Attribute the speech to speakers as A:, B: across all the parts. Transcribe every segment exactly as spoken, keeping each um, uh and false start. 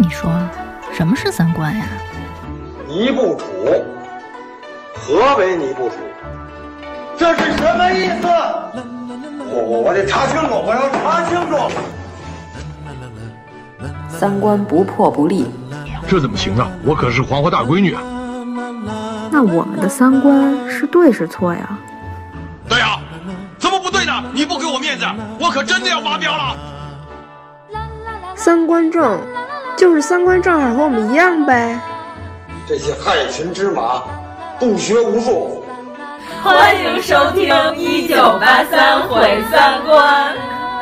A: 你说什么是三观呀？
B: 尼不楚，何为尼不楚？这是什么意思？我我我得查清楚，我要查清楚。
C: 三观不破不立，
D: 这怎么行啊？我可是黄花大闺女啊！
E: 那我们的三观是对是错呀？
D: 对呀、啊，怎么不对呢？你不给我面子，我可真的要发飙了。
E: 三观正，就是三观正好和我们一样呗。
B: 这些害群之马，不学无术。
F: 欢迎收听一九八三毁三观。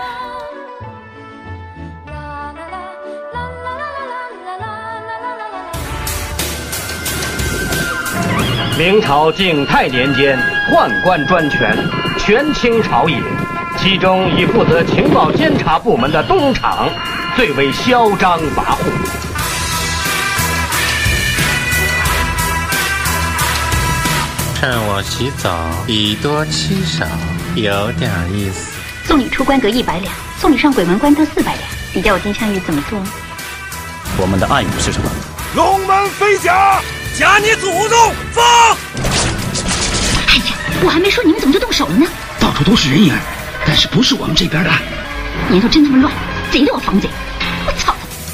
G: 明朝景泰年间，宦官专权，权倾朝野，其中以负责情报监察部门的东厂最为嚣张跋扈。
H: 趁我洗澡，以多欺少，有点意思。
A: 送你出关得一百两，送你上鬼门关得四百两。你叫我金镶玉怎么做？
I: 我们的暗语是什么？
D: 龙门飞甲，甲你祖宗放！
A: 哎呀，我还没说，你们怎么就动手了呢？
I: 到处都是人影，但是不是我们这边的。
A: 年头真他妈乱，贼都要防贼！我操！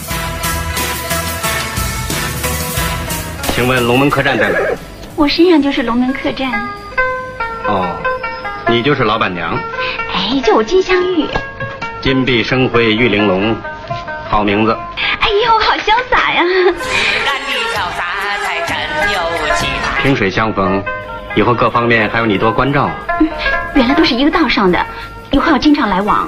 G: 请问龙门客栈在哪？
A: 我身上就是龙门客栈。
G: 哦，你就是老板娘？
A: 哎，叫我金镶玉。
G: 金碧生辉，玉玲珑，好名字。
A: 哎呦，好潇洒呀！
G: 萍水相逢，以后各方面还有你多关照。
A: 嗯，原来都是一个道上的，以后要经常来往。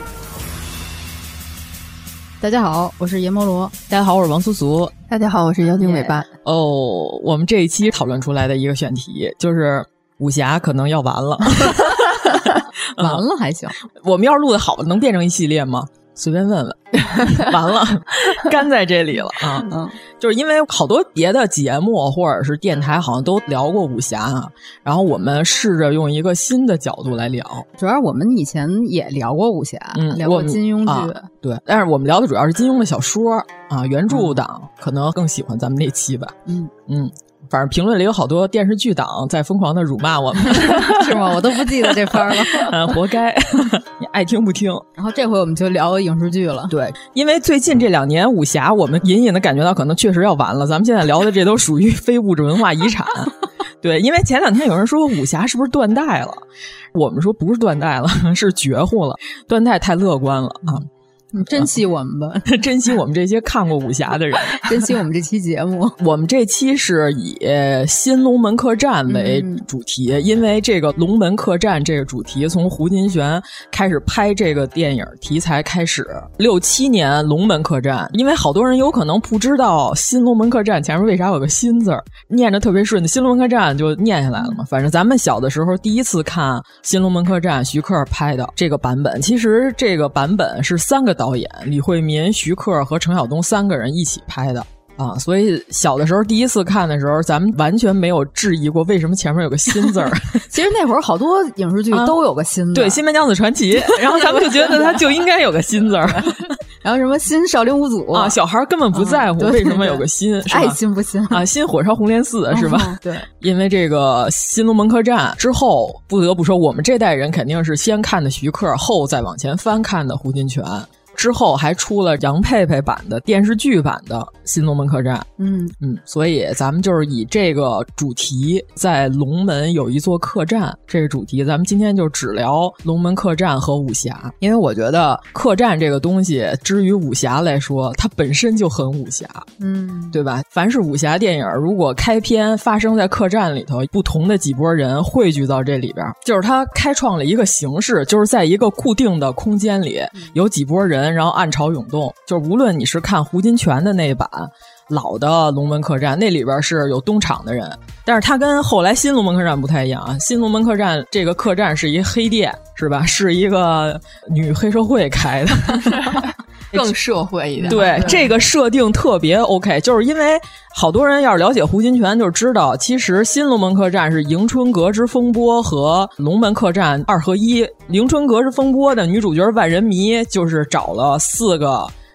J: 大家好，我是阎摩罗。
K: 大家好，我是王苏苏。
J: 大家好，我是妖精尾巴。
K: 哦，我们这一期讨论出来的一个选题就是武侠可能要完了。
J: 完了还行，
K: 我们要是录的好了，能变成一系列吗？随便问问。完了，干在这里了啊！嗯，就是因为好多别的节目或者是电台好像都聊过武侠啊，然后我们试着用一个新的角度来聊。
J: 主要我们以前也聊过武侠，嗯，聊过金庸剧、
K: 啊，对，但是我们聊的主要是金庸的小说啊，原著党、嗯、可能更喜欢咱们那期吧。
J: 嗯
K: 嗯。反正评论里有好多电视剧党在疯狂的辱骂我们。
J: 是吗？我都不记得这番了。
K: 嗯，活该。你爱听不听。
J: 然后这回我们就聊影视剧了。
K: 对，因为最近这两年武侠我们隐隐的感觉到可能确实要完了，咱们现在聊的这都属于非物质文化遗产。对，因为前两天有人说武侠是不是断代了，我们说不是断代了，是绝户了，断代太乐观了啊。
J: 你珍惜我们吧，
K: 珍惜我们这些看过武侠的人，
J: 珍惜我们这期节目。
K: 我们这期是以新龙门客栈为主题、嗯、因为这个龙门客栈这个主题从胡金铨开始拍这个电影题材开始，六七年龙门客栈，因为好多人有可能不知道新龙门客栈前面为啥有个新字儿，念着特别顺的新龙门客栈就念下来了嘛。反正咱们小的时候第一次看新龙门客栈徐克拍的这个版本，其实这个版本是三个导演李惠民、徐克和程晓东三个人一起拍的啊，所以小的时候第一次看的时候，咱们完全没有质疑过为什么前面有个新字儿。
J: 其实那会儿好多影视剧都有个新字、啊，
K: 对，《新白娘子传奇》，然后咱们就觉得它就应该有个新字儿。
J: 然后什么新少林五祖
K: 啊，小孩根本不在乎为什么有个新，
J: 是吧？爱新不新
K: 啊？新火烧红莲寺是吧？
J: 哦、对，
K: 因为这个新龙门客栈之后，不得不说我们这代人肯定是先看的徐克，后再往前翻看的胡金铨。之后还出了杨佩佩版的电视剧版的新龙门客栈。
J: 嗯
K: 嗯，所以咱们就是以这个主题，在龙门有一座客栈这个主题，咱们今天就只聊龙门客栈和武侠。因为我觉得客栈这个东西之于武侠来说，它本身就很武侠。
J: 嗯，
K: 对吧？凡是武侠电影如果开篇发生在客栈里头，不同的几拨人汇聚到这里边，就是它开创了一个形式，就是在一个固定的空间里有几拨人，然后暗潮涌动。就是无论你是看胡金铨的那版老的龙门客栈，那里边是有东厂的人，但是它跟后来新龙门客栈不太一样啊。新龙门客栈这个客栈是一黑店，是吧？是一个女黑社会开的。
J: 更社会一点。
K: 对，这个设定特别 OK， 就是因为好多人要是了解胡金铨就知道，其实新龙门客栈是迎春阁之风波和龙门客栈二合一。迎春阁之风波的女主角万人迷就是找了四个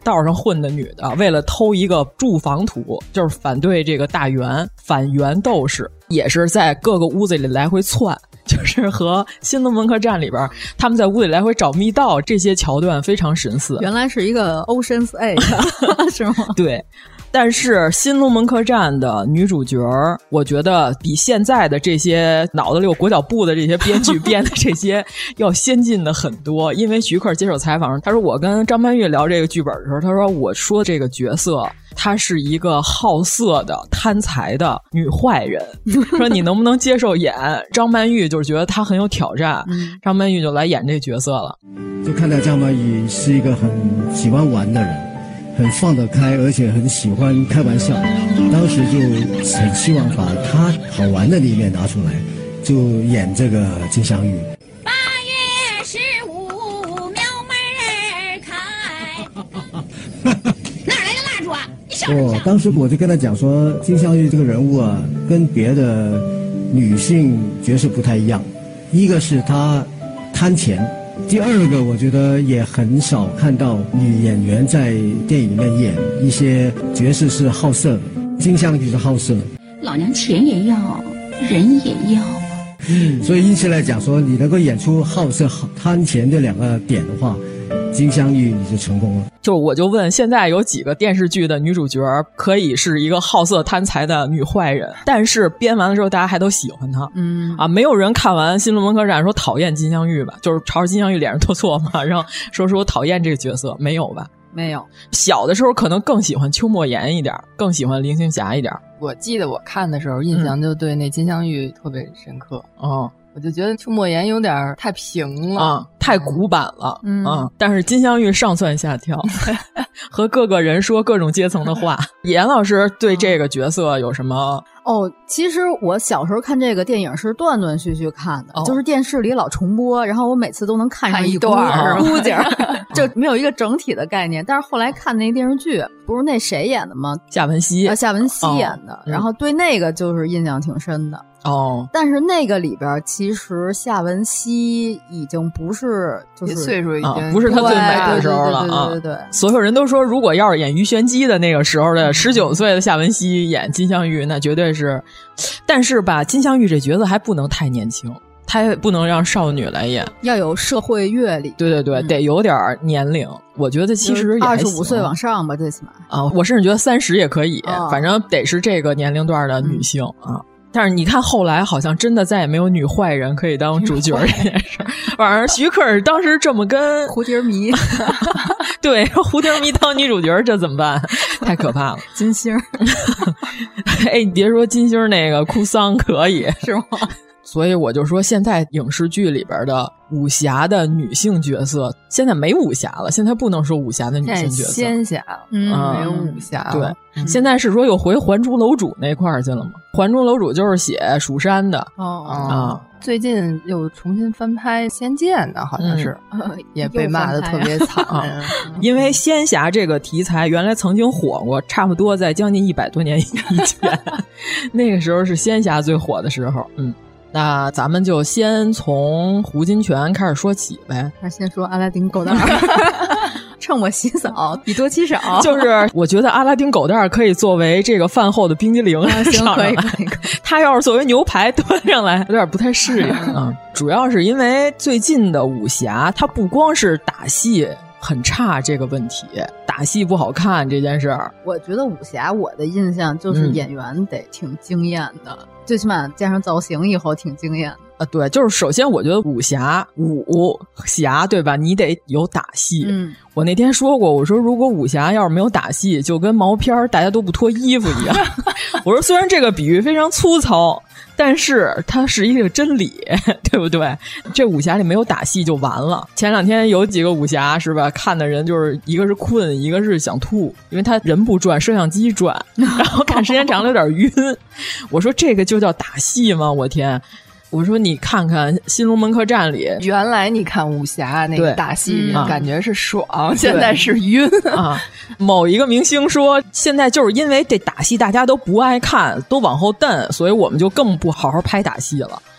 K: 道上混的女的，为了偷一个驻防图，就是反对这个大元反元斗士，也是在各个屋子里来回窜，就是和新龙门客栈里边他们在屋里来回找密道，这些桥段非常神似。
J: 原来是一个 Ocean's Eight 是吗？
K: 对。但是新龙门客栈的女主角我觉得比现在的这些脑子里有裹脚布的这些编剧编的这些要先进的很多。因为徐克接受采访他说，我跟张曼玉聊这个剧本的时候，他说我说这个角色她是一个好色的贪财的女坏人，说你能不能接受演？张曼玉就是觉得她很有挑战，嗯、张曼玉就来演这角色了。
L: 就看到张曼玉是一个很喜欢玩的人，很放得开，而且很喜欢开玩笑，当时就很希望把她好玩的一面拿出来，就演这个金镶玉。
M: 八月十五庙门开，哪来的蜡烛啊？你想
L: 我、哦、当时我就跟他讲说，金镶玉这个人物啊，跟别的女性角色不太一样，一个是她贪钱。第二个，我觉得也很少看到女演员在电影里面演一些角色是好色的，金镶玉是好色，
A: 老娘钱也要，人也要。
L: 所以因此来讲说，你能够演出好色、贪钱这两个点的话，金镶玉你就成功了。
K: 就我就问，现在有几个电视剧的女主角可以是一个好色贪财的女坏人，但是编完了之后大家还都喜欢她？嗯啊，没有人看完《新龙门客栈》说讨厌金镶玉吧？就是朝着金镶玉脸上吐错嘛，然后说说我讨厌这个角色，没有吧？
J: 没有。
K: 小的时候可能更喜欢邱莫言一点，更喜欢林青霞一点。
N: 我记得我看的时候印象就对那金镶玉特别深刻。
K: 哦、嗯。
N: 我就觉得邱莫言有点太平了
K: 啊，太古板了，
N: 嗯
K: 啊。但是金镶玉上蹿下跳，和各个人说各种阶层的话。严老师对这个角色有什么？
J: 哦，其实我小时候看这个电影是断断续续看的，哦、就是电视里老重播，然后我每次都能看上一段估计，就没有一个整体的概念。但是后来看那个电视剧，不是那谁演的吗？
K: 夏文熙，
J: 啊，夏文熙演的，哦嗯、然后对那个就是印象挺深的。
K: 哦，
J: 但是那个里边其实夏文熙已经不是就是
N: 岁数已经、
K: 啊、不是他最美的时候了啊！
J: 对对 对, 对, 对, 对，
K: 所有人都说，如果要是演于玄机的那个时候的十九岁的夏文熙演金镶玉，那绝对是。但是吧，金镶玉这角色还不能太年轻，他也不能让少女来演，
J: 要有社会阅历。
K: 对对对，嗯、得有点年龄。我觉得其实也
J: 二十五岁往上吧，最起码
K: 啊，我甚至觉得三十也可以，哦、反正得是这个年龄段的女性、嗯、啊。但是你看后来好像真的再也没有女坏人可以当主角这件事。反而徐克当时这么跟
J: 蝴蝶迷
K: 对蝴蝶迷当女主角，这怎么办？太可怕了。
J: 金星
K: 哎，你别说金星那个哭丧可以
J: 是吗？
K: 所以我就说现在影视剧里边的武侠的女性角色现在没武侠了，现在不能说武侠的女性角色，
N: 仙侠了，嗯，没有武侠了。
K: 对、嗯，现在是说又回还珠楼主那块儿去了吗？还珠楼主就是写蜀山的
N: 哦
K: 啊，
N: 最近又重新翻拍仙剑的，好像是、嗯呃、也被骂得特别惨、啊
K: 啊、因为仙侠这个题材原来曾经火过，差不多在将近一百多年以前那个时候是仙侠最火的时候。嗯，那咱们就先从胡金铨开始说起呗。
J: 还是先说阿拉丁狗蛋趁我洗澡以多欺少。
K: 就是我觉得阿拉丁狗蛋可以作为这个饭后的冰激凌、
J: 啊、行可以可以。
K: 他要是作为牛排端上来有点不太适应啊。主要是因为最近的武侠它不光是打戏很差这个问题，打戏不好看这件事儿。
J: 我觉得武侠我的印象就是演员得挺惊艳的、嗯、最起码加上造型以后挺惊艳的
K: 啊。对，就是首先我觉得武侠武侠对吧，你得有打戏。嗯，我那天说过，我说如果武侠要是没有打戏，就跟毛片大家都不脱衣服一样我说虽然这个比喻非常粗糙，但是它是一个真理，对不对？这武侠里没有打戏就完了。前两天有几个武侠是吧，看的人就是一个是困，一个是想吐，因为他人不转，摄像机转，然后看时间长了有点晕我说这个就叫打戏吗？我天，我说你看看新龙门客栈里，
N: 原来你看武侠那个打戏、嗯、感觉是爽、嗯、现在是晕
K: 啊。某一个明星说现在就是因为这打戏大家都不爱看，都往后蹬，所以我们就更不好好拍打戏了。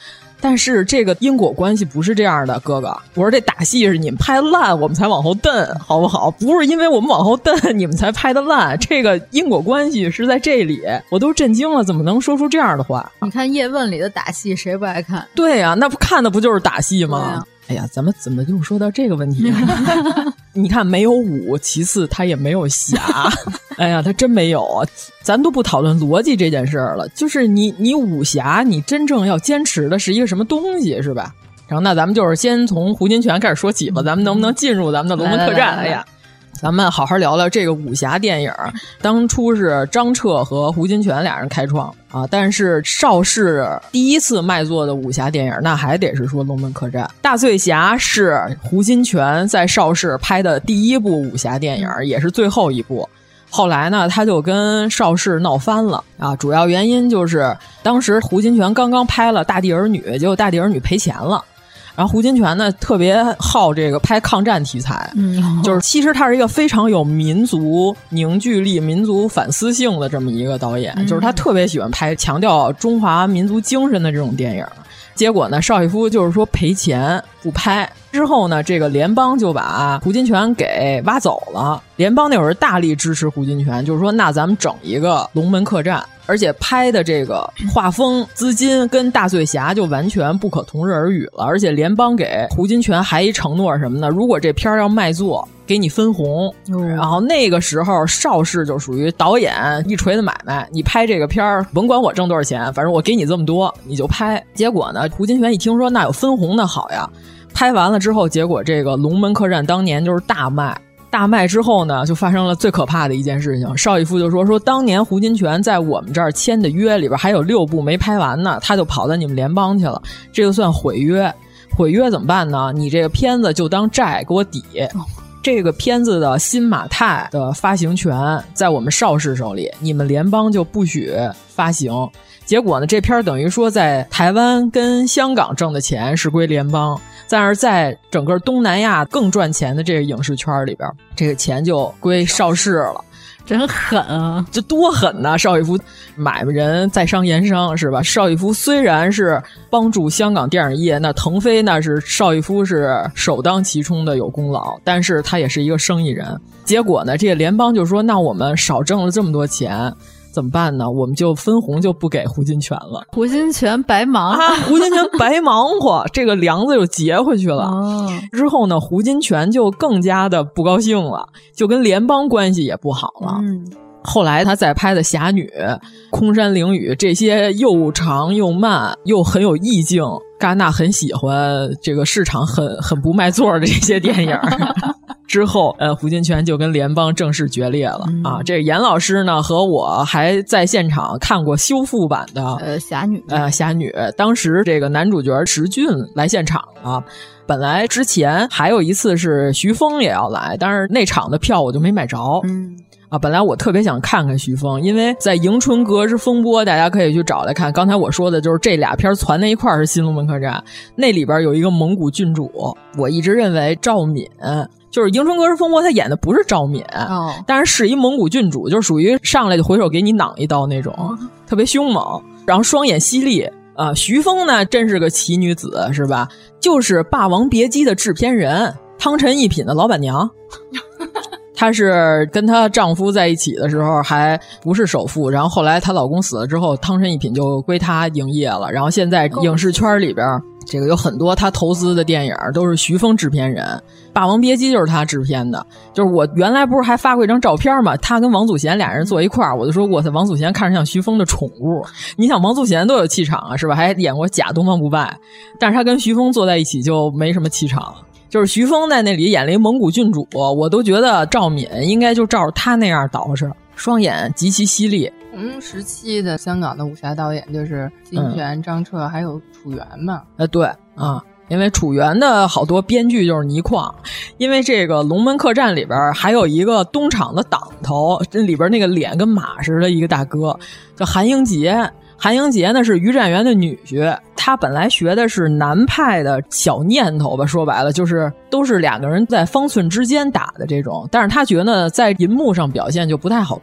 K: 但是这个因果关系不是这样的，哥哥，我说这打戏是你们拍烂我们才往后蹬，好不好？不是因为我们往后蹬你们才拍的烂，这个因果关系是在这里。我都震惊了，怎么能说出这样的话？
J: 你看叶问里的打戏谁不爱看？
K: 对呀、啊，那不看的不就是打戏吗？哎呀，咱们怎么又说到这个问题？你看，没有武，其次他也没有侠。哎呀，他真没有啊！咱都不讨论逻辑这件事儿了，就是你你武侠，你真正要坚持的是一个什么东西，是吧？然后那咱们就是先从胡金铨开始说起吧，咱们能不能进入咱们的龙门客栈？哎呀。咱们好好聊聊这个武侠电影。当初是张彻和胡金铨俩人开创啊，但是邵氏第一次卖座的武侠电影，那还得是说《龙门客栈》。大醉侠是胡金铨在邵氏拍的第一部武侠电影，也是最后一部。后来呢，他就跟邵氏闹翻了啊，主要原因就是当时胡金铨刚刚拍了《大地儿女》，结果《大地儿女》赔钱了。然后胡金铨呢特别好这个拍抗战题材，嗯，就是其实他是一个非常有民族凝聚力、民族反思性的这么一个导演，嗯，就是他特别喜欢拍强调中华民族精神的这种电影。结果呢，邵逸夫就是说赔钱不拍。之后呢，这个联邦就把胡金铨给挖走了。联邦那会儿大力支持胡金铨，就是说那咱们整一个龙门客栈，而且拍的这个画风、资金跟大醉侠就完全不可同日而语了。而且联邦给胡金铨还一承诺什么呢？如果这片要卖座，给你分红。嗯，然后那个时候邵氏就属于导演一锤子买卖，你拍这个片儿甭管我挣多少钱，反正我给你这么多你就拍。结果呢，胡金铨一听说那有分红的好呀，拍完了之后，结果这个龙门客栈当年就是大卖。大卖之后呢，就发生了最可怕的一件事情。邵逸夫就说说当年胡金铨在我们这儿签的约里边还有六部没拍完呢，他就跑到你们联邦去了，这就算毁约。毁约怎么办呢？你这个片子就当债给我抵。哦，这个片子的新马泰的发行权在我们邵氏手里，你们联邦就不许发行。结果呢，这片等于说在台湾跟香港挣的钱是归联邦，但是在整个东南亚更赚钱的这个影视圈里边，这个钱就归邵氏了。
J: 真狠啊！
K: 这多狠呐！邵逸夫买卖人在商言商是吧？邵逸夫虽然是帮助香港电影业，那腾飞那是邵逸夫是首当其冲的有功劳，但是他也是一个生意人。结果呢，这个联邦就说，那我们少挣了这么多钱怎么办呢？我们就分红就不给胡金铨了。
J: 胡金铨白忙
K: 啊！胡金铨白忙活，这个梁子就结回去了。哦，之后呢，胡金铨就更加的不高兴了，就跟联邦关系也不好了。嗯，后来他再拍的《侠女》《空山灵雨》这些又长又慢又很有意境，戛纳很喜欢，这个市场很很不卖座的这些电影。之后，呃，胡金铨就跟联邦正式决裂了、嗯、啊！这个严老师呢和我还在现场看过修复版的
J: 呃侠女，
K: 呃侠女，当时这个男主角石俊来现场了。本来之前还有一次是徐峰也要来，但是那场的票我就没买着。嗯。啊，本来我特别想看看徐峰，因为在《迎春阁之风波》，大家可以去找来看。刚才我说的就是这俩片攒在一块儿是《新龙门客栈》，那里边有一个蒙古郡主，我一直认为赵敏，就是《迎春阁之风波》他演的不是赵敏，哦，但是是一蒙古郡主，就是属于上来就回手给你攮一刀那种，哦，特别凶猛，然后双眼犀利。啊、呃，徐峰呢真是个奇女子是吧？就是《霸王别姬》的制片人，汤臣一品的老板娘。她是跟她丈夫在一起的时候还不是首富，然后后来她老公死了之后，汤臣一品就归她营业了。然后现在影视圈里边，这个有很多她投资的电影都是徐峰制片人，《霸王别姬》就是她制片的。就是我原来不是还发过一张照片嘛，她跟王祖贤俩人坐一块儿，我就说哇塞，王祖贤看着像徐峰的宠物。你想王祖贤都有气场啊，是吧？还演过假东方不败，但是她跟徐峰坐在一起就没什么气场。就是徐峰在那里演了一蒙古郡主，我都觉得赵敏应该就照着他那样捯饬，双眼极其犀利。
N: 同时期的香港的武侠导演就是金铨、嗯、张彻还有楚原嘛。
K: 呃，对啊，因为楚原的好多编剧就是倪匡，因为这个《龙门客栈》里边还有一个东厂的党头，这里边那个脸跟马似的一个大哥叫韩英杰。韩英杰呢是于占元的女婿，他本来学的是南派的小念头吧，说白了就是都是两个人在方寸之间打的这种，但是他觉得在银幕上表现就不太好看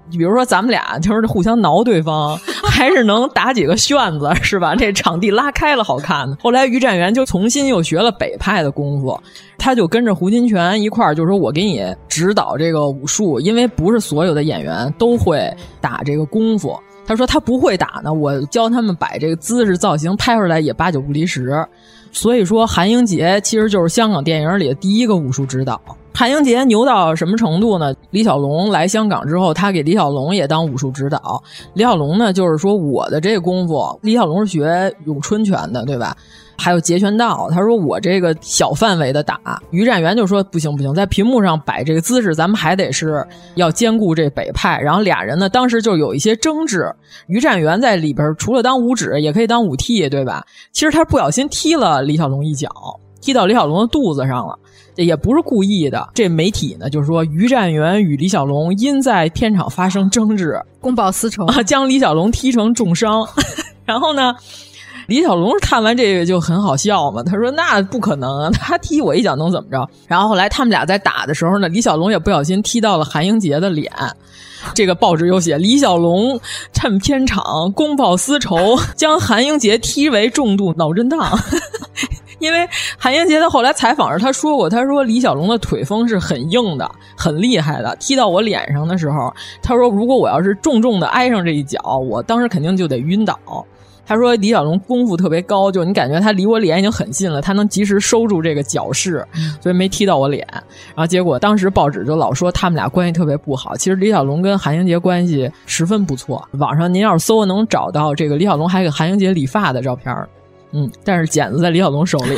K: 比如说咱们俩就是互相挠对方，还是能打几个旋子，是吧？这场地拉开了好看的。后来于占元就重新又学了北派的功夫，他就跟着胡金铨一块儿，就说我给你指导这个武术，因为不是所有的演员都会打这个功夫。他说他不会打呢，我教他们摆这个姿势造型拍出来也八九不离十。所以说韩英杰其实就是香港电影里的第一个武术指导。韩英杰牛到什么程度呢？李小龙来香港之后，他给李小龙也当武术指导。李小龙呢，就是说我的这个功夫，李小龙是学咏春拳的，对吧？还有截拳道，他说我这个小范围的打。于占元就说不行不行，在屏幕上摆这个姿势，咱们还得是要兼顾这北派。然后俩人呢，当时就有一些争执。于占元在里边除了当武指，也可以当武替，对吧？其实他不小心踢了李小龙一脚，踢到李小龙的肚子上了。这也不是故意的，这媒体呢就是说于占元与李小龙因在片场发生争执，
J: 公报私仇，
K: 啊，将李小龙踢成重伤。然后呢，李小龙看完这个就很好笑嘛，他说那不可能啊，他踢我一脚能怎么着？然后后来他们俩在打的时候呢，李小龙也不小心踢到了韩英杰的脸。这个报纸有写，李小龙趁片场公报私仇，将韩英杰踢为重度脑震荡。因为韩英杰他后来采访时他说过，他说李小龙的腿风是很硬的，很厉害的，踢到我脸上的时候，他说如果我要是重重的挨上这一脚，我当时肯定就得晕倒。他说李小龙功夫特别高，就你感觉他离我脸已经很近了，他能及时收住这个脚势，所以没踢到我脸。然后结果当时报纸就老说他们俩关系特别不好，其实李小龙跟韩英杰关系十分不错。网上您要是搜能找到这个李小龙还给韩英杰理发的照片，嗯，但是剪子在李小龙手里。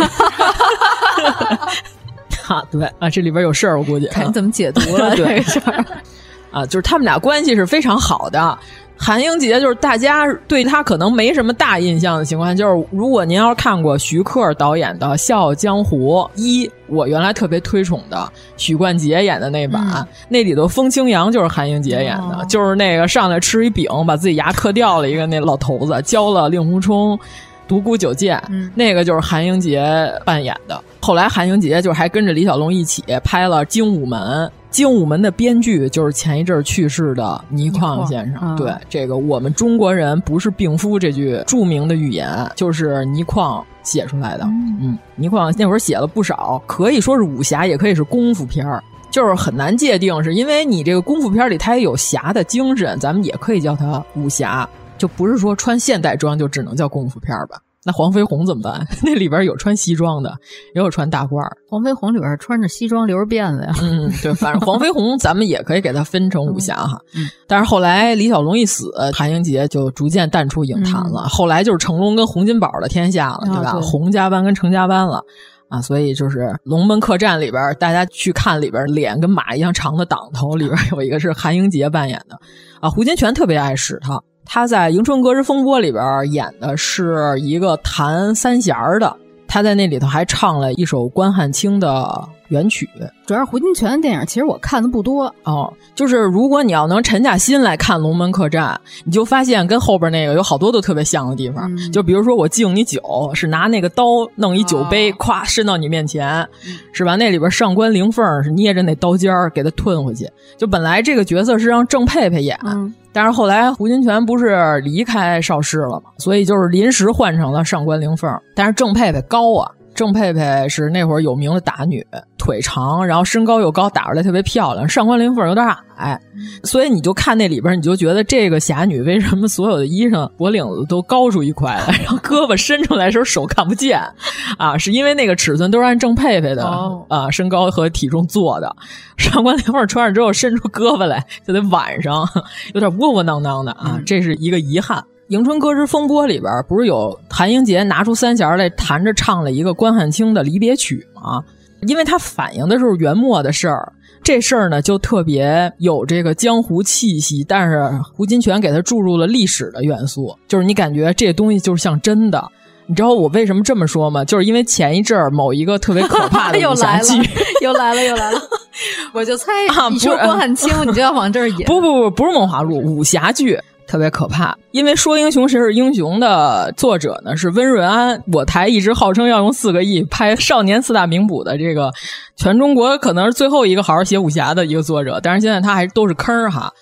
K: 啊，对啊，这里边有事儿，我估计
J: 看你怎么解读了这个事儿。
K: 啊，就是他们俩关系是非常好的。韩英杰就是大家对他可能没什么大印象的情况，就是如果您要是看过徐克导演的《笑傲江湖》一，我原来特别推崇的许冠杰演的那版，嗯、那里头风清扬就是韩英杰演的，哦、就是那个上来吃一饼把自己牙磕掉了一个那老头子，教了令狐冲独孤九剑，嗯、那个就是韩英杰扮演的。后来韩英杰就是还跟着李小龙一起拍了《精武门》。精武门的编剧就是前一阵去世的倪匡先生。嗯、对，这个我们中国人不是病夫这句著名的语言，就是倪匡写出来的。嗯, 嗯，倪匡那会儿写了不少，可以说是武侠，也可以是功夫片儿，就是很难界定，是因为你这个功夫片里它也有侠的精神，咱们也可以叫它武侠，就不是说穿现代装就只能叫功夫片吧。那黄飞鸿怎么办？那里边有穿西装的，也有穿大褂。
J: 黄飞鸿里边穿着西装留着辫子呀。
K: 嗯，对，反正黄飞鸿咱们也可以给他分成武侠哈。嗯，但是后来李小龙一死，韩英杰就逐渐淡出影坛了。嗯、后来就是成龙跟洪金宝的天下了，对吧？哦、对，洪家班跟程家班了。啊，所以就是《龙门客栈》里边，大家去看里边脸跟马一样长的党头里边有一个是韩英杰扮演的。啊，胡金铨特别爱使他。他在《迎春阁之风波》里边演的是一个弹三弦的，他在那里头还唱了一首关汉卿的原曲。
J: 主要是胡金铨的电影其实我看的不多
K: 哦，就是如果你要能沉下心来看《龙门客栈》，你就发现跟后边那个有好多都特别像的地方。嗯、就比如说我敬你酒是拿那个刀弄一酒杯咵、哦、伸到你面前、嗯、是吧？那里边上官灵凤是捏着那刀尖给他吞回去。就本来这个角色是让郑佩佩演、嗯、但是后来胡金铨不是离开邵氏了嘛，所以就是临时换成了上官灵凤。但是郑佩佩高啊，郑佩佩是那会儿有名的打女，腿长，然后身高又高，打出来特别漂亮。上官灵凤有点矮，所以你就看那里边，你就觉得这个侠女为什么所有的衣裳脖领子都高出一块来，然后胳膊伸出来的时候手看不见啊，是因为那个尺寸都是按郑佩佩的、哦、啊身高和体重做的。上官灵凤穿上之后伸出胳膊来就得晚上，有点窝窝囊囊的啊，这是一个遗憾。迎春歌之风波里边不是有韩英杰拿出三弦来弹着唱了一个关汉卿的离别曲吗？因为他反映的是元末的事儿，这事儿呢就特别有这个江湖气息，但是胡金铨给他注入了历史的元素，就是你感觉这东西就是像真的。你知道我为什么这么说吗？就是因为前一阵儿某一个特别可怕的武侠剧
J: 又来了又来了我就猜你说关汉卿你就要往这儿引。
K: 不不不不是梦华录，武侠剧特别可怕。因为说英雄谁是英雄的作者呢是温润安，我台一直号称要用四个亿拍少年四大名捕的这个全中国可能是最后一个好好写武侠的一个作者，但是现在他还都是坑哈。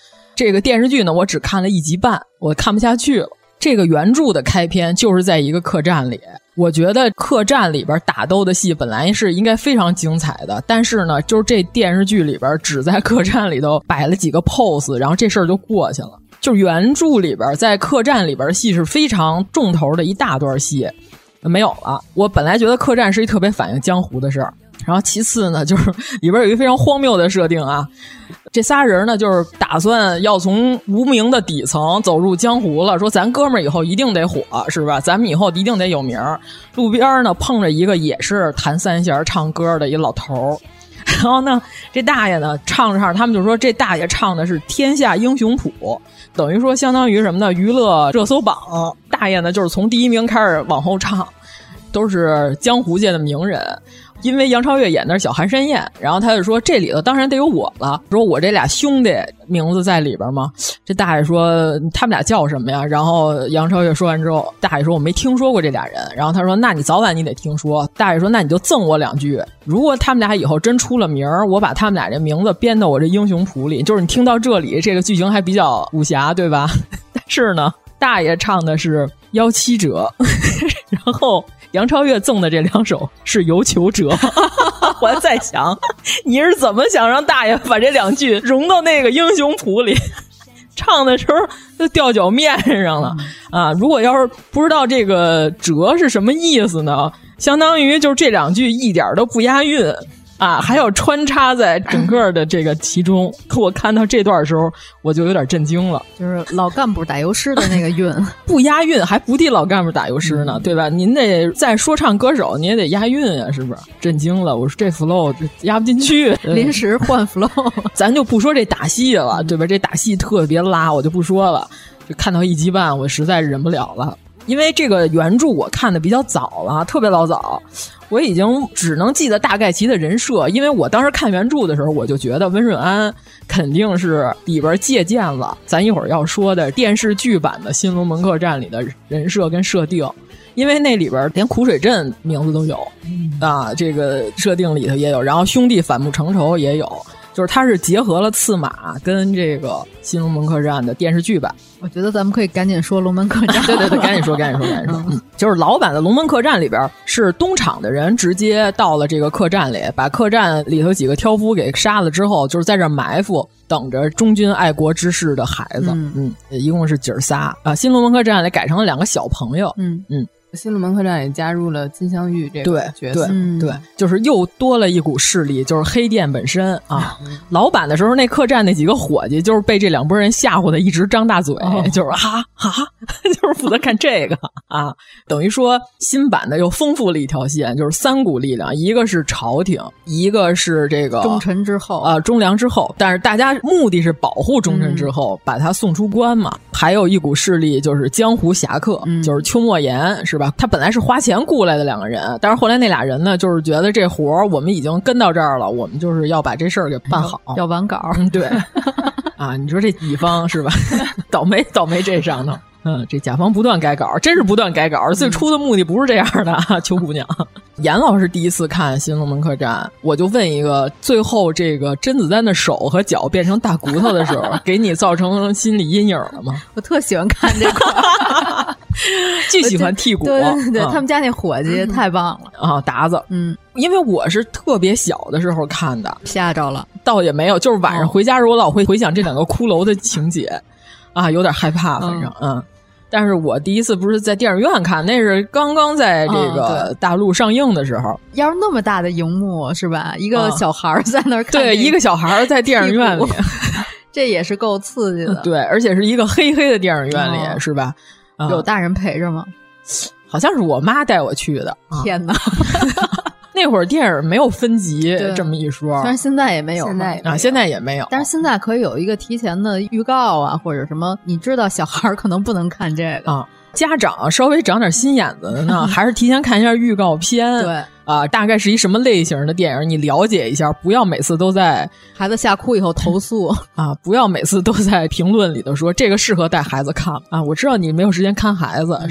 K: 这个电视剧呢，我只看了一集半，我看不下去了。这个原著的开篇就是在一个客栈里，我觉得客栈里边打斗的戏本来是应该非常精彩的，但是呢，就是这电视剧里边只在客栈里头摆了几个 pose， 然后这事儿就过去了。就是原著里边在客栈里边的戏是非常重头的一大段戏，没有了。我本来觉得客栈是一特别反映江湖的事儿。然后其次呢，就是里边有一个非常荒谬的设定啊，这仨人呢就是打算要从无名的底层走入江湖了，说咱哥们儿以后一定得火，是吧？咱们以后一定得有名。路边呢碰着一个也是弹三弦唱歌的一老头，然后呢这大爷呢唱着唱着，他们就说这大爷唱的是天下英雄谱，等于说相当于什么呢？娱乐热搜榜，大爷呢就是从第一名开始往后唱，都是江湖界的名人。因为杨超越演的是小韩山燕，然后他就说这里头当然得有我了，说我这俩兄弟名字在里边吗？这大爷说他们俩叫什么呀？然后杨超越说完之后，大爷说我没听说过这俩人。然后他说那你早晚你得听说。大爷说那你就赠我两句，如果他们俩以后真出了名，我把他们俩这名字编到我这英雄谱里。就是你听到这里，这个剧情还比较武侠，对吧？但是呢，大爷唱的是妖七折，然后杨超越赠的这两首是游求折。我还在想你是怎么想让大爷把这两句融到那个英雄谱里，唱的时候就掉脚面上了啊！如果要是不知道这个折是什么意思呢，相当于就是这两句一点都不押韵啊，还要穿插在整个的这个其中。我看到这段的时候我就有点震惊了，
J: 就是老干部打油诗的那个韵
K: 不押韵还不替老干部打油诗呢、嗯、对吧？您得在说唱歌手你也得押韵啊，是不是？震惊了，我说这 flow 这押不进去，
J: 临时换 flow
K: 咱就不说这打戏了，对吧？这打戏特别拉，我就不说了。就看到一集半我实在忍不了了，因为这个原著我看的比较早了，特别老早，我已经只能记得大概其的人设。因为我当时看原著的时候，我就觉得温润安肯定是里边借鉴了咱一会儿要说的电视剧版的《新龙门客栈》里的人设跟设定，因为那里边连苦水镇名字都有、嗯、啊，这个设定里头也有，然后兄弟反目成仇也有，就是它是结合了刺马跟这个《新龙门客栈》的电视剧版。
J: 我觉得咱们可以赶紧说龙门客栈。
K: 对对对，赶紧说赶紧说赶紧说、嗯、就是老版的龙门客栈里边是东厂的人直接到了这个客栈里，把客栈里头几个挑夫给杀了之后，就是在这埋伏等着忠君爱国之士的孩子。嗯嗯，一共是姐儿仨啊。新龙门客栈里改成了两个小朋友。
N: 嗯嗯，新龙门客栈也加入了金镶玉这个角色。
K: 对对、嗯、对，就是又多了一股势力，就是黑店本身啊。嗯、老版的时候那客栈那几个伙计就是被这两拨人吓唬的一直张大嘴、哦、就是哈哈就是负责看这个啊。等于说新版的又丰富了一条线，就是三股力量，一个是朝廷，一个是这个
J: 忠臣之后
K: 啊、呃、忠良之后，但是大家目的是保护忠臣之后、嗯、把他送出关嘛。还有一股势力就是江湖侠客、嗯、就是邱莫言，是吧？他本来是花钱雇来的两个人，但是后来那俩人呢就是觉得这活儿我们已经跟到这儿了，我们就是要把这事儿给办好，
J: 要完稿。
K: 嗯，对啊，你说这乙方是吧倒霉倒霉这上头。嗯，这甲方不断改稿，真是不断改稿。最初的目的不是这样的啊，邱姑娘。严老师第一次看《新龙门客栈》，我就问一个：最后这个甄子丹的手和脚变成大骨头的时候，给你造成心理阴影了吗？
J: 我特喜欢看这块，
K: 巨喜欢剔骨。
J: 对对对、嗯，他们家那伙计太棒了
K: 啊，达子。嗯，因为我是特别小的时候看的，
J: 吓着了。
K: 倒也没有，就是晚上回家时候，我老会回想这两个骷髅的情节。啊，有点害怕，反正嗯, 嗯，但是我第一次不是在电影院看，那是刚刚在这个大陆上映的时候。
J: 嗯、要是那么大的荧幕是吧？一个小孩在那儿看、
K: 嗯，对，一个小孩在电影院里，
J: 这也是够刺激的。
K: 对，而且是一个黑黑的电影院里，哦、是吧、
J: 嗯？有大人陪着吗？
K: 好像是我妈带我去的。
J: 天哪！
K: 那会儿电影没有分级这么一说，
J: 但是现在也没有，
N: 现在
K: 啊，现在也没有。
J: 但是现在可以有一个提前的预告啊，或者什么，你知道小孩可能不能看这个
K: 啊。家长稍微长点心眼子的呢，还是提前看一下预告片。
J: 对
K: 啊，大概是一什么类型的电影，你了解一下，不要每次都在
J: 孩子吓哭以后投诉
K: 啊，不要每次都在评论里头说这个适合带孩子看啊。我知道你没有时间看孩子、嗯、是吧？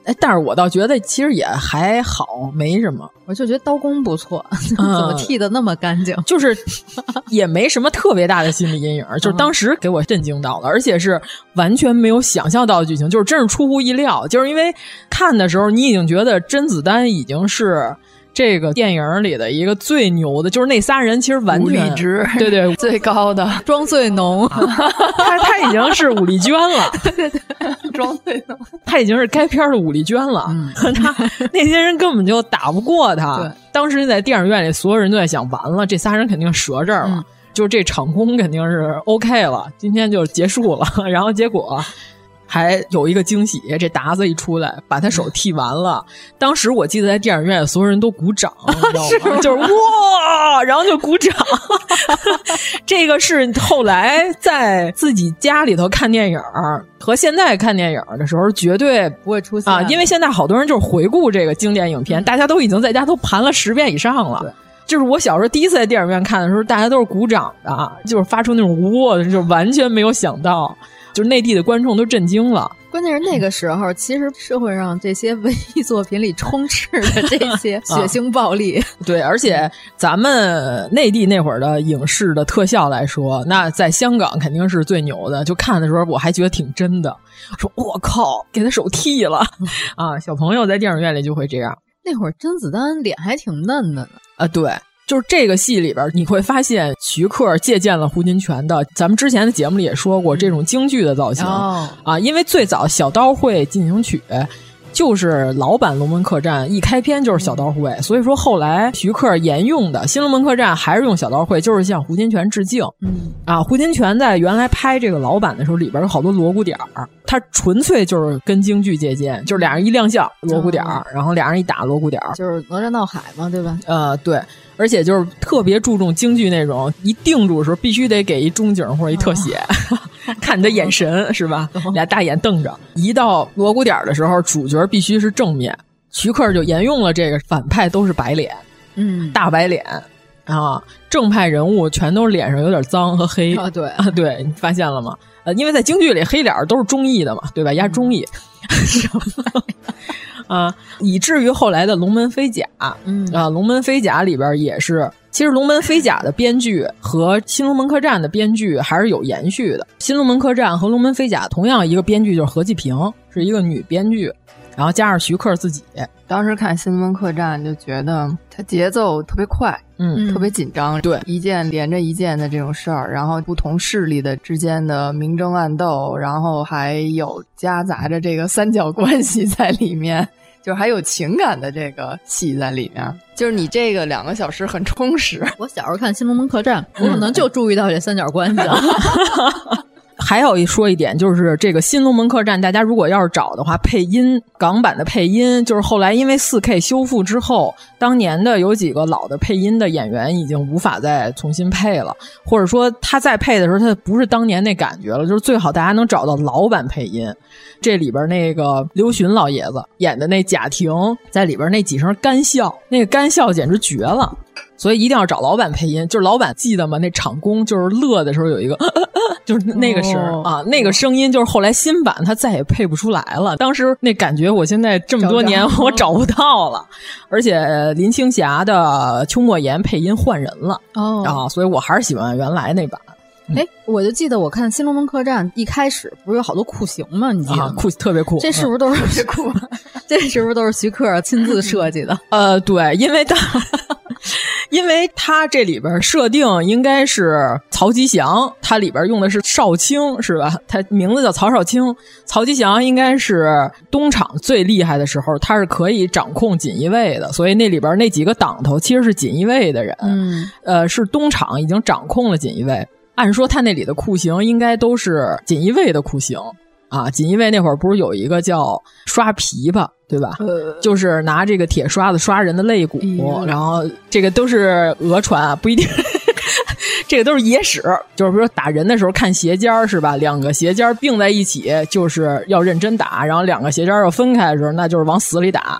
K: 哎，但是我倒觉得其实也还好，没什么。
J: 我就觉得刀工不错，嗯、怎么剃的那么干净？
K: 就是也没什么特别大的心理阴影，就是当时给我震惊到了，而且是完全没有想象到的剧情，就是真是出乎意料。就是因为看的时候，你已经觉得甄子丹已经是这个电影里的一个最牛的，就是那仨人其实完全
N: 武力值
K: 对对
N: 最高的，
J: 妆最浓，
K: 他他已经是武力娟了，
J: 对对对，妆最浓，
K: 他已经是该片的武力娟了，嗯、他那些人根本就打不过他。
J: 对，
K: 当时在电影院里，所有人都在想，完了，这仨人肯定折这儿了，嗯、就这场功肯定是 OK 了，今天就结束了。然后结果还有一个惊喜，这达子一出来把他手剃完了，当时我记得在电影院所有人都鼓掌，你知道吗？就是哇，然后就鼓掌。这个是后来在自己家里头看电影和现在看电影的时候绝对
J: 不会出现
K: 啊，因为现在好多人就是回顾这个经典影片，大家都已经在家都盘了十遍以上了。就是我小时候第一次在电影院看的时候，大家都是鼓掌的，就是发出那种哇，就是完全没有想到。就是内地的观众都震惊了，
J: 关键是那个时候，其实社会上这些文艺作品里充斥的这些血腥暴力，
K: 啊、对，而且咱们内地那会儿的影视的特效来说，那在香港肯定是最牛的。就看的时候，我还觉得挺真的，说我靠，给他手剃了啊！小朋友在电影院里就会这样。
J: 那会儿甄子丹脸还挺嫩的呢，
K: 啊，对。就是这个戏里边你会发现徐克借鉴了胡金铨的，咱们之前的节目里也说过这种京剧的造型、哦、啊，因为最早小刀会进行曲就是老版龙门客栈一开篇就是小刀会、嗯、所以说后来徐克沿用的新龙门客栈还是用小刀会，就是向胡金铨致敬。嗯啊，胡金铨在原来拍这个老版的时候里边有好多锣鼓点儿，他纯粹就是跟京剧借鉴，就是俩人一亮相锣鼓点儿、嗯、然后俩人一打锣鼓点儿，
J: 就是哪吒闹海嘛，对吧？
K: 呃对，而且就是特别注重京剧那种一定住的时候必须得给一中景或者一特写、哦、看你的眼神是吧、哦、俩大眼瞪着，一到锣鼓点的时候主角必须是正面，徐克就沿用了这个反派都是白脸，
J: 嗯，
K: 大白脸啊，正派人物全都是脸上有点脏和黑
J: 啊，对
K: 啊，对，你发现了吗？呃，因为在京剧里黑脸都是中意的嘛，对吧？压中意。什么啊，以至于后来的《龙门飞甲》，嗯啊，《龙门飞甲》里边也是，其实《龙门飞甲》的编剧和《新龙门客栈》的编剧还是有延续的。《新龙门客栈》和《龙门飞甲》同样一个编剧就是何继平，是一个女编剧，然后加上徐克自己。
N: 当时看《新龙门客栈》就觉得它节奏特别快，
K: 嗯，
N: 特别紧张，
K: 对，
N: 一件连着一件的这种事儿，然后不同势力的之间的明争暗斗，然后还有夹杂着这个三角关系在里面，就是还有情感的这个戏在里面，就是你这个两个小时很充实。
J: 我小时候看《新龙门客栈》，我可能就注意到这三角关系了。
K: 还有一说一点，就是这个新龙门客栈，大家如果要是找的话，配音港版的配音，就是后来因为 四 K 修复之后，当年的有几个老的配音的演员已经无法再重新配了，或者说他再配的时候，他不是当年那感觉了，就是最好大家能找到老版配音。这里边那个刘询老爷子演的那贾婷，在里边那几声干笑，那个干笑简直绝了。所以一定要找老版配音，就是老版记得吗？那场工就是乐的时候有一个，呃呃呃、就是那个声、哦、啊，那个声音就是后来新版他再也配不出来了。当时那感觉，我现在这么多年我找不到了。而且林青霞的邱莫言配音换人了
J: 哦
K: 啊，所以我还是喜欢原来那版。
J: 哎、嗯，我就记得我看《新龙门客栈》一开始不是有好多酷刑吗？你记得吗？
K: 啊、酷特别酷，
J: 这是不是都是酷？这是不是都是徐克亲自设计的？
K: 呃，对，因为他。因为他这里边设定应该是曹吉祥，他里边用的是少卿是吧？他名字叫曹少卿。曹吉祥应该是东厂最厉害的时候，他是可以掌控锦衣卫的，所以那里边那几个党头其实是锦衣卫的人。
J: 嗯，
K: 呃，是东厂已经掌控了锦衣卫。按说他那里的酷刑应该都是锦衣卫的酷刑。啊，锦衣卫那会儿不是有一个叫刷琵琶，对吧？
J: 呃，
K: 就是拿这个铁刷子刷人的肋骨，
J: 嗯、
K: 然后这个都是讹传，不一定，这个都是野史。就是比如说打人的时候看斜尖是吧？两个斜尖并在一起就是要认真打，然后两个斜尖要分开的时候，那就是往死里打。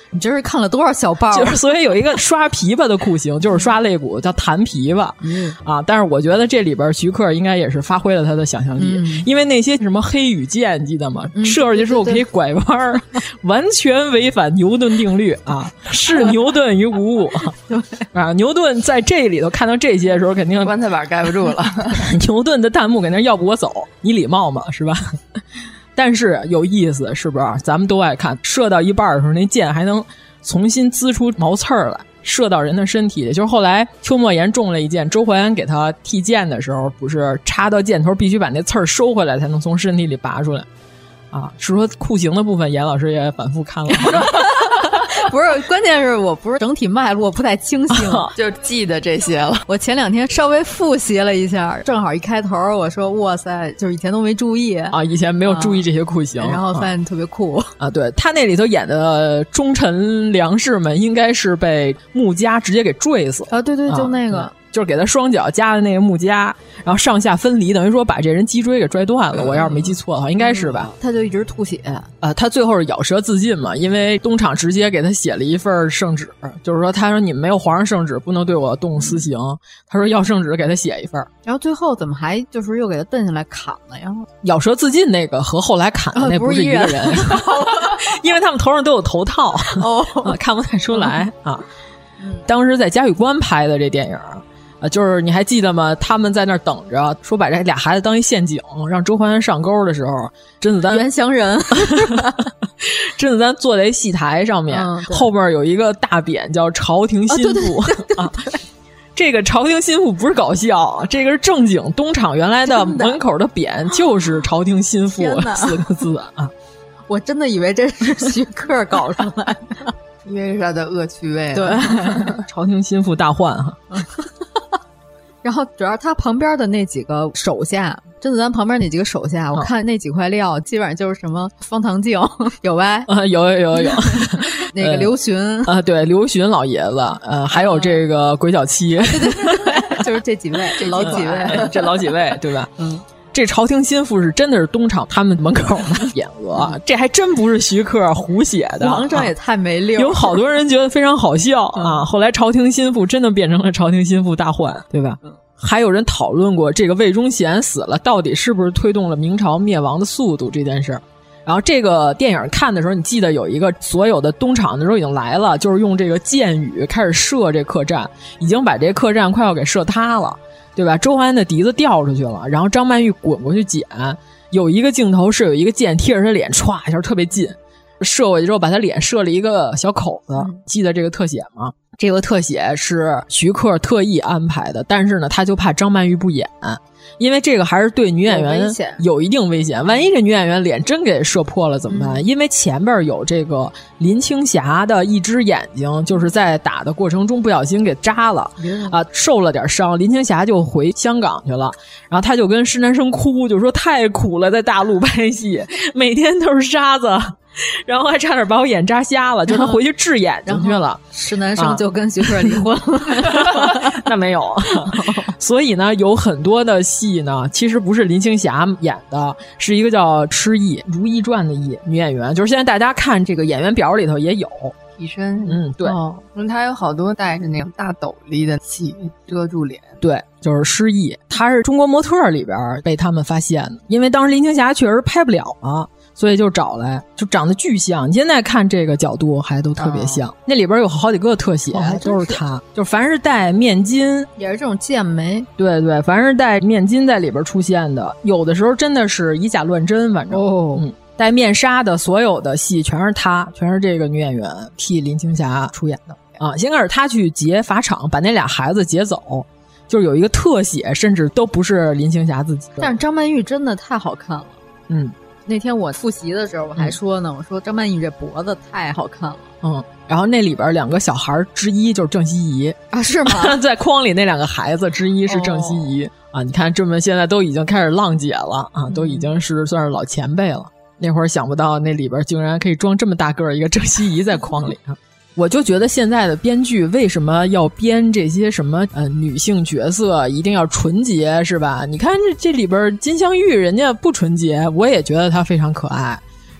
J: 你这是看了多少小报？
K: 就是所以有一个刷琵琶的酷刑，就是刷肋骨，叫弹琵琶、嗯、啊。但是我觉得这里边徐克应该也是发挥了他的想象力，嗯、因为那些什么黑羽箭记得吗？嗯、射出去之后可以拐弯，完全违反牛顿定律啊！视牛顿于无物啊！牛顿在这里头看到这些的时候，肯定
N: 棺材板盖不住了。
K: 牛顿的弹幕肯定要不我走，你礼貌吗？是吧？但是有意思，是不是？咱们都爱看，射到一半的时候，那箭还能重新滋出毛刺儿来，射到人的身体里。就是后来邱莫言中了一箭，周淮安给他替箭的时候，不是插到箭头必须把那刺儿收回来，才能从身体里拔出来啊？是说酷刑的部分，严老师也反复看了。
J: 不是，关键是我不是整体脉络不太清晰了，
N: 就记得这些了。
J: 我前两天稍微复习了一下，正好一开头我说哇塞，就是以前都没注意
K: 啊，以前没有注意这些酷刑，
J: 啊、然后发现特别酷
K: 啊。对，他那里头演的忠臣良士们，应该是被穆家直接给坠死
J: 啊。对对，就那个。
K: 啊嗯就是给他双脚夹的那个木夹，然后上下分离，等于说把这人脊椎给拽断了。我要是没记错的话，应该是吧？
J: 他就一直吐血。
K: 呃，他最后是咬舌自尽嘛，因为东厂直接给他写了一份圣旨，就是说他说你们没有皇上圣旨，不能对我动私刑。他说要圣旨，给他写一份。
J: 然后最后怎么还就是又给他蹬下来砍了呀？
K: 咬舌自尽那个和后来砍的那不是一个人，哦、因为他们头上都有头套，哦、啊，看不太出来啊。嗯、当时在嘉峪关拍的这电影。啊，就是你还记得吗？他们在那儿等着，说把这俩孩子当一陷阱，让周淮安上钩的时候，甄子丹
J: 袁祥仁，
K: 甄子丹坐在戏台上面，嗯、后面有一个大匾叫“朝廷心腹”啊。这个朝廷心腹不是搞笑，这个是正经。东厂原来的门口的匾就是“朝廷心腹”四个字啊。
J: 我真的以为这是徐克搞出来的，
N: 因为是他的恶趣味。
J: 对，
K: 朝廷心腹大患哈。
J: 然后主要他旁边的那几个手下，甄子丹旁边那几个手下，我看那几块料，基本上就是什么方唐镜有吧？
K: 啊，有有有有。
J: 那个刘询
K: 啊、呃，对，刘询老爷子，呃，还有这个鬼脚七，
J: 对对对，就是这几位，这老几位，
K: 这老几位，对吧？嗯。这朝廷心腹是真的是东厂他们门口的匾额，这还真不是徐克胡写的。
J: 皇上也太没溜、
K: 啊，有好多人觉得非常好笑啊。后来朝廷心腹真的变成了朝廷心腹大患，对吧？嗯、还有人讨论过这个魏忠贤死了到底是不是推动了明朝灭亡的速度这件事儿。然后这个电影看的时候，你记得有一个所有的东厂的时候已经来了，就是用这个箭雨开始射这客栈，已经把这客栈快要给射塌了。对吧？周淮安的笛子掉出去了，然后张曼玉滚过去捡。有一个镜头是有一个箭贴着他脸，歘一下特别近，射过去之后把他脸射了一个小口子。嗯、记得这个特写吗？这个特写是徐克特意安排的，但是呢，他就怕张曼玉不演，因为这个还是对女演员有一定危险。万一这女演员脸真给射破了怎么办？嗯、因为前边有这个林青霞的一只眼睛，就是在打的过程中不小心给扎了，嗯、啊，受了点伤。林青霞就回香港去了，然后他就跟施南生哭，就说太苦了，在大陆拍戏，每天都是沙子。然后还差点把我眼扎瞎了，就是他回去治眼睛去了。
J: 施南生就跟徐克离婚了，
K: 啊、那没有。所以呢，有很多的戏呢，其实不是林青霞演的，是一个叫施毅，如懿传的懿女演员，就是现在大家看这个演员表里头也有
N: 替身。
K: 嗯，对，
N: 哦，他有好多戴着那种大斗笠的戏遮住脸。
K: 对，就是施毅，他是中国模特里边被他们发现的，因为当时林青霞确实拍不了了。所以就找来，就长得巨像。你现在看这个角度还都特别像。哦、那里边有好几个特写，哦、都是他。就凡是戴面巾，
J: 也是这种剑眉。
K: 对对，凡是戴面巾在里边出现的，有的时候真的是以假乱真。反正哦，嗯，戴面纱的所有的戏全是他，全是这个女演员替林青霞出演的啊。先开始他去劫法场，把那俩孩子劫走。就是有一个特写，甚至都不是林青霞自己。
J: 但是张曼玉真的太好看了。
K: 嗯。
J: 那天我复习的时候我还说呢、嗯、我说张曼玉这脖子太好看了。
K: 嗯，然后那里边两个小孩之一就是郑希怡
J: 啊。是吗？
K: 在筐里那两个孩子之一是郑希怡、哦、啊。你看这么现在都已经开始浪姐了啊，都已经是算是老前辈了、嗯、那会儿想不到那里边竟然可以装这么大个一个郑希怡在筐里啊。我就觉得现在的编剧为什么要编这些什么呃女性角色一定要纯洁是吧？你看这这里边金镶玉人家不纯洁，我也觉得她非常可爱。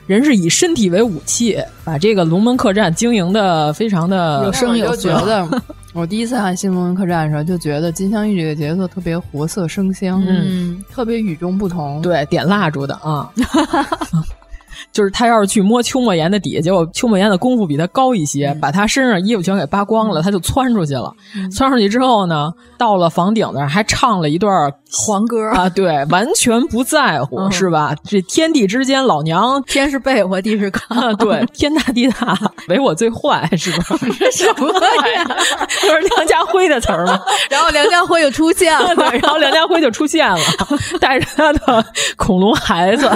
K: 人是以身体为武器，把这个龙门客栈经营的非常的
N: 有声有角的。我第一次看《新龙门客栈》的时候，就觉得金镶玉这个角色特别活色生香，嗯，特别与众不同。
K: 对，点蜡烛的啊。就是他要是去摸邱莫言的底，结果邱莫言的功夫比他高一些，嗯、把他身上衣服全给扒光了，他就窜出去了。嗯、窜出去之后呢，到了房顶那儿还唱了一段
J: 黄歌
K: 啊，对，完全不在乎，嗯、是吧？这天地之间，老娘
J: 天是被窝，地是炕，
K: 啊，对，天大地大，唯我最坏，是吧？
J: 什么呀？
K: 这是梁家辉的词儿吗？
J: 然后梁家辉就出现了，
K: 对，然后梁家辉就出现了，带着他的恐龙孩子。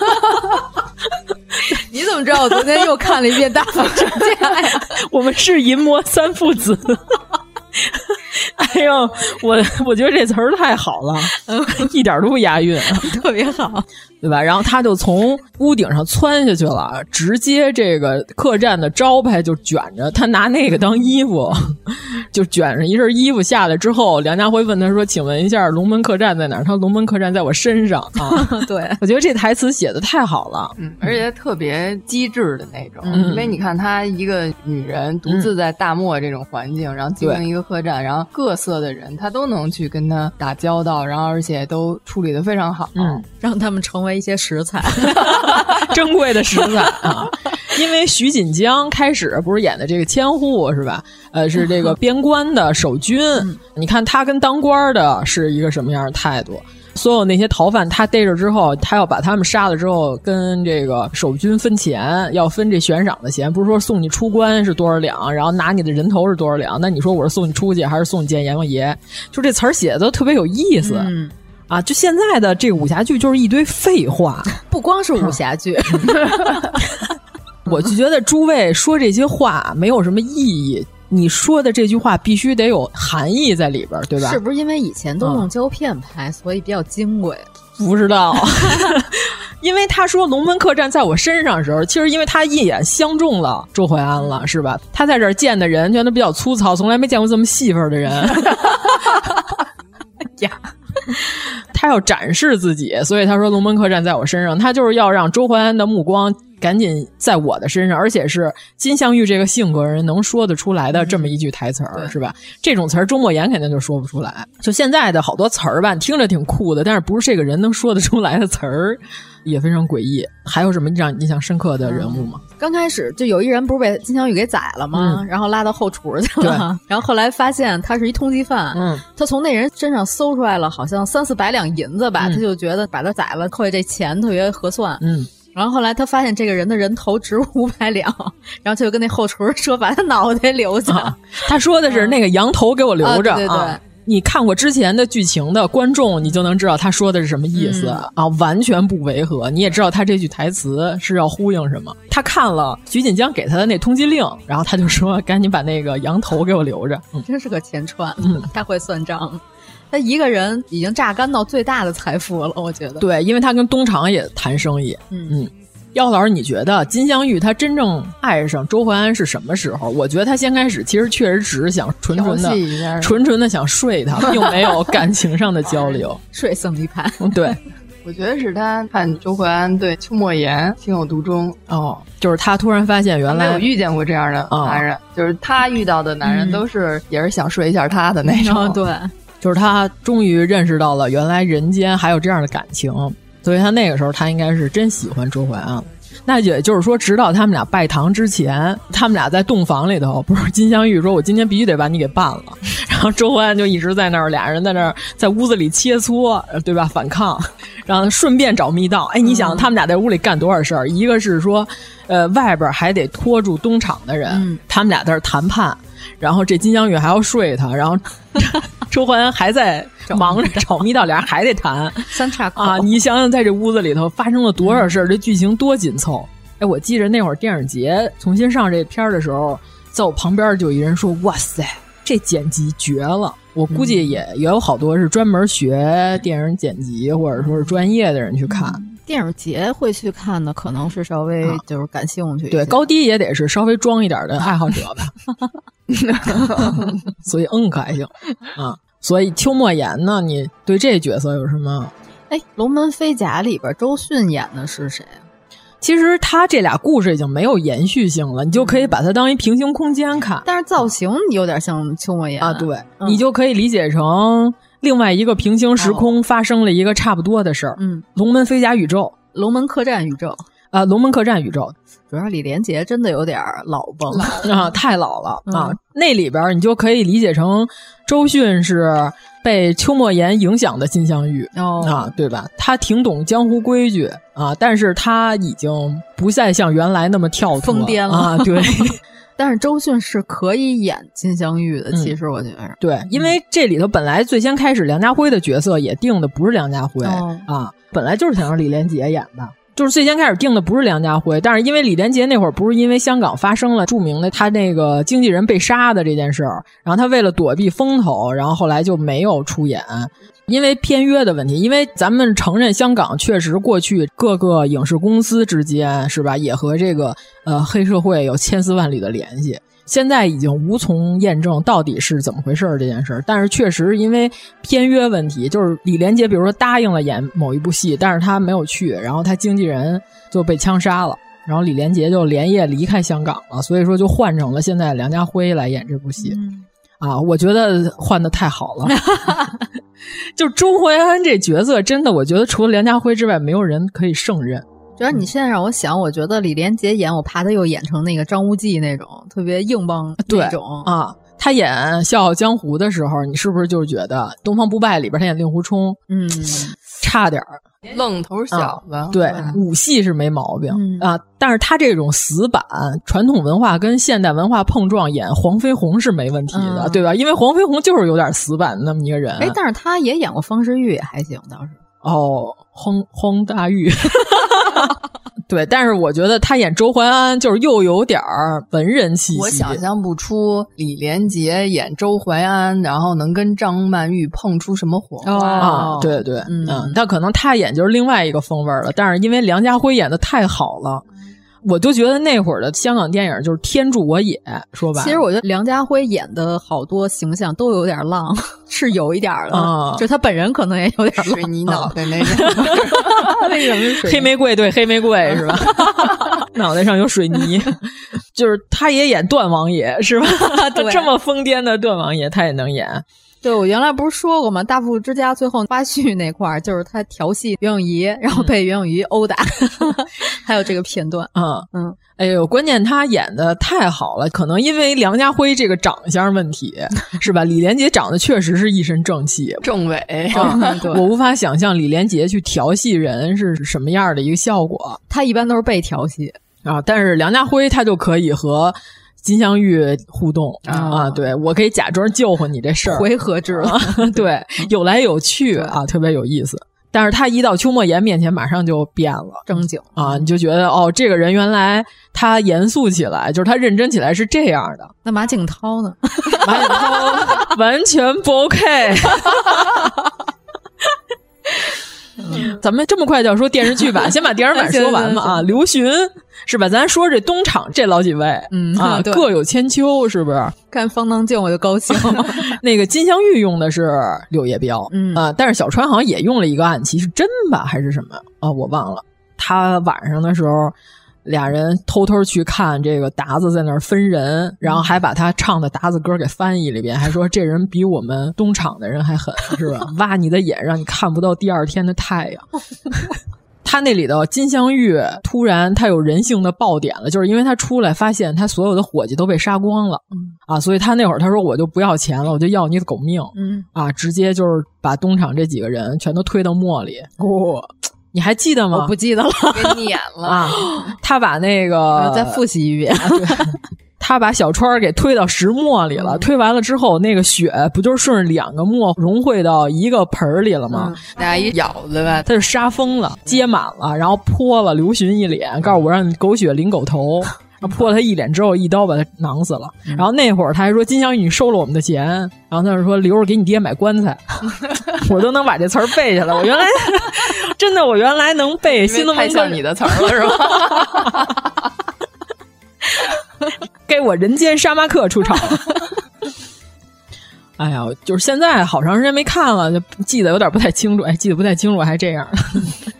J: 你怎么知道我昨天又看了一遍《大风之家》呀？
K: 我们是淫魔三父子。哎呦，我我觉得这词儿太好了，一点都不押韵，
J: 特别好，
K: 对吧？然后他就从屋顶上窜下去了，直接这个客栈的招牌就卷着，他拿那个当衣服，就卷着一身衣服下来之后，梁家辉问他说：“请问一下，龙门客栈在哪儿？”他说：“龙门客栈在我身上。”啊，
J: 对，
K: 我觉得这台词写的太好了，
N: 嗯，而且特别机智的那种，嗯、因为你看她一个女人独自在大漠这种环境，嗯、然后经营一个客栈，然后各色的人她都能去跟她打交道，然后而且都处理得非常好，
K: 嗯，
J: 让他们成为一些食材，
K: 珍贵的食材啊。因为徐锦江开始不是演的这个千户是吧？呃，是这个边关的守军。嗯、你看他跟当官的是一个什么样的态度？所有那些逃犯他逮着之后，他要把他们杀了之后，跟这个守军分钱，要分这悬赏的钱。不是说送你出关是多少两，然后拿你的人头是多少两？那你说我是送你出去，还是送你见阎王爷？就这词儿写的都特别有意思。
J: 嗯。
K: 啊，就现在的这个武侠剧就是一堆废话，
J: 不光是武侠剧。
K: 我就觉得诸位说这些话没有什么意义，你说的这句话必须得有含义在里边，对吧？
J: 是不是因为以前都用胶片拍，嗯、所以比较金贵？
K: 不知道，因为他说龙门客栈在我身上的时候，其实因为他一眼相中了周淮安了，是吧？他在这儿见的人全都比较粗糙，从来没见过这么细份的人。
J: 呀。
K: 他要展示自己，所以他说龙门客栈在我身上，他就是要让周淮安的目光赶紧在我的身上，而且是金镶玉这个性格人能说得出来的这么一句台词儿、嗯、是吧？这种词儿周莫言肯定就说不出来。就现在的好多词儿吧，听着挺酷的，但是不是这个人能说得出来的词儿，也非常诡异。还有什么让你印象深刻的人物吗？
J: 嗯、刚开始就有一人不是被金镶玉给宰了吗？嗯、然后拉到后厨去了，然后后来发现他是一通缉犯，嗯，他从那人身上搜出来了好像三四百两银子吧，嗯、他就觉得把他宰了扣下这钱特别合算，嗯。然后后来他发现这个人的人头值五百两，然后就跟那后厨说把他脑袋留下。
K: 啊、他说的是那个羊头给我留着。啊、
J: 对对对。
K: 啊你看过之前的剧情的观众，你就能知道他说的是什么意思、嗯、啊，完全不违和。你也知道他这句台词是要呼应什么。他看了徐锦江给他的那通缉令，然后他就说：“赶紧把那个羊头给我留着。嗯”
J: 真是个钱串，嗯，太会算账。他一个人已经榨干到最大的财富了，我觉得。
K: 对，因为他跟东厂也谈生意。嗯嗯。姚老师，你觉得金镶玉他真正爱上周淮安是什么时候？我觉得他先开始其实确实只是想纯纯的、纯纯的想睡他，并没有感情上的交流。
J: 睡僧一派，
K: 对，
N: 我觉得是他看周淮安对邱莫言情有独钟
K: 哦，就是他突然发现原来
N: 没有遇见过这样的男人，哦、就是他遇到的男人都是、嗯、也是想睡一下他的那种。
J: 哦、对，
K: 就是他终于认识到了原来人间还有这样的感情。所以他那个时候他应该是真喜欢周淮安了。那也就是说，直到他们俩拜堂之前，他们俩在洞房里头，不是金镶玉说我今天必须得把你给办了，然后周淮安就一直在那儿，俩人在那儿在屋子里切磋，对吧？反抗，然后顺便找密道。哎，你想他们俩在屋里干多少事儿？一个是说，呃，外边还得拖住东厂的人，嗯、他们俩在这谈判。然后这金镶玉还要睡他，然后周淮安还在忙着找密道，俩人还得谈
J: 三岔口
K: 啊！你想想，在这屋子里头发生了多少事儿、嗯，这剧情多紧凑！哎，我记着那会儿电影节重新上这片的时候，在我旁边就有一人说：“哇塞，这剪辑绝了！”我估计也、嗯、也有好多是专门学电影剪辑或者说是专业的人去看。嗯
J: 电影节会去看的，可能是稍微就是感兴趣、啊。
K: 对，高低也得是稍微装一点的爱好者吧。所以嗯可还行啊。所以邱莫言呢，你对这角色有什么？
J: 哎，《龙门飞甲》里边周迅演的是谁啊？
K: 其实他这俩故事已经没有延续性了，你就可以把它当一平行空间看。
J: 但是造型有点像秋末岩
K: 啊，对、嗯，你就可以理解成另外一个平行时空发生了一个差不多的事儿。
J: 嗯，
K: 龙门飞甲宇宙，
J: 龙门客栈宇宙
K: 啊，龙门客栈宇宙。
J: 主要李连杰真的有点老崩
K: 啊，太老了、
J: 嗯、
K: 啊！那里边你就可以理解成周迅是被秋末岩影响的金镶玉、
J: 哦、
K: 啊，对吧？他挺懂江湖规矩啊，但是他已经不再像原来那么跳脱
J: 疯癫了
K: 啊，对。
J: 但是周迅是可以演金镶玉的，其实我觉得、嗯、
K: 对，因为这里头本来最先开始梁家辉的角色也定的不是梁家辉、哦、啊，本来就是想让李连杰演的。就是最先开始定的不是梁家辉，但是因为李连杰那会儿不是因为香港发生了著名的他那个经纪人被杀的这件事儿，然后他为了躲避风头，然后后来就没有出演，因为片约的问题。因为咱们承认香港确实过去各个影视公司之间是吧，也和这个呃黑社会有千丝万缕的联系。现在已经无从验证到底是怎么回事这件事，但是确实因为片约问题，就是李连杰比如说答应了演某一部戏，但是他没有去，然后他经纪人就被枪杀了，然后李连杰就连夜离开香港了，所以说就换成了现在梁家辉来演这部戏、嗯、啊，我觉得换得太好了就周淮安这角色真的我觉得除了梁家辉之外没有人可以胜任。
J: 主要你现在让我想，我觉得李连杰演，我怕他又演成那个张无忌那种特别硬邦那种
K: 啊。他演《笑傲江湖》的时候，你是不是就是觉得《东方不败》里边他演令狐冲，
J: 嗯，
K: 差点
N: 愣头小子？
K: 啊、对，武戏是没毛病、
J: 嗯、
K: 啊，但是他这种死板传统文化跟现代文化碰撞，演黄飞鸿是没问题的，嗯、对吧？因为黄飞鸿就是有点死板那么一个人。
J: 哎，但是他也演过方世玉，也还行，倒是。
K: 哦，荒荒大玉对，但是我觉得他演周淮安就是又有点文人气息。
N: 我想象不出李连杰演周淮安，然后能跟张曼玉碰出什么火花、
K: 哦、啊！对对，嗯，嗯但可能他演就是另外一个风味了。但是因为梁家辉演的太好了。我就觉得那会儿的香港电影就是天助我也，说白了。
J: 其实我觉得梁家辉演的好多形象都有点浪，是有一点的，
K: 嗯、
J: 就他本人可能也有点
N: 水泥脑袋那种。
J: 为什么是水泥？
K: 黑玫瑰对黑玫瑰是吧？脑袋上有水泥，就是他也演段王爷是吧？这么疯癫的段王爷他也能演。
J: 对，我原来不是说过吗？大富之家最后花絮那块儿，就是他调戏袁咏仪，然后被袁咏仪殴打，嗯、还有这个片段。
K: 嗯嗯，哎呦，关键他演的太好了，可能因为梁家辉这个长相问题，是吧？李连杰长得确实是一身正气，
N: 政委。
K: 嗯、我无法想象李连杰去调戏人是什么样的一个效果。
J: 他一般都是被调戏
K: 啊，但是梁家辉他就可以和金镶玉互动、哦、啊，对，我可以假装救活你这事儿，
J: 回合制了，
K: 对，有来有去啊，特别有意思。但是他一到邱莫言面前，马上就变了，
J: 正经
K: 啊，你就觉得哦，这个人原来他严肃起来，就是他认真起来是这样的。
J: 那马景涛呢？
K: 马景涛完全不 OK。嗯、咱们这么快就要说电视剧版，先把电视版说完嘛啊！刘询是吧？咱说这东厂这老几位，
J: 嗯
K: 啊，各有千秋，是不是？
J: 看方当镜我就高兴。
K: 那个金镶玉用的是柳叶标，
J: 嗯
K: 啊，但是小川好像也用了一个暗器，是真吧还是什么啊？我忘了。他晚上的时候。俩人偷偷去看这个达子在那儿分人，然后还把他唱的达子歌给翻译了一遍，还说这人比我们东厂的人还狠，是吧？挖你的眼，让你看不到第二天的太阳。他那里头金镶玉突然他有人性的爆点了，就是因为他出来发现他所有的伙计都被杀光了、
J: 嗯、
K: 啊，所以他那会儿他说我就不要钱了，我就要你的狗命，
J: 嗯
K: 啊，直接就是把东厂这几个人全都推到磨里。
J: 哦，
K: 你还记得吗？
J: 我不记得了，
N: 给撵了
K: 啊！他把那个
J: 再复习一遍，
K: 啊、他把小川给推到石磨里了、嗯。推完了之后，那个血不就是顺着两个磨融汇到一个盆里了吗？
N: 大、嗯、家一舀子吧，
K: 他就杀疯了，接满了，然后泼了刘询一脸，告诉我让你狗血淋狗头。泼了他一脸之后，一刀把他囊死了。
J: 嗯、
K: 然后那会儿他还说：“金镶玉，你收了我们的钱。”然后他就说：“留着给你爹买棺材。”我都能把这词儿背下来。我原来真的，我原来能背新龙门客栈，
N: 太像你的词儿了，是吧？
K: 给我人间杀马克出场了。哎呀，就是现在好长时间没看了，就记得有点不太清楚。哎，记得不太清楚还这样。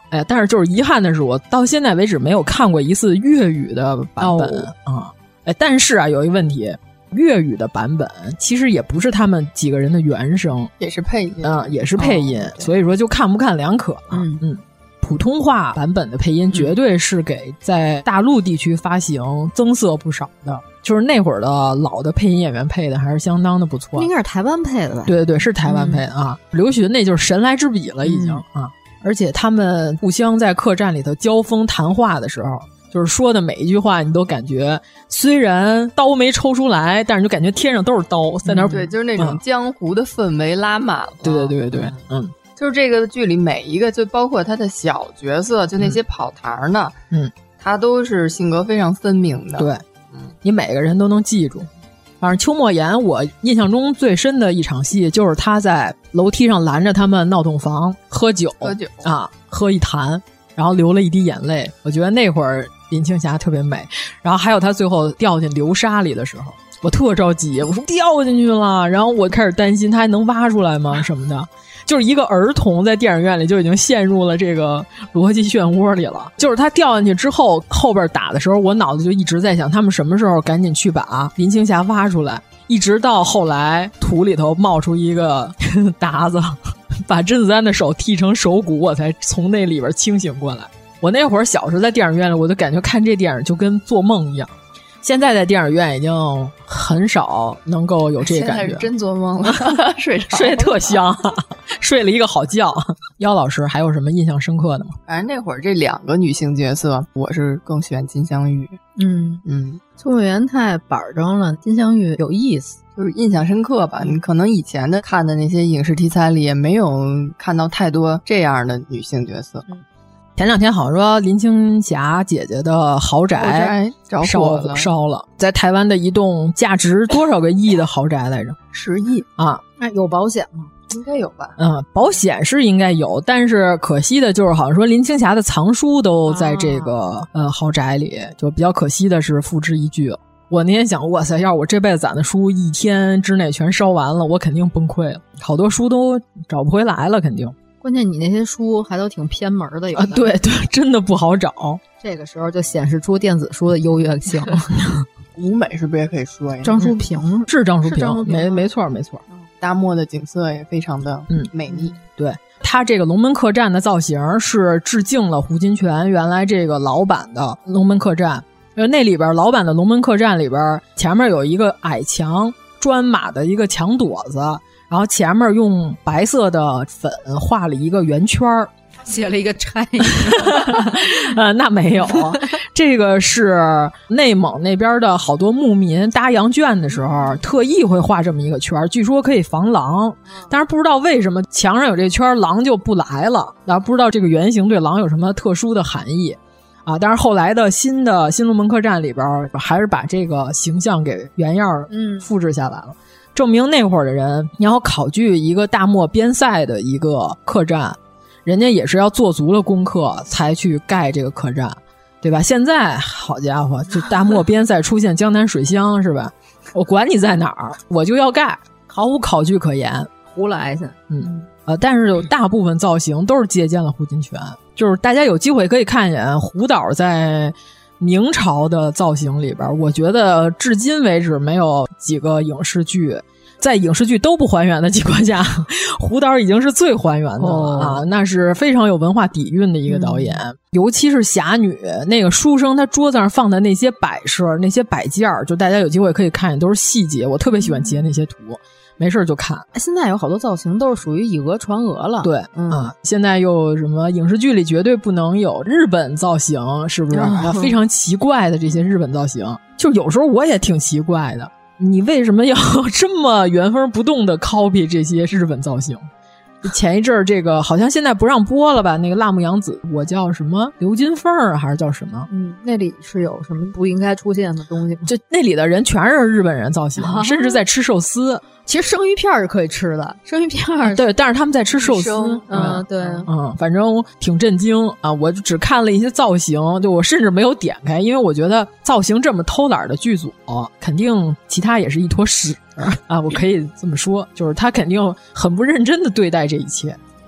K: 哎，但是就是遗憾的是，我到现在为止没有看过一次粤语的版本啊、哦。哎，但是啊，有一个问题，粤语的版本其实也不是他们几个人的原声，
N: 也是配音，
K: 嗯，也是配音，哦、所以说就看不看两可。
N: 嗯
K: 嗯，普通话版本的配音绝对是给在大陆地区发行增色不少的。嗯，就是那会儿的老的配音演员配的还是相当的不错，
J: 应该是台湾配的吧？
K: 对对对，是台湾配的啊。嗯、刘询那就是神来之笔了，已经、嗯、啊。而且他们互相在客栈里头交锋谈话的时候，就是说的每一句话，你都感觉虽然刀没抽出来，但是就感觉天上都是刀在那儿、嗯。
N: 对，就是那种江湖的氛围拉满了。
K: 对对对对对，嗯。
N: 就是这个剧里每一个，就包括他的小角色，就那些跑堂的，
K: 嗯，
N: 他都是性格非常分明的。
K: 对，嗯，你每个人都能记住。反正邱莫言，我印象中最深的一场戏就是他在楼梯上拦着他们闹洞房喝酒，
N: 喝酒
K: 啊，喝一坛，然后流了一滴眼泪。我觉得那会儿林青霞特别美。然后还有他最后掉进流沙里的时候，我特着急，我说掉进去了，然后我开始担心他还能挖出来吗什么的。就是一个儿童在电影院里就已经陷入了这个逻辑漩涡里了。就是他掉进去之后，后边打的时候，我脑子就一直在想，他们什么时候赶紧去把林青霞挖出来。一直到后来土里头冒出一个达子，把甄子丹的手剃成手骨，我才从那里边清醒过来。我那会儿小时候在电影院里，我就感觉看这电影就跟做梦一样。现在在电影院已经很少能够有这个感觉，
N: 现在是真做梦了，睡着
K: 睡得特香，睡了一个好觉。姚老师还有什么印象深刻的吗？
N: 反正那会儿这两个女性角色，我是更喜欢金镶玉。
J: 嗯
N: 嗯，
J: 邱莫言太板正了，金镶玉有意思，
N: 就是印象深刻吧。你可能以前的看的那些影视题材里也没有看到太多这样的女性角色。
J: 嗯，
K: 前两天好像说林青霞姐姐的豪宅烧烧了，在台湾的一栋价值多少个亿的豪宅来着？
N: 十亿
K: 啊！
J: 那有保险吗？
N: 应该有吧。
K: 嗯，保险是应该有，但是可惜的就是好像说林青霞的藏书都在这个、啊、呃豪宅里，就比较可惜的是付之一炬了。我那天想，哇塞，要是我这辈子攒的书一天之内全烧完了，我肯定崩溃了，好多书都找不回来了，肯定。
J: 关键你那些书还都挺偏门的，有的
K: 啊，对对，真的不好找。
J: 这个时候就显示出电子书的优越性。
N: 吴美是不是也可以说呀？
J: 张淑平、嗯、
K: 是张淑平，
J: 张淑平
K: 没没错没错。
N: 大漠的景色也非常的
K: 嗯
N: 美丽。
K: 嗯、对，他这个龙门客栈的造型是致敬了胡金铨原来这个老版的龙门客栈。那里边老版的龙门客栈里边，前面有一个矮墙砖码的一个墙垛子。然后前面用白色的粉画了一个圆圈儿，
J: 写了一个拆。
K: 呃，那没有，这个是内蒙那边的好多牧民搭羊圈的时候特意会画这么一个圈儿，据说可以防狼，但是不知道为什么墙上有这圈，狼就不来了。然后不知道这个原型对狼有什么特殊的含义啊？但是后来的新的新龙门客栈里边还是把这个形象给原样嗯复制下来了。嗯，证明那会儿的人，你要考据一个大漠边塞的一个客栈，人家也是要做足了功课才去盖这个客栈，对吧？现在好家伙，就大漠边塞出现江南水乡是吧？我管你在哪儿，我就要盖，毫无考据可言，
J: 胡来去。
K: 嗯，呃，但是有大部分造型都是借鉴了胡金铨，就是大家有机会可以看一眼胡导在明朝的造型里边，我觉得至今为止没有几个影视剧在影视剧都不还原的情况下，胡导已经是最还原的了、哦、啊！那是非常有文化底蕴的一个导演、嗯、尤其是侠女那个书生他桌子上放的那些摆设那些摆件，就大家有机会可以看见，都是细节，我特别喜欢截那些图，没事就看。
J: 现在有好多造型都是属于以讹传讹了。
K: 对、嗯、啊，现在又什么影视剧里绝对不能有日本造型，是不是、哦、非常奇怪的这些日本造型，就有时候我也挺奇怪的，你为什么要这么原封不动的 copy 这些日本造型？前一阵儿这个好像现在不让播了吧？那个辣目洋子，我叫什么刘金凤还是叫什么？
J: 嗯，那里是有什么不应该出现的东西吗？
K: 就那里的人全是日本人造型，啊、甚至在吃寿司。
J: 其实生鱼片是可以吃的，生鱼片
K: 对，但是他们在吃寿司。
J: 嗯，对，
K: 嗯，反正挺震惊啊！我就只看了一些造型，就我甚至没有点开，因为我觉得造型这么偷懒的剧组，肯定其他也是一坨屎啊！我可以这么说，就是他肯定很不认真的对待这一切。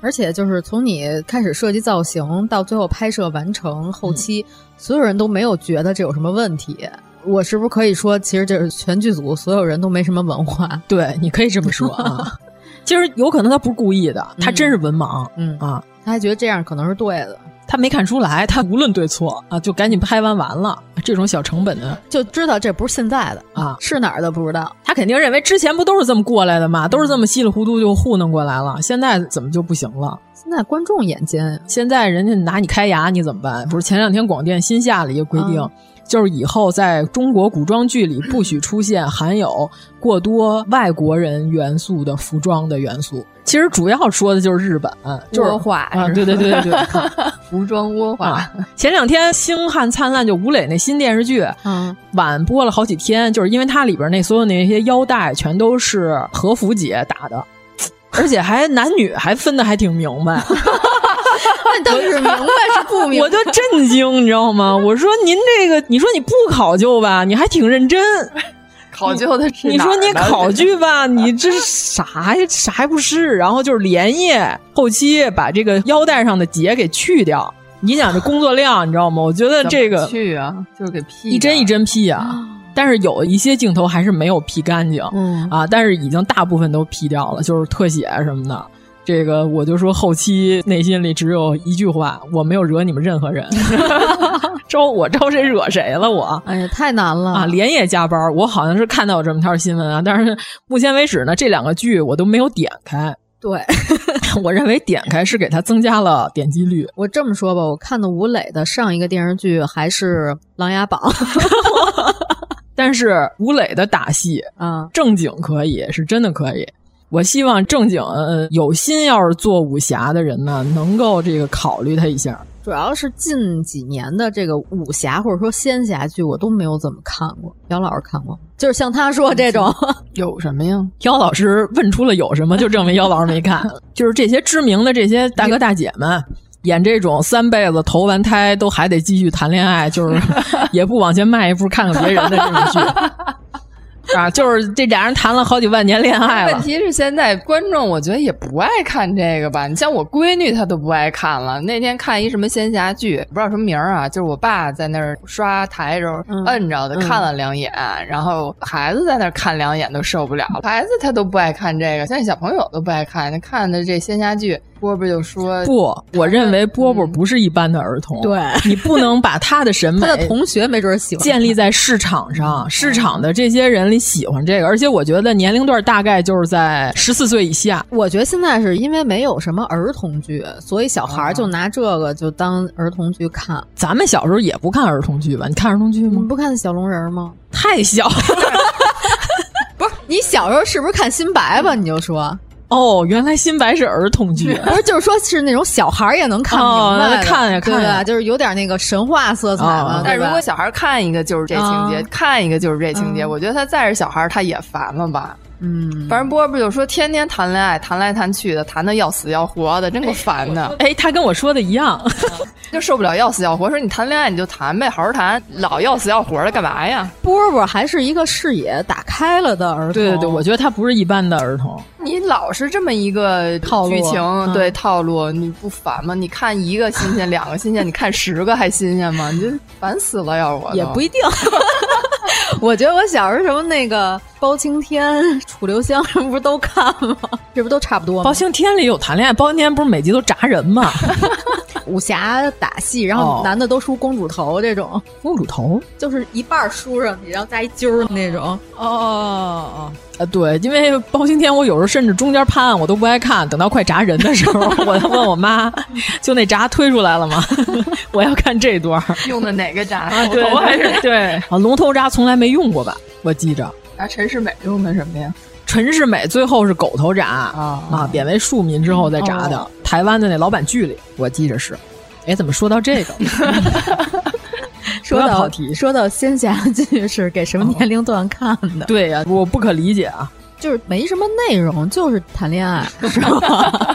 J: 而且就是从你开始设计造型到最后拍摄完成后期、嗯、所有人都没有觉得这有什么问题。我是不是可以说其实这是全剧组所有人都没什么文化？
K: 对，你可以这么说啊。其实有可能他不是故意的，他真是文盲。
J: 嗯
K: 啊，
J: 他还觉得这样可能是对的，
K: 他没看出来，他无论对错啊，就赶紧拍完完了。这种小成本的
J: 就知道这不是现在的
K: 啊，
J: 是哪儿的不知道。
K: 他肯定认为之前不都是这么过来的吗？都是这么稀里糊涂就糊弄过来了，现在怎么就不行了？
J: 现在观众眼尖，
K: 现在人家拿你开牙，你怎么办？不是前两天广电新下了一个规定。嗯，就是以后在中国古装剧里不许出现含有过多外国人元素的服装的元素。其实主要说的就是日本，就是
N: 倭化
K: 啊，对对对对对，
N: 服装倭化。
K: 啊、前两天《星汉灿烂》就吴磊那新电视剧，
J: 嗯，
K: 晚播了好几天，就是因为它里边那所有那些腰带全都是和服姐打的，而且还男女还分的还挺明白。
J: 那倒是明白是不明白，
K: 我就震惊，你知道吗？我说您这个，你说你不考究吧，你还挺认真。
N: 考究的是
K: 你说你考据吧，你这啥呀？啥还不是？然后就是连夜后期把这个腰带上的结给去掉。你想这工作量，你知道吗？我觉得这个
N: 去啊，就是给 P
K: 一针一针 P 啊。但是有一些镜头还是没有 P 干净，
J: 嗯
K: 啊，但是已经大部分都 P 掉了，就是特写什么的。这个我就说后期内心里只有一句话，我没有惹你们任何人。招我招谁惹谁了我？
J: 哎呀，太难了
K: 啊！连夜加班，我好像是看到有这么条新闻啊，但是目前为止呢，这两个剧我都没有点开。
J: 对，
K: 我认为点开是给它增加了点击率。
J: 我这么说吧，我看的吴磊的上一个电视剧还是《琅琊榜》。
K: 但是吴磊的打戏
J: 啊，
K: 正经可以，是真的可以。我希望正经、呃、有心要是做武侠的人呢，能够这个考虑他一下。
J: 主要是近几年的这个武侠或者说仙侠剧，我都没有怎么看过。姚老师看过，就是像他说这种
N: 有什么呀？
K: 姚老师问出了有什么，就证明姚老师没看。就是这些知名的这些大哥大姐们。演这种三辈子投完胎都还得继续谈恋爱，就是也不往前迈一步看看别人的这种剧啊，就是这俩人谈了好几万年恋爱了。
N: 问题是现在观众我觉得也不爱看这个吧，你像我闺女她都不爱看了。那天看一什么仙侠剧，不知道什么名啊，就是我爸在那儿刷台时候摁着的、嗯、看了两眼、嗯、然后孩子在那儿看两眼都受不了，孩子他都不爱看这个，现在小朋友都不爱看，看的这仙侠剧。波波就说
K: 不，我认为波波不是一般的儿童。
J: 对、
K: 嗯，你不能把他的审美，
J: 他的同学没准喜欢
K: 建立在市场上，市场的这些人里喜欢这个，而且我觉得年龄段大概就是在十四岁以下。
J: 我觉得现在是因为没有什么儿童剧，所以小孩就拿这个就当儿童剧看。
K: 咱们小时候也不看儿童剧吧？你看儿童剧吗？
J: 你不看小龙人吗？
K: 太小了。
J: 不是，你小时候是不是看新白吧？你就说。
K: 哦，原来新白是儿童剧，
J: 不是，就是说是那种小孩也能看明白的，
K: 哦、看呀看
J: 呀，就是有点那个神话色彩嘛。
N: 哦、但如果小孩看一个就是这情节，哦、看一个就是这情节，嗯、我觉得他再是小孩他也烦了吧。
J: 嗯，
N: 反正波波就说天天谈恋爱，谈来谈去的，谈的要死要活的，真够烦的。
K: 哎，他跟我说的一样，
N: 就受不了要死要活。说你谈恋爱你就谈呗，好好谈，老要死要活的干嘛呀？
J: 波波还是一个视野打开了的儿童。
K: 对对对，我觉得他不是一般的儿童。
N: 你老是这么一个剧情，
J: 嗯、
N: 对套路，你不烦吗？你看一个新鲜，两个新鲜，你看十个还新鲜吗？你就烦死了，要我
J: 也不一定。我觉得我小时候什么那个包青天、楚留香什么不是都看吗？这不都差不多吗？
K: 包青天里有谈恋爱，包青天不是每集都铡人吗？
J: 武侠打戏，然后男的都梳公主头这种。
K: 哦、公主头
J: 就是一半梳上去，然后加一揪那种。
K: 哦哦哦。啊，对，因为包青天我有时候甚至中间判案我都不爱看，等到快铡人的时候，我要问我妈，就那铡推出来了吗？我要看这段
N: 用的哪个铡？
K: 啊，对，还是对啊，龙头铡从来没用过吧？我记着。
N: 啊，陈世美用的什么呀？
K: 陈世美最后是狗头铡啊啊，贬为庶民之后再铡的。哦、台湾的那老版剧里，我记着是。哎，怎么说到这个？
J: 说到跑题，说到仙侠剧是给什么年龄段看的？
K: 哦、对呀、啊，我不可理解啊，
J: 就是没什么内容，就是谈恋爱，是吧？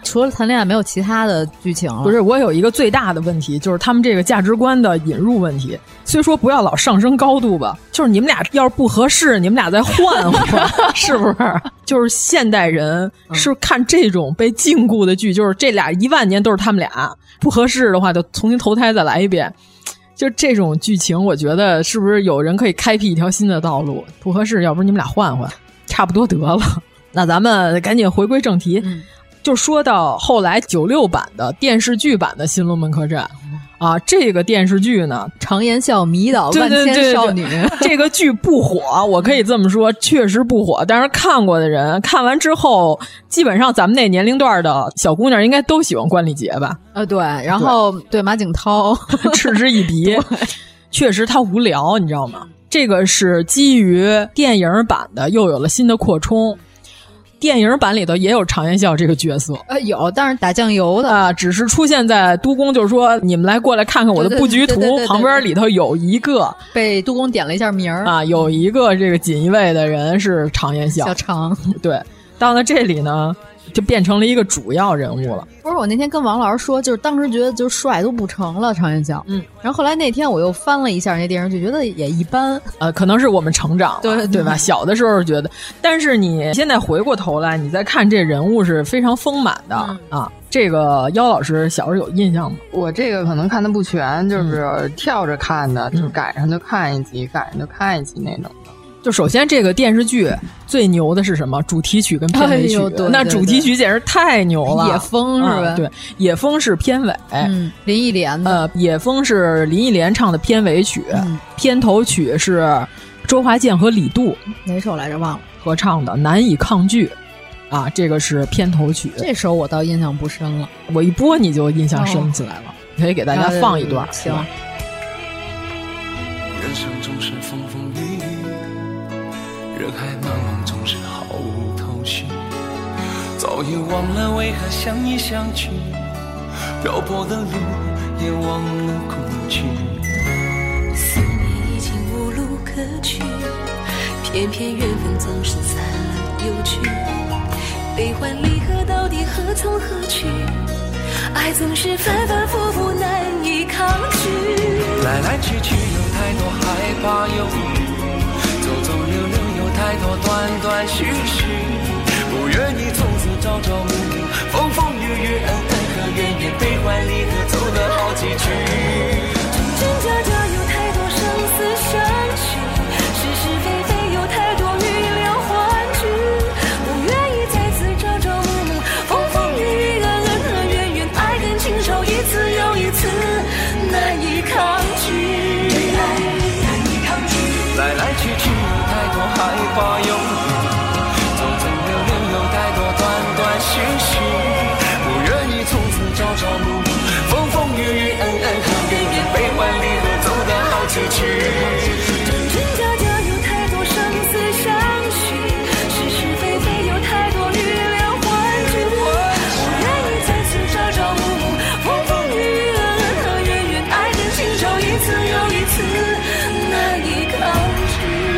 J: 除了谈恋爱没有其他的剧情了。
K: 不是，我有一个最大的问题，就是他们这个价值观的引入问题。虽说不要老上升高度吧，就是你们俩要是不合适，你们俩再换换，是不是？就是现代人是看这种被禁锢的剧，就是这俩一万年都是他们俩，不合适的话就重新投胎再来一遍。就这种剧情，我觉得是不是有人可以开辟一条新的道路？不合适，要不然你们俩换换，差不多得了。那咱们赶紧回归正题，嗯、就说到后来九六版的电视剧版的《新龙门客栈》啊，这个电视剧呢，
J: 常言笑迷倒万千少女。
K: 对对对对这个剧不火，我可以这么说，确实不火。但是看过的人看完之后，基本上咱们那年龄段的小姑娘应该都喜欢关丽杰吧？
J: 呃，对，然后 对, 对马景涛
K: 嗤之以鼻，确实他无聊，你知道吗？这个是基于电影版的，又有了新的扩充。电影版里头也有常言笑这个角色，
J: 呃，有，但是打酱油的
K: 啊，只是出现在督工，就是说你们来过来看看我的布局图，对对对对对对旁边里头有一个
J: 被督工点了一下名儿
K: 啊，有一个这个锦衣卫的人是常言笑，
J: 小常，
K: 对，到了这里呢，就变成了一个主要人物了。
J: 不是，我那天跟王老师说，就是当时觉得就是帅都不成了常言笑，
K: 嗯，
J: 然后后来那天我又翻了一下那电视剧，觉得也一般，
K: 呃，可能是我们成长了，
J: 对
K: 对吧？小的时候觉得，但是你现在回过头来，你再看这人物是非常丰满的、嗯、啊。这个妖老师小时候有印象吗？
N: 我这个可能看的不全，就是跳着看的，
K: 嗯、
N: 就赶上就看一集，赶上就看一集那种的。
K: 就首先这个电视剧最牛的是什么？主题曲跟片尾曲，
J: 哎、对对对
K: 那主题曲简直太牛了。
J: 野风是吧、
K: 嗯？对，野风是片尾，
J: 嗯，林忆莲的。
K: 呃，野风是林忆莲唱的片尾曲，
J: 嗯、
K: 片头曲是周华健和李杜
J: 哪首来着忘了
K: 合唱的《难以抗拒》啊，这个是片头曲。
J: 这首我倒印象不深了，
K: 我一播你就印象深起来了，哦、可以给大家放一段。
J: 啊、行。
O: 人生总是风风雨雨，人海茫茫总是毫无头绪，早已忘了为何相依相聚，漂泊的路也忘了哭泣，
P: 思念已经无路可去，偏偏缘分总是散了又聚，悲欢离合到底何从何去，爱总是反反复复难以抗拒，
O: 来来去去有太多害怕犹豫，走走溜溜有太多断断续续，不愿意从此朝朝暮暮，风风雨雨恩恩和怨怨，悲欢离合走了好几曲，
P: 真真假假有太多生死相许，是是非非有太多预料幻局，不愿意再次朝朝暮暮，风风雨雨恩恩和怨怨，爱跟情仇一次又一次难以抗拒，
O: 来来去去有太多害怕犹豫，走走溜溜有太多断断续续，不愿意从此朝朝暮暮，风风雨雨恩恩和怨怨，悲欢离合走得好几曲，
P: 真真假假有太多生死相许，是是非非有太多预料幻局，不愿意再次朝朝暮暮，风风雨雨恩恩和怨怨，爱跟情仇一次又一次难以抗拒。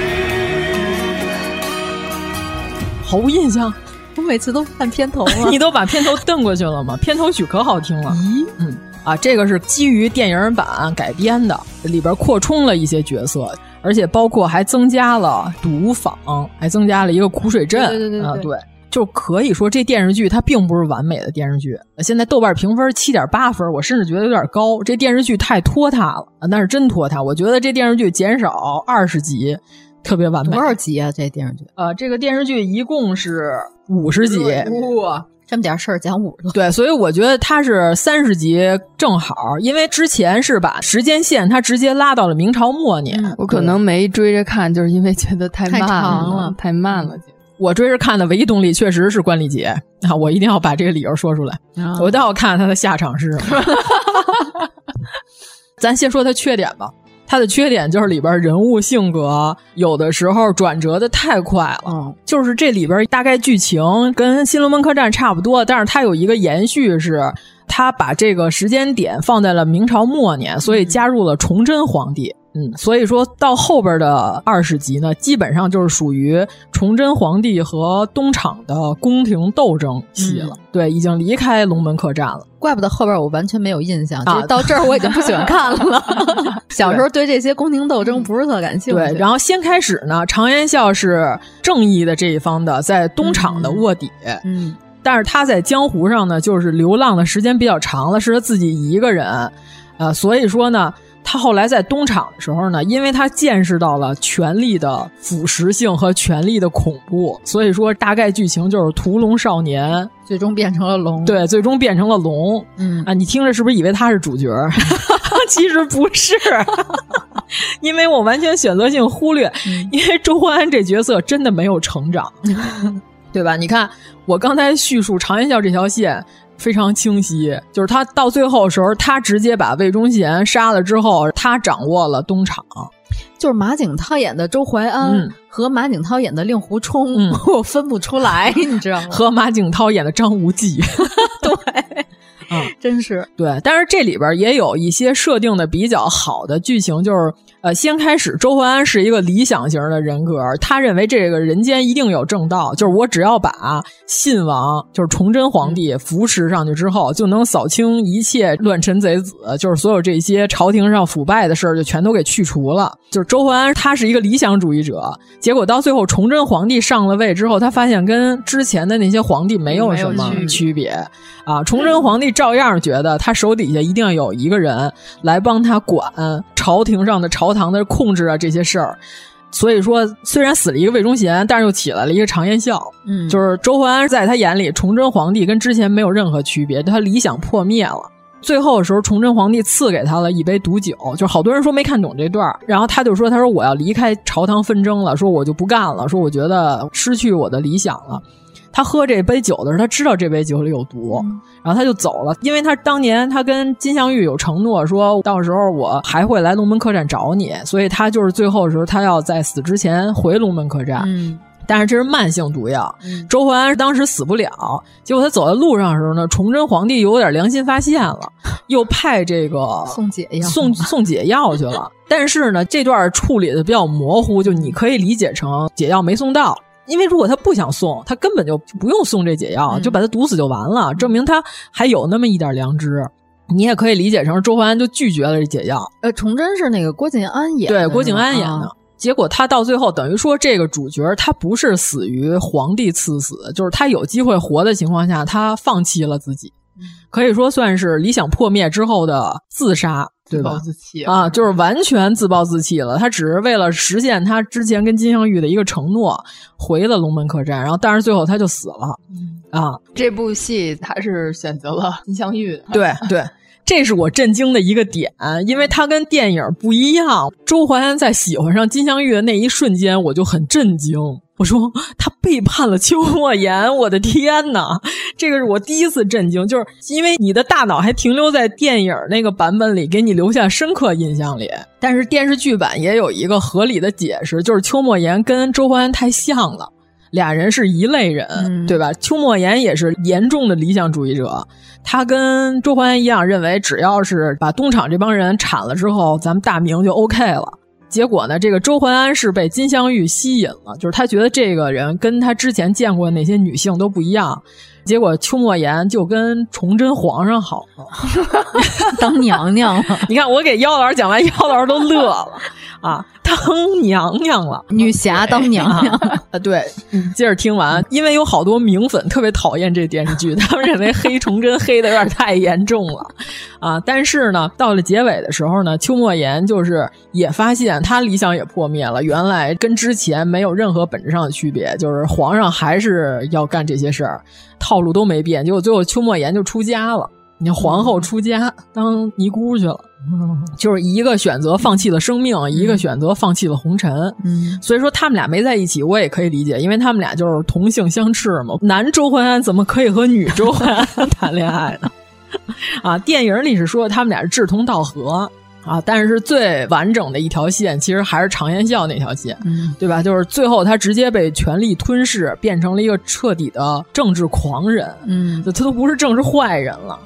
K: 毫无印象，
J: 我每次都看片头了。
K: 你都把片头瞪过去了吗？片头曲可好听了。
J: 咦，
K: 嗯啊，这个是基于电影版改编的，里边扩充了一些角色，而且包括还增加了赌坊，还增加了一个苦水镇。
J: 对对对对
K: 啊，对，就可以说这电视剧它并不是完美的电视剧。现在豆瓣评分 七点八 分，我甚至觉得有点高。这电视剧太拖沓了啊，那是真拖沓。我觉得这电视剧减少二十集。特别完美。
J: 多少集啊？这电视剧？
K: 呃，这个电视剧一共是五十集。
J: 哇，这么点事儿讲五十。
K: 对，所以我觉得它是三十集正好，因为之前是把时间线它直接拉到了明朝末年。
N: 嗯、我可能没追着看，就是因为觉得太慢了，
J: 太长了，
N: 太慢了。
K: 我追着看的唯一动力确实是关丽杰啊！我一定要把这个理由说出来。啊、我倒要看他的下场是什么。咱先说他缺点吧。他的缺点就是里边人物性格有的时候转折的太快了，嗯，就是这里边大概剧情跟《新龙门客栈》差不多，但是他有一个延续是，他把这个时间点放在了明朝末年，所以加入了崇祯皇帝。 嗯，所以说到后边的二十集呢，基本上就是属于崇祯皇帝和东厂的宫廷斗争戏了。嗯、对，已经离开龙门客栈了。
J: 怪不得后边我完全没有印象，就是到这儿我已经不喜欢看了。小时候对这些宫廷斗争不是特感兴趣。
K: 对，然后先开始呢，常言孝是正义的这一方的，在东厂的卧底。嗯。嗯，但是他在江湖上呢，就是流浪的时间比较长了，是他自己一个人。呃，所以说呢。他后来在东厂的时候呢，因为他见识到了权力的腐蚀性和权力的恐怖，所以说大概剧情就是屠龙少年
J: 最终变成了龙。
K: 对，最终变成了龙。嗯啊，你听着是不是以为他是主角？其实不是，因为我完全选择性忽略，嗯、因为周欢安这角色真的没有成长，对吧？你看我刚才叙述常言孝这条线。非常清晰，就是他到最后的时候，他直接把魏忠贤杀了之后，他掌握了东厂。
J: 就是马景涛演的周淮安、嗯、和马景涛演的令狐冲，嗯、我分不出来，你知道吗？
K: 和马景涛演的张无忌，
J: 对。嗯，真是
K: 对，但是这里边也有一些设定的比较好的剧情，就是呃，先开始周淮安是一个理想型的人格，他认为这个人间一定有正道，就是我只要把信王，就是崇祯皇帝扶持上去之后，就能扫清一切乱臣贼子，就是所有这些朝廷上腐败的事儿就全都给去除了。就是周淮安他是一个理想主义者，结果到最后崇祯皇帝上了位之后，他发现跟之前的那些皇帝没有什么区别啊，崇祯皇帝照样觉得他手底下一定要有一个人来帮他管朝廷上的朝堂的控制啊这些事儿。所以说虽然死了一个魏忠贤，但是又起来了一个常言孝。嗯，就是周淮安在他眼里崇祯皇帝跟之前没有任何区别，他理想破灭了。最后的时候崇祯皇帝赐给他了一杯毒酒，就好多人说没看懂这段，然后他就说他说我要离开朝堂纷争了，说我就不干了，说我觉得失去我的理想了。他喝这杯酒的时候，他知道这杯酒里有毒，嗯、然后他就走了。因为他当年他跟金镶玉有承诺，说到时候我还会来龙门客栈找你，所以他就是最后的时候，他要在死之前回龙门客栈。嗯，但是这是慢性毒药，嗯、周淮安当时死不了。结果他走在路上的时候呢，崇祯皇帝有点良心发现了，又派这个
J: 送解药
K: 送送解药去了。但是呢，这段处理的比较模糊，就你可以理解成解药没送到。因为如果他不想送，他根本就不用送这解药，嗯、就把他毒死就完了，证明他还有那么一点良知。你也可以理解成周淮安就拒绝了这解药。
J: 呃，崇祯是那个郭晋安演的，
K: 对，郭晋安演的。啊、结果他到最后等于说这个主角他不是死于皇帝赐死，就是他有机会活的情况下，他放弃了自己，嗯、可以说算是理想破灭之后的自杀。对吧？
N: 自暴自弃
K: 啊，就是完全自暴自弃了。他只是为了实现他之前跟金镶玉的一个承诺，回了龙门客栈，然后但是最后他就死了。嗯、啊，
N: 这部戏他是选择了金镶玉的。
K: 对对，这是我震惊的一个点，因为他跟电影不一样。周淮安在喜欢上金镶玉的那一瞬间，我就很震惊。我说他背叛了邱莫言，我的天哪！这个是我第一次震惊，就是因为你的大脑还停留在电影那个版本里，给你留下深刻印象里。但是电视剧版也有一个合理的解释，就是邱莫言跟周淮安太像了，俩人是一类人，嗯、对吧？邱莫言也是严重的理想主义者，他跟周淮安一样，认为只要是把东厂这帮人铲了之后，咱们大明就 OK 了。结果呢，这个周淮安是被金镶玉吸引了，就是他觉得这个人跟他之前见过的那些女性都不一样。结果邱莫言就跟崇祯皇上好了，
J: 当娘娘了。
K: 你看我给妖老师讲完，妖老师都乐了啊，当娘娘了，
J: 女侠当娘娘
K: 啊。对，接着听完，因为有好多名粉特别讨厌这电视剧，他们认为黑崇祯黑的有点太严重了啊。但是呢，到了结尾的时候呢，邱莫言就是也发现他理想也破灭了，原来跟之前没有任何本质上的区别，就是皇上还是要干这些事儿。套路都没变，结果最后邱莫言就出家了。你看皇后出家、嗯、当尼姑去了，嗯、就是一个选择放弃了生命，嗯、一个选择放弃了红尘。嗯，所以说他们俩没在一起，我也可以理解，因为他们俩就是同性相斥嘛。男周淮安怎么可以和女周淮安谈恋爱呢？啊，电影里是说他们俩是志同道合。啊，但是最完整的一条线其实还是常言孝那条线，嗯、对吧？就是最后他直接被权力吞噬，变成了一个彻底的政治狂人，嗯，他都不是政治坏人了。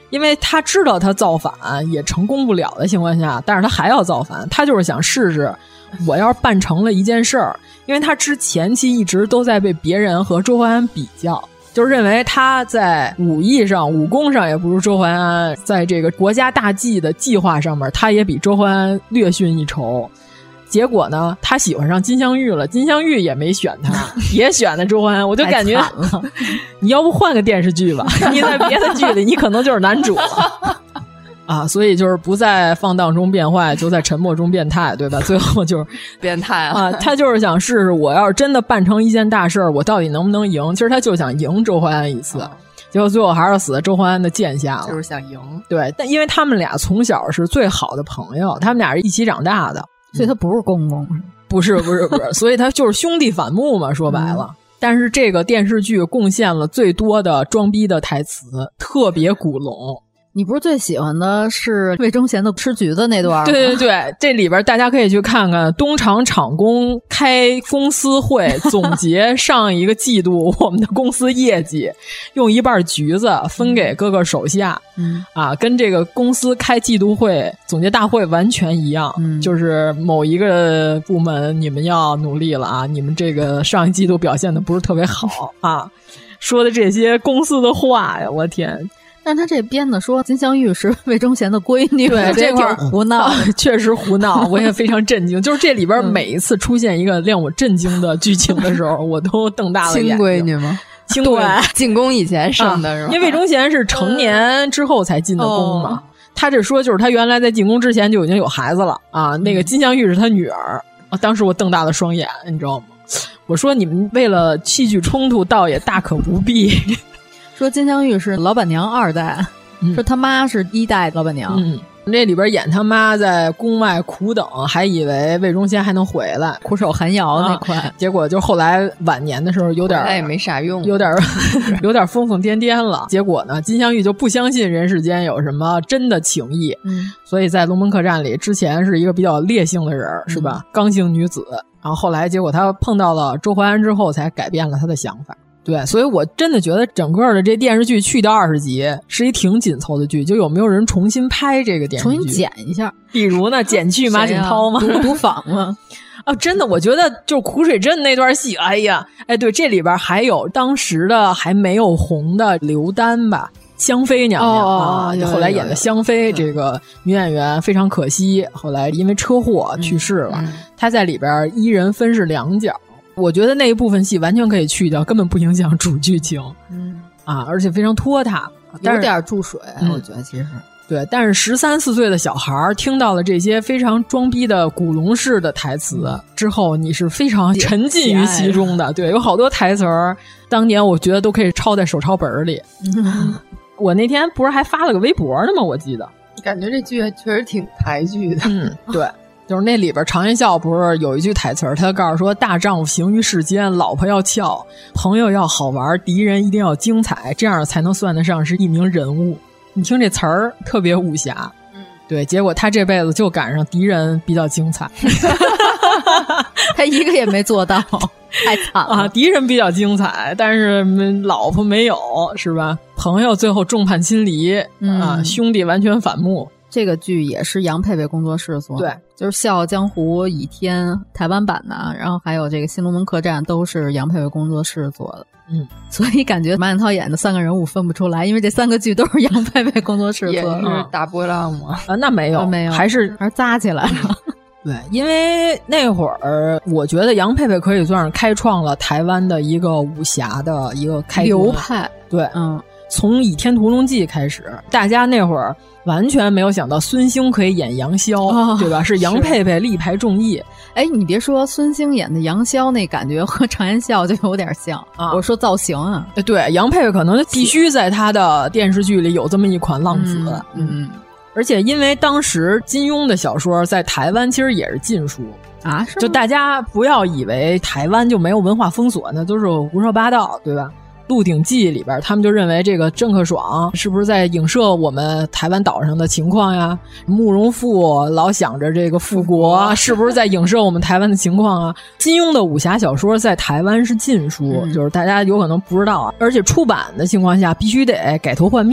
K: 因为他知道他造反也成功不了的情况下，但是他还要造反，他就是想试试我要是办成了一件事儿，因为他之前期一直都在被别人和周淮安比较，就是认为他在武艺上武功上也不如周淮安，在这个国家大计的计划上面他也比周淮安略逊一筹。结果呢，他喜欢上金镶玉了，金镶玉也没选他，也选的周淮安。我就感觉，你要不换个电视剧吧？你在别的剧里，你可能就是男主了啊。所以就是不在放荡中变坏，就在沉默中变态，对吧？最后就是
N: 变态啊！
K: 啊他就是想试试，我要是真的办成一件大事儿，我到底能不能赢？其实他就想赢周淮安一次。啊结果最后还是死在周淮安的剑下了，
N: 就是想赢。
K: 对，但因为他们俩从小是最好的朋友，他们俩是一起长大的。
J: 所以他不是公公，嗯、
K: 不是不是不是，所以他就是兄弟反目嘛，说白了。嗯、但是这个电视剧贡献了最多的装逼的台词，特别古龙。
J: 你不是最喜欢的是魏忠贤的吃橘子那段吗？
K: 对对对，这里边大家可以去看看东厂厂工开公司会，总结上一个季度我们的公司业绩，用一半橘子分给各个手下，
J: 嗯
K: 啊，跟这个公司开季度会总结大会完全一样，
J: 嗯，
K: 就是某一个部门你们要努力了啊，你们这个上一季度表现的不是特别好啊，说的这些公司的话呀，我天。
J: 但是他这编的说金镶玉是魏忠贤的闺女，
K: 对，这
J: 块胡闹、
K: 啊，确实胡闹，我也非常震惊。就是这里边每一次出现一个让我震惊的剧情的时候，我都瞪大了眼睛。
N: 亲闺女吗？
K: 亲闺女，
N: 进宫以前生的是吧？
K: 啊、因为魏忠贤是成年之后才进的宫嘛。哦、他这说就是他原来在进宫之前就已经有孩子了啊。那个金镶玉是他女儿啊。当时我瞪大了双眼，你知道吗？我说你们为了戏剧冲突，倒也大可不必。
J: 说金镶玉是老板娘二代。嗯、说他妈是一代老板娘，
K: 嗯，这里边演他妈在宫外苦等，还以为魏忠贤还能回来，
J: 苦守寒窑那块、
K: 啊，结果就后来晚年的时候有点，
N: 那也没啥用，
K: 有点有点疯疯癫癫了。结果呢，金镶玉就不相信人世间有什么真的情谊，
J: 嗯，
K: 所以在龙门客栈里之前是一个比较烈性的人，是吧？嗯、刚性女子，然后后来结果他碰到了周淮安之后，才改变了他的想法。对，所以我真的觉得整个的这电视剧去掉二十集是一挺紧凑的剧，就有没有人重新拍这个电视剧？
J: 重新剪一下，
K: 比如呢，剪去马景涛吗？
J: 毒毒坊吗？
K: 啊，真的，我觉得就是苦水镇那段戏，哎呀，哎，对，这里边还有当时的还没有红的刘丹吧。香妃娘娘、
J: 哦、
K: 啊，后来演的香妃这个女演员非常可惜，后来因为车祸去世了。嗯、她在里边一人分饰两角。我觉得那一部分戏完全可以去掉，根本不影响主剧情。
J: 嗯
K: 啊，而且非常拖沓，
J: 有点注水、
K: 嗯。
J: 我觉得其实
K: 对，但是十三四岁的小孩听到了这些非常装逼的古龙式的台词、嗯、之后，你是非常沉浸于其中的。对，有好多台词儿，当年我觉得都可以抄在手抄本里。嗯、我那天不是还发了个微博呢吗？我记得，
N: 感觉这剧确实挺台剧的。
K: 嗯，对。就是那里边常言笑不是有一句台词儿，他告诉说大丈夫行于世间，老婆要俏，朋友要好玩，敌人一定要精彩，这样才能算得上是一名人物。你听这词儿特别武侠，嗯，对，结果他这辈子就赶上敌人比较精彩，
J: 他一个也没做到，太惨了
K: 啊！敌人比较精彩，但是老婆没有，是吧？朋友最后众叛亲离、嗯、啊，兄弟完全反目。
J: 这个剧也是杨佩佩工作室做的，
K: 对，
J: 就是《笑傲江湖》倚天台湾版的，然后还有这个《新龙门客栈》都是杨佩佩工作室做的。
K: 嗯，
J: 所以感觉马景涛演的三个人物分不出来，因为这三个剧都是杨佩佩工作室做的。
N: 也是大波浪吗？
K: 啊，那没有，
J: 没有，
K: 还是
J: 还是扎起来了。
K: 对，因为那会儿我觉得杨佩佩可以算是开创了台湾的一个武侠的一个开
J: 流派。
K: 对，
J: 嗯，
K: 从《倚天屠龙记》开始，大家那会儿完全没有想到孙兴可以演杨逍、哦、对吧？是杨佩佩力排众议。
J: 哎，你别说孙兴演的杨逍那感觉和常言笑就有点像啊！我说造型啊，
K: 对，杨佩佩可能必须在他的电视剧里有这么一款浪子。
J: 嗯。嗯，
K: 而且因为当时金庸的小说在台湾其实也是禁书
J: 啊，是吗？
K: 就大家不要以为台湾就没有文化封锁，那都是胡说八道，对吧？《鹿鼎记》里边他们就认为这个郑克爽是不是在影射我们台湾岛上的情况呀？慕容复老想着这个复国，是不是在影射我们台湾的情况啊？金庸的武侠小说在台湾是禁书、嗯、就是大家有可能不知道啊，而且出版的情况下必须得改头换面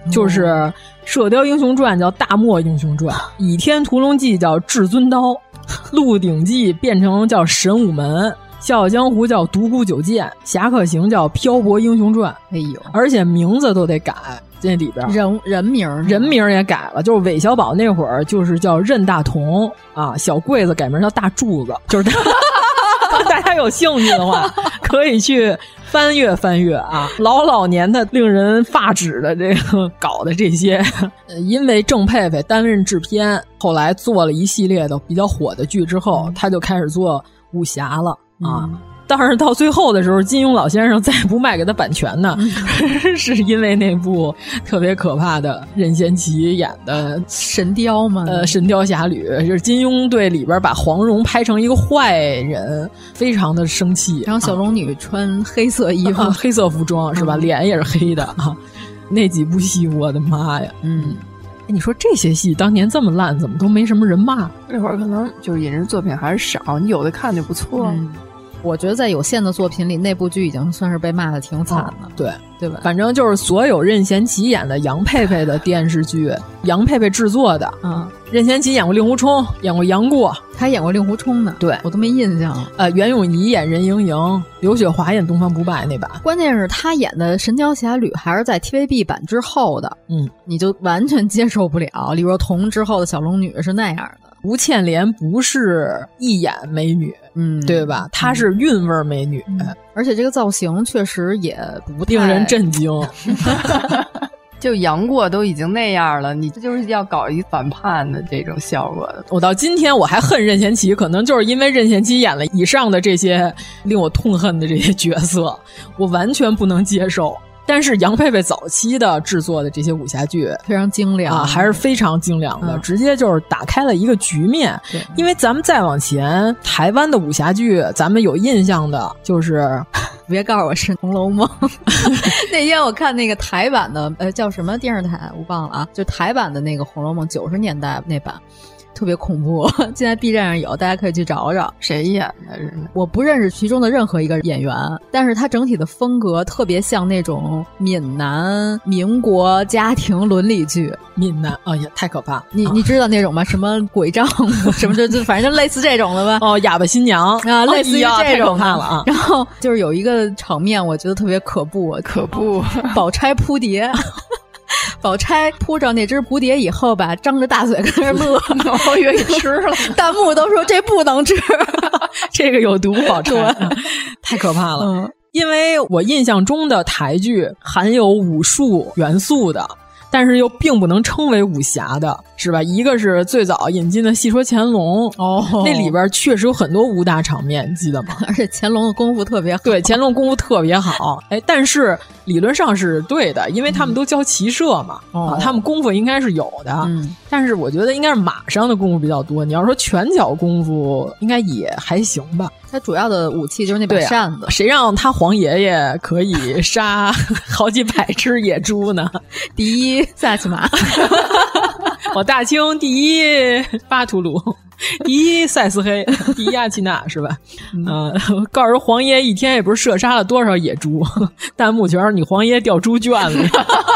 K: 就是《射雕英雄传》叫大漠英雄传，《倚天屠龙记》叫至尊刀，《鹿鼎记》变成叫神武门，《笑傲江湖》叫独孤九剑，《侠客行》叫漂泊英雄传。
J: 哎呦，
K: 而且名字都得改，这里边
J: 人人名
K: 人名也改了，就是韦小宝那会儿就是叫任大同啊，小桂子改名叫大柱子，就是他。大家有兴趣的话，可以去翻阅翻阅啊，老老年的令人发指的这个搞的这些。呃，因为郑佩佩担任制片，后来做了一系列的比较火的剧之后，他就开始做武侠了啊。嗯，但是到最后的时候，金庸老先生再也不卖给他版权呢，嗯、是因为那部特别可怕的任贤齐演的《
J: 神雕》吗？
K: 呃，《神雕侠侣》就是金庸对里边把黄蓉拍成一个坏人，非常的生气。
J: 然后小龙女穿黑色衣服、
K: 啊、黑色服装是吧？嗯、脸也是黑的啊。那几部戏，我的妈呀！嗯。你说这些戏当年这么烂，怎么都没什么人骂？
N: 那会儿可能就是影视作品还是少，你有的看就不错。
J: 嗯，我觉得在有限的作品里，那部剧已经算是被骂的挺惨的。
K: 哦，对
J: 对吧？
K: 反正就是所有任贤齐演的杨佩佩的电视剧，杨佩佩制作的。嗯，任贤齐演过令狐冲，演过杨过，
J: 他演过令狐冲呢。
K: 对，
J: 我都没印象了。
K: 呃，袁咏仪演任盈盈，刘雪华演东方不败那版。
J: 关键是他演的《神雕侠侣》还是在 T V B 版之后的，
K: 嗯，
J: 你就完全接受不了李若彤之后的小龙女是那样的。
K: 吴倩莲不是一眼美女，
J: 嗯，
K: 对吧？她是韵味美女，
J: 嗯，而且这个造型确实也不太
K: 令人震惊。
N: 就杨过都已经那样了，你这就是要搞一反叛的这种效果的。
K: 我到今天我还恨任贤齐，可能就是因为任贤齐演了以上的这些令我痛恨的这些角色，我完全不能接受。但是杨佩佩早期的制作的这些武侠剧
J: 非常精良
K: 啊，还是非常精良的，
J: 嗯、
K: 直接就是打开了一个局面。因为咱们再往前，台湾的武侠剧，咱们有印象的就是
J: 别告诉我是《红楼梦》。那天我看那个台版的，呃，叫什么电视台我忘了啊，就台版的那个《红楼梦》，九十年代那版。特别恐怖，现在 B 站上有，大家可以去找找。
N: 谁演的？
J: 我不认识其中的任何一个演员，但是他整体的风格特别像那种闽南民国家庭伦理剧。
K: 闽南，哎呀，太可怕了！
J: 你你知道那种吗？什么鬼丈夫，什么就就反正就类似这种的吧。
K: 哦，哑巴新娘
J: 啊，类似于这种
K: 看了啊。
J: 然后就是有一个场面，我觉得特别可怖，
N: 可怖，
J: 宝钗扑蝶。宝钗扑着那只蝴蝶以后吧，张着大嘴跟那乐，
N: 我以为吃了。
J: 弹幕都说这不能吃，
K: 这个有毒，宝钗太可怕了。嗯，因为我印象中的台剧含有武术元素的，但是又并不能称为武侠的，是吧？一个是最早引进的《戏说乾隆》，哦，那里边确实有很多武打场面，你记得吗？
J: 而且乾隆的功夫特别好，
K: 对，乾隆功夫特别好。哎，但是理论上是对的，因为他们都教骑射嘛，嗯、啊，他们功夫应该是有的。嗯，但是我觉得应该是马上的功夫比较多。你要说拳脚功夫，应该也还行吧。
J: 他主要的武器就是那把扇子，
K: 啊、谁让他黄爷爷可以杀好几百只野猪呢？
J: 第一萨其马，
K: 我大清第一巴图鲁，第一塞斯黑，第一阿奇纳是吧？嗯、呃，告诉黄爷一天也不是射杀了多少野猪，弹幕全是你黄爷掉猪圈里。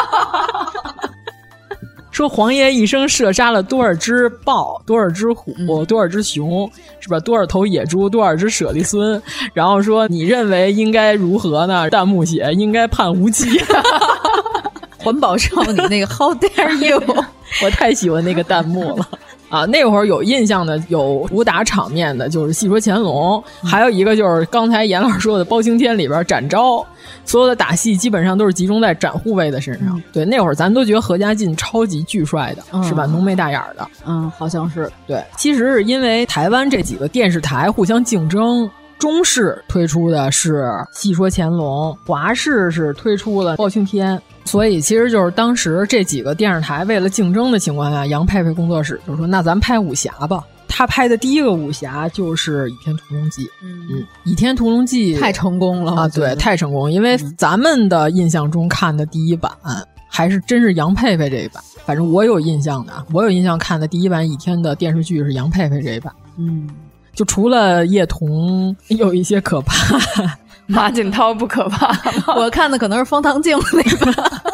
K: 说黄爷一生射杀了多少只豹，多少只虎，嗯、多少只熊，是吧？多少头野猪，多少只舍利孙。然后说你认为应该如何呢？弹幕写应该判无期。
J: 环保少女那个 How dare you！
K: 我太喜欢那个弹幕了。啊，那会儿有印象的有武打场面的，就是《戏说乾隆》，嗯，还有一个就是刚才严老师说的《包青天》里边展昭，所有的打戏基本上都是集中在展护卫的身上。嗯、对，那会儿咱都觉得何家劲超级巨帅的，嗯、是吧？浓眉大眼的，
J: 嗯，好像是。
K: 对，其实是因为台湾这几个电视台互相竞争。中视推出的是《戏说乾隆》，华视是推出了《包青天》，所以其实就是当时这几个电视台为了竞争的情况下，杨佩佩工作室就说：“那咱拍武侠吧。”他拍的第一个武侠就是《倚天屠龙记》。嗯嗯，《倚天屠龙记》
J: 太成功了
K: 啊！对，太成功，因为咱们的印象中看的第一版还是真是杨佩佩这一版。反正我有印象的，我有印象看的第一版《倚天》的电视剧是杨佩佩这一版。
J: 嗯。
K: 就除了叶童有一些可怕，
N: 马景涛不可怕吗？
J: 我看的可能是方唐镜那个。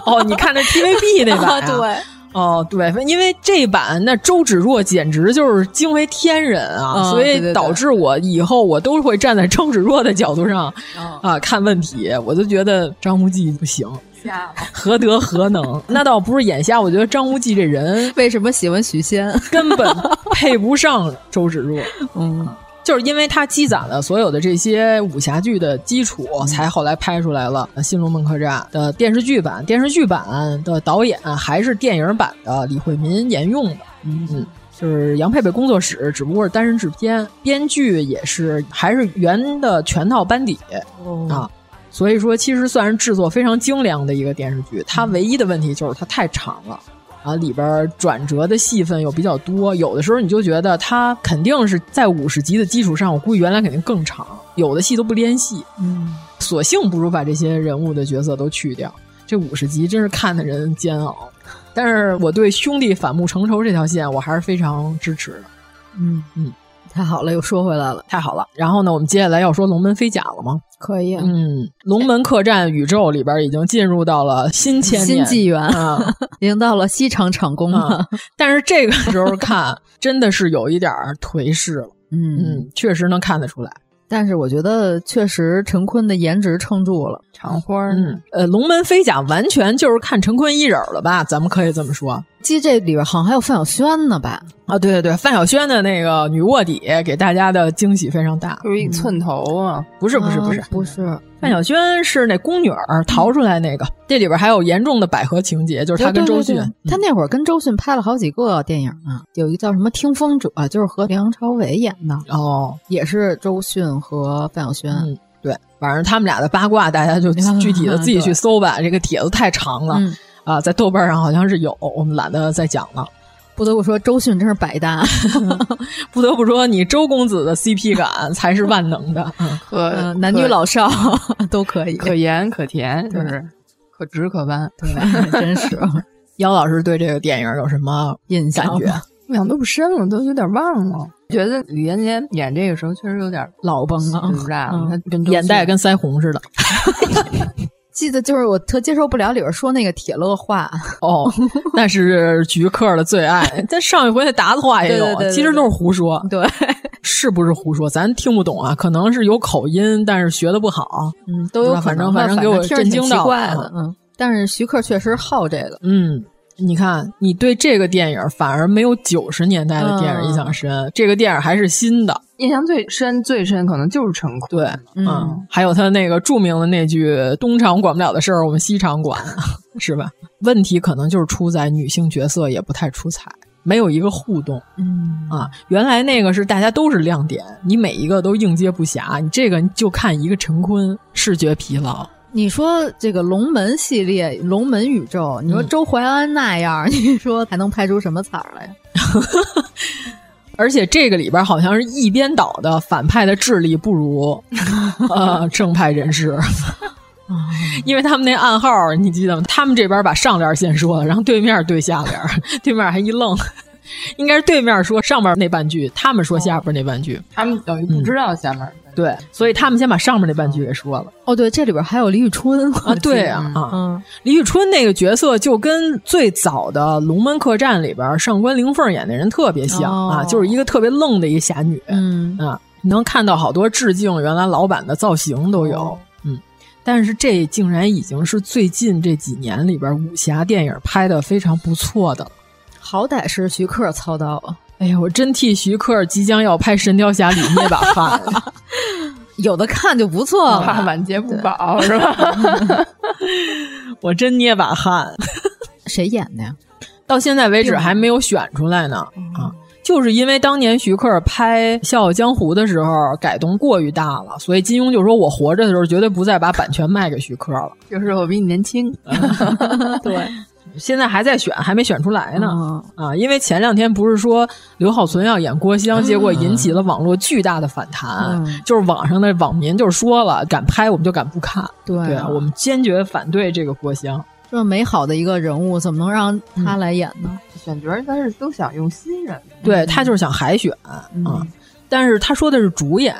K: 哦，你看那 T V B 那版、啊、
J: 对。
K: 哦，对，因为这版那周芷若简直就是惊为天人啊、嗯，所以导致我以后我都会站在周芷若的角度上、哦、啊看问题，我就觉得张无忌不行，何德何能？那倒不是眼瞎，我觉得张无忌这人
J: 为什么喜欢许仙，
K: 根本配不上周芷若，嗯。就是因为他积攒了所有的这些武侠剧的基础，嗯、才后来拍出来了《新龙门客栈》的电视剧版。电视剧版的导演还是电影版的李惠民沿用的，嗯嗯，就是杨佩佩工作室，只不过是担任制片，编剧也是还是原的全套班底、哦、啊。所以说，其实算是制作非常精良的一个电视剧。它唯一的问题就是它太长了。啊，里边转折的戏份又比较多，有的时候你就觉得他肯定是在五十集的基础上，我估计原来肯定更长，有的戏都不连戏，嗯，索性不如把这些人物的角色都去掉，这五十集真是看的人煎熬。但是我对兄弟反目成仇这条线我还是非常支持的，
J: 嗯嗯，太好了，又说回来了，
K: 太好了。然后呢，我们接下来要说龙门飞甲了吗？
J: 可以，
K: 嗯，龙门客栈宇宙里边已经进入到了新千年
J: 新纪元
K: 啊，
J: 已经到了西厂厂工了、
K: 啊。但是这个时候看真的是有一点颓势了，嗯嗯，确实能看得出来。
J: 但是我觉得确实陈坤的颜值撑住了，
N: 长花，
K: 嗯，呃，龙门飞甲完全就是看陈坤一人了吧？咱们可以这么说。
J: 记这里边好像还有范晓萱呢吧？
K: 啊，对对对，范晓萱的那个女卧底给大家的惊喜非常大，
N: 就是一寸头啊！
K: 嗯、不是不是不是、
J: 啊、不是，
K: 范晓萱是那宫女儿逃出来那个，这里边还有严重的百合情节，就是她跟周迅，
J: 对对对他那会儿跟周迅拍了好几个电影呢，有一个叫什么《听风者》，就是和梁朝伟演的，
K: 哦，
J: 也是周迅和范晓萱。
K: 嗯，对，反正他们俩的八卦，大家就具体的自己去搜吧，这个帖子太长了。嗯啊，在豆瓣上好像是有，我们懒得再讲了。
J: 不得不说，周迅真是百搭。
K: 不得不说，你周公子的 C P 感才是万能的，
N: 可、
J: 呃、男女老少都可以，
N: 可盐可甜，就是可直可弯。
J: 对，真是。
K: 姚老师对这个电影有什么
J: 印象
K: 感觉？
N: 印象都不深了，都有点忘了。觉得李连杰演这个时候确实有点
J: 老崩了，
N: 是不是、嗯？他跟
K: 眼袋跟腮红似的。
J: 记得就是我特接受不了里边说那个铁乐话
K: 哦，那是徐克的最爱。但上一回那达子话也有，
J: 对对对对对，
K: 其实都是胡说。
J: 对，
K: 是不是胡说？咱听不懂啊，可能是有口音，但是学的不好。
J: 嗯，都有可能。
K: 反正反正给我震惊到
J: 了。嗯，但是徐克确实好这个。
K: 嗯。你看，你对这个电影反而没有九十年代的电影印象深，嗯、这个电影还是新的。
N: 印象最深、最深可能就是陈坤。
K: 对，嗯，嗯还有他那个著名的那句“东厂管不了的事儿，我们西厂管”，是吧？问题可能就是出在女性角色也不太出彩，没有一个互动。
J: 嗯
K: 啊，原来那个是大家都是亮点，你每一个都应接不暇，你这个就看一个陈坤，视觉疲劳。
J: 你说这个龙门系列龙门宇宙，你说周淮安那样、嗯、你说还能拍出什么彩来呀？
K: 而且这个里边好像是一边倒的反派的智力不如呃正派人士。因为他们那暗号你记得吗？他们这边把上联先说了，然后对面对下联，对面还一愣。应该是对面说上面那半句，他们说下边那半句，
N: 哦、他们等于不知道下面、嗯。
K: 对，所以他们先把上面那半句给说了。
J: 哦，对，这里边还有李宇春
K: 啊，对啊，啊，嗯，李宇春那个角色就跟最早的《龙门客栈》里边上官灵凤演的人特别像、哦、啊，就是一个特别愣的一个侠女，
J: 嗯
K: 啊，能看到好多致敬原来老版的造型都有，哦、嗯，但是这竟然已经是最近这几年里边武侠电影拍的非常不错的了。
J: 好歹是徐克操刀啊！
K: 哎呀，我真替徐克即将要拍《神雕侠侣》捏把汗。
J: 有的看就不错了，
N: 怕晚节不保是吧？
K: 我真捏把汗。
J: 谁演的呀？
K: 到现在为止还没有选出来呢。啊，就是因为当年徐克拍《笑傲江湖》的时候改动过于大了，所以金庸就说我活着的时候绝对不再把版权卖给徐克了。
N: 就是我比你年轻。
J: 对。
K: 现在还在选，还没选出来呢、嗯、啊！因为前两天不是说刘浩存要演郭襄、嗯，结果引起了网络巨大的反弹、嗯，就是网上的网民就是说了，敢拍我们就敢不看，
J: 对、啊
K: 对啊，我们坚决反对这个郭襄。
J: 这么美好的一个人物，怎么能让他来演呢？
N: 嗯、选角他是都想用新人，
K: 对他就是想海选、嗯、啊。但是他说的是主演，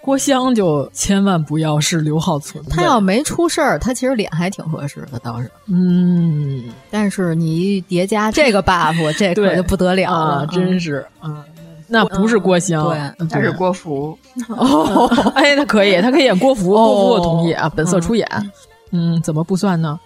K: 郭襄就千万不要是刘浩存，
J: 他要没出事儿，他其实脸还挺合适的，倒是。
K: 嗯，
J: 但是你叠加这个 buff， 这可就不得了了，
K: 啊、真是啊。嗯那不是郭襄，
N: 对，他是郭芙。
K: 哦，哎，他可以，他可以演郭芙，郭芙我同意啊，本色出演。嗯，怎么不算呢？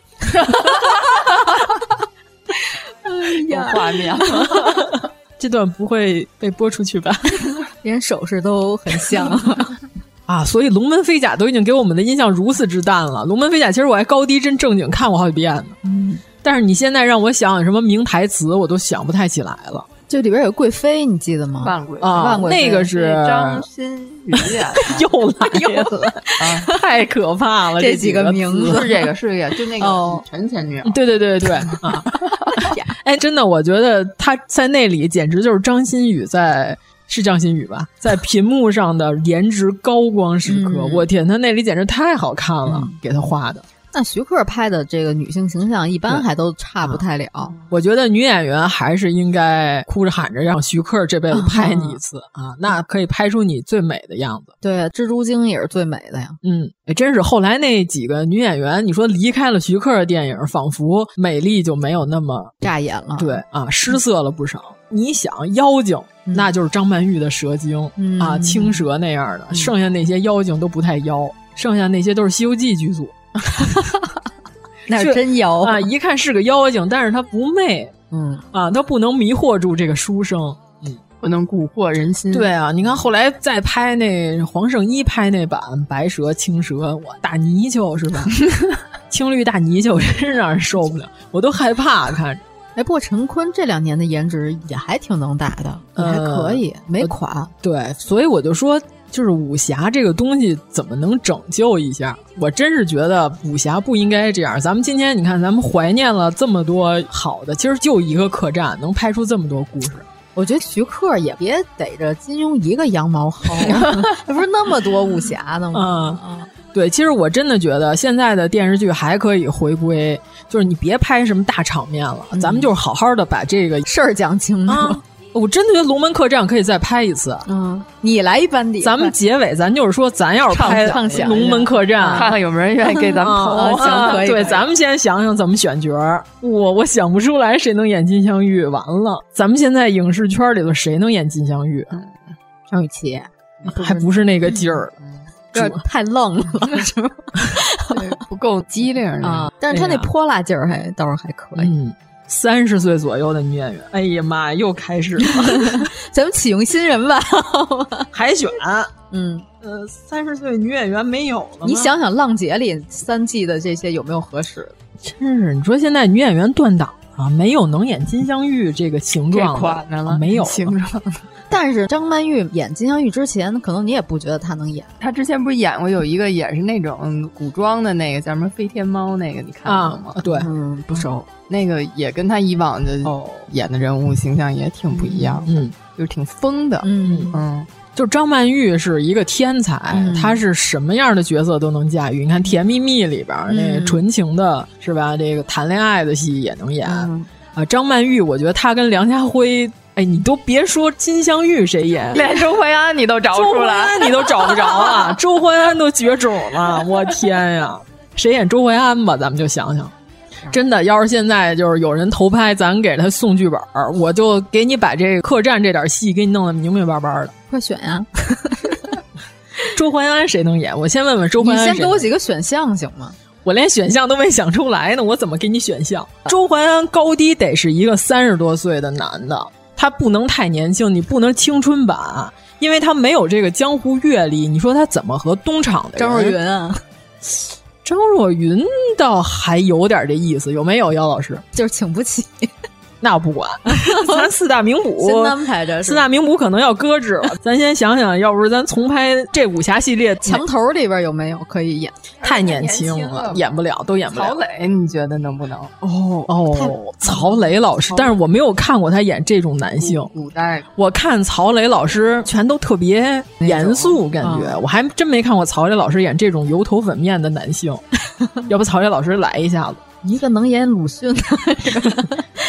J: 哎呀，
N: 画面，
K: 这段不会被播出去吧？
J: 连手势都很像
K: 啊！所以龙门飞甲都已经给我们的印象如此之淡了。龙门飞甲其实我还高低真正经看过好几遍呢。
J: 嗯，
K: 但是你现在让我想想什么名台词，我都想不太起来了。
J: 这里边有贵妃，你记得吗？
N: 万贵
K: 啊，
J: 万贵妃
K: 那个是
N: 张馨予演
K: 又来了啊，太可怕了！
J: 这几个名字
N: 是这个是这个，就那个陈前女友。
K: 对对对对啊！哎，真的，我觉得他在那里简直就是张馨予在是张馨予吧，在屏幕上的颜值高光时刻。嗯、我天，他那里简直太好看了，嗯、给他画的。
J: 那徐克拍的这个女性形象一般还都差不太了、啊、
K: 我觉得女演员还是应该哭着喊着让徐克这辈子拍你一次、嗯、啊，那可以拍出你最美的样子。
J: 对，蜘蛛精也是最美的呀。
K: 嗯，真是后来那几个女演员，你说离开了徐克的电影，仿佛美丽就没有那么
J: 扎眼了。
K: 对啊，失色了不少。嗯、你想妖精、嗯、那就是张曼玉的蛇精、嗯、啊，青蛇那样的、嗯、剩下那些妖精都不太妖，剩下那些都是西游记剧组。
J: 那是真妖
K: 啊！一看是个妖精，但是他不媚，
J: 嗯
K: 啊，他不能迷惑住这个书生，
N: 嗯，不能蛊惑人心。
K: 对啊，你看后来再拍那黄圣依拍那版白蛇、青蛇，哇，大泥鳅是吧？青绿大泥鳅真是让人受不了，我都害怕看着。
J: 哎，不过陈坤这两年的颜值也还挺能打的，也还可以，呃、没垮。
K: 对，所以我就说。就是武侠这个东西怎么能拯救一下？我真是觉得武侠不应该这样。咱们今天你看，咱们怀念了这么多好的，其实就一个客栈能拍出这么多故事。
J: 我觉得徐克也别逮着金庸一个羊毛薅，这不是那么多武侠的吗？
K: 嗯，对，其实我真的觉得现在的电视剧还可以回归，就是你别拍什么大场面了，嗯、咱们就是好好的把这个
J: 事儿讲清楚。
K: 啊我真的觉得《龙门客栈》可以再拍一次。
J: 嗯，你来一班底。
K: 咱们结尾，咱就是说，咱要是拍《龙门客栈》，
N: 看看有没有人愿意给咱们投。
K: 嗯、行，可以。对，咱们先想想怎么选角。我我想不出来谁能演金镶玉。完了，咱们现在影视圈里头谁能演金镶玉？
J: 嗯、张雨绮，
K: 还不是那个劲儿。
J: 这太愣了，是吧？
N: 不够机灵
J: 啊！但是他那泼辣劲儿还倒是还可以。
K: 嗯。三十岁左右的女演员，哎呀妈，又开始了，
J: 咱们启用新人吧，
K: 海选，
J: 嗯，
K: 呃，三十岁女演员没有了吗？
J: 你想想《浪姐》里三季的这些有没有合适的？
K: 真是，你说现在女演员断档啊，没有能演金镶玉这个形状
N: 款的了，
K: 没有
N: 形状。
J: 但是张曼玉演金镶玉之前，可能你也不觉得她能演。
N: 她之前不是演过有一个也是那种古装的那个叫什么飞天猫那个，你看过吗？
K: 啊，对，
J: 嗯，不熟。
N: 那个也跟她以往的演的人物形象也挺不一样的，
K: 嗯，
N: 就是挺疯的，
J: 嗯
N: 嗯。
K: 就张曼玉是一个天才，嗯、她是什么样的角色都能驾驭。你看《甜蜜蜜》里边、嗯、那纯情的是吧？这个谈恋爱的戏也能演、嗯、啊。张曼玉，我觉得她跟梁家辉，哎，你都别说金镶玉谁演，
N: 连周淮安你都找出来，
K: 周淮安你都找不着啊，周淮安都绝种了，我天呀！谁演周淮安吧？咱们就想想。真的，要是现在就是有人投拍，咱给他送剧本，我就给你把这个客栈这点戏给你弄得明明白白的。
J: 快选呀！
K: 周淮安谁能演？我先问问周淮安。
J: 你先给我几个选项行吗？
K: 我连选项都没想出来呢，我怎么给你选项？周淮安高低得是一个三十多岁的男的，他不能太年轻，你不能青春版，因为他没有这个江湖阅历。你说他怎么和东厂的人？
J: 张若昀啊。
K: 张若昀倒还有点这意思，有没有姚老师？
J: 就是请不起，
K: 那我不管，咱四大名捕
J: 先安排着，
K: 四大名捕可能要搁置了。咱先想想，要不是咱重拍这武侠系列，
J: 墙头里边有没有可以演？
K: 太年轻了，演不了，都演不了。
N: 曹磊，你觉得能不能？
K: 哦哦，曹磊老师，但是我没有看过他演这种男性。
N: 古代，
K: 我看曹磊老师全都特别严肃，感觉、嗯、我还真没看过曹磊老师演这种油头粉面的男性。要不曹磊老师来一下子，
J: 一个能演鲁迅的。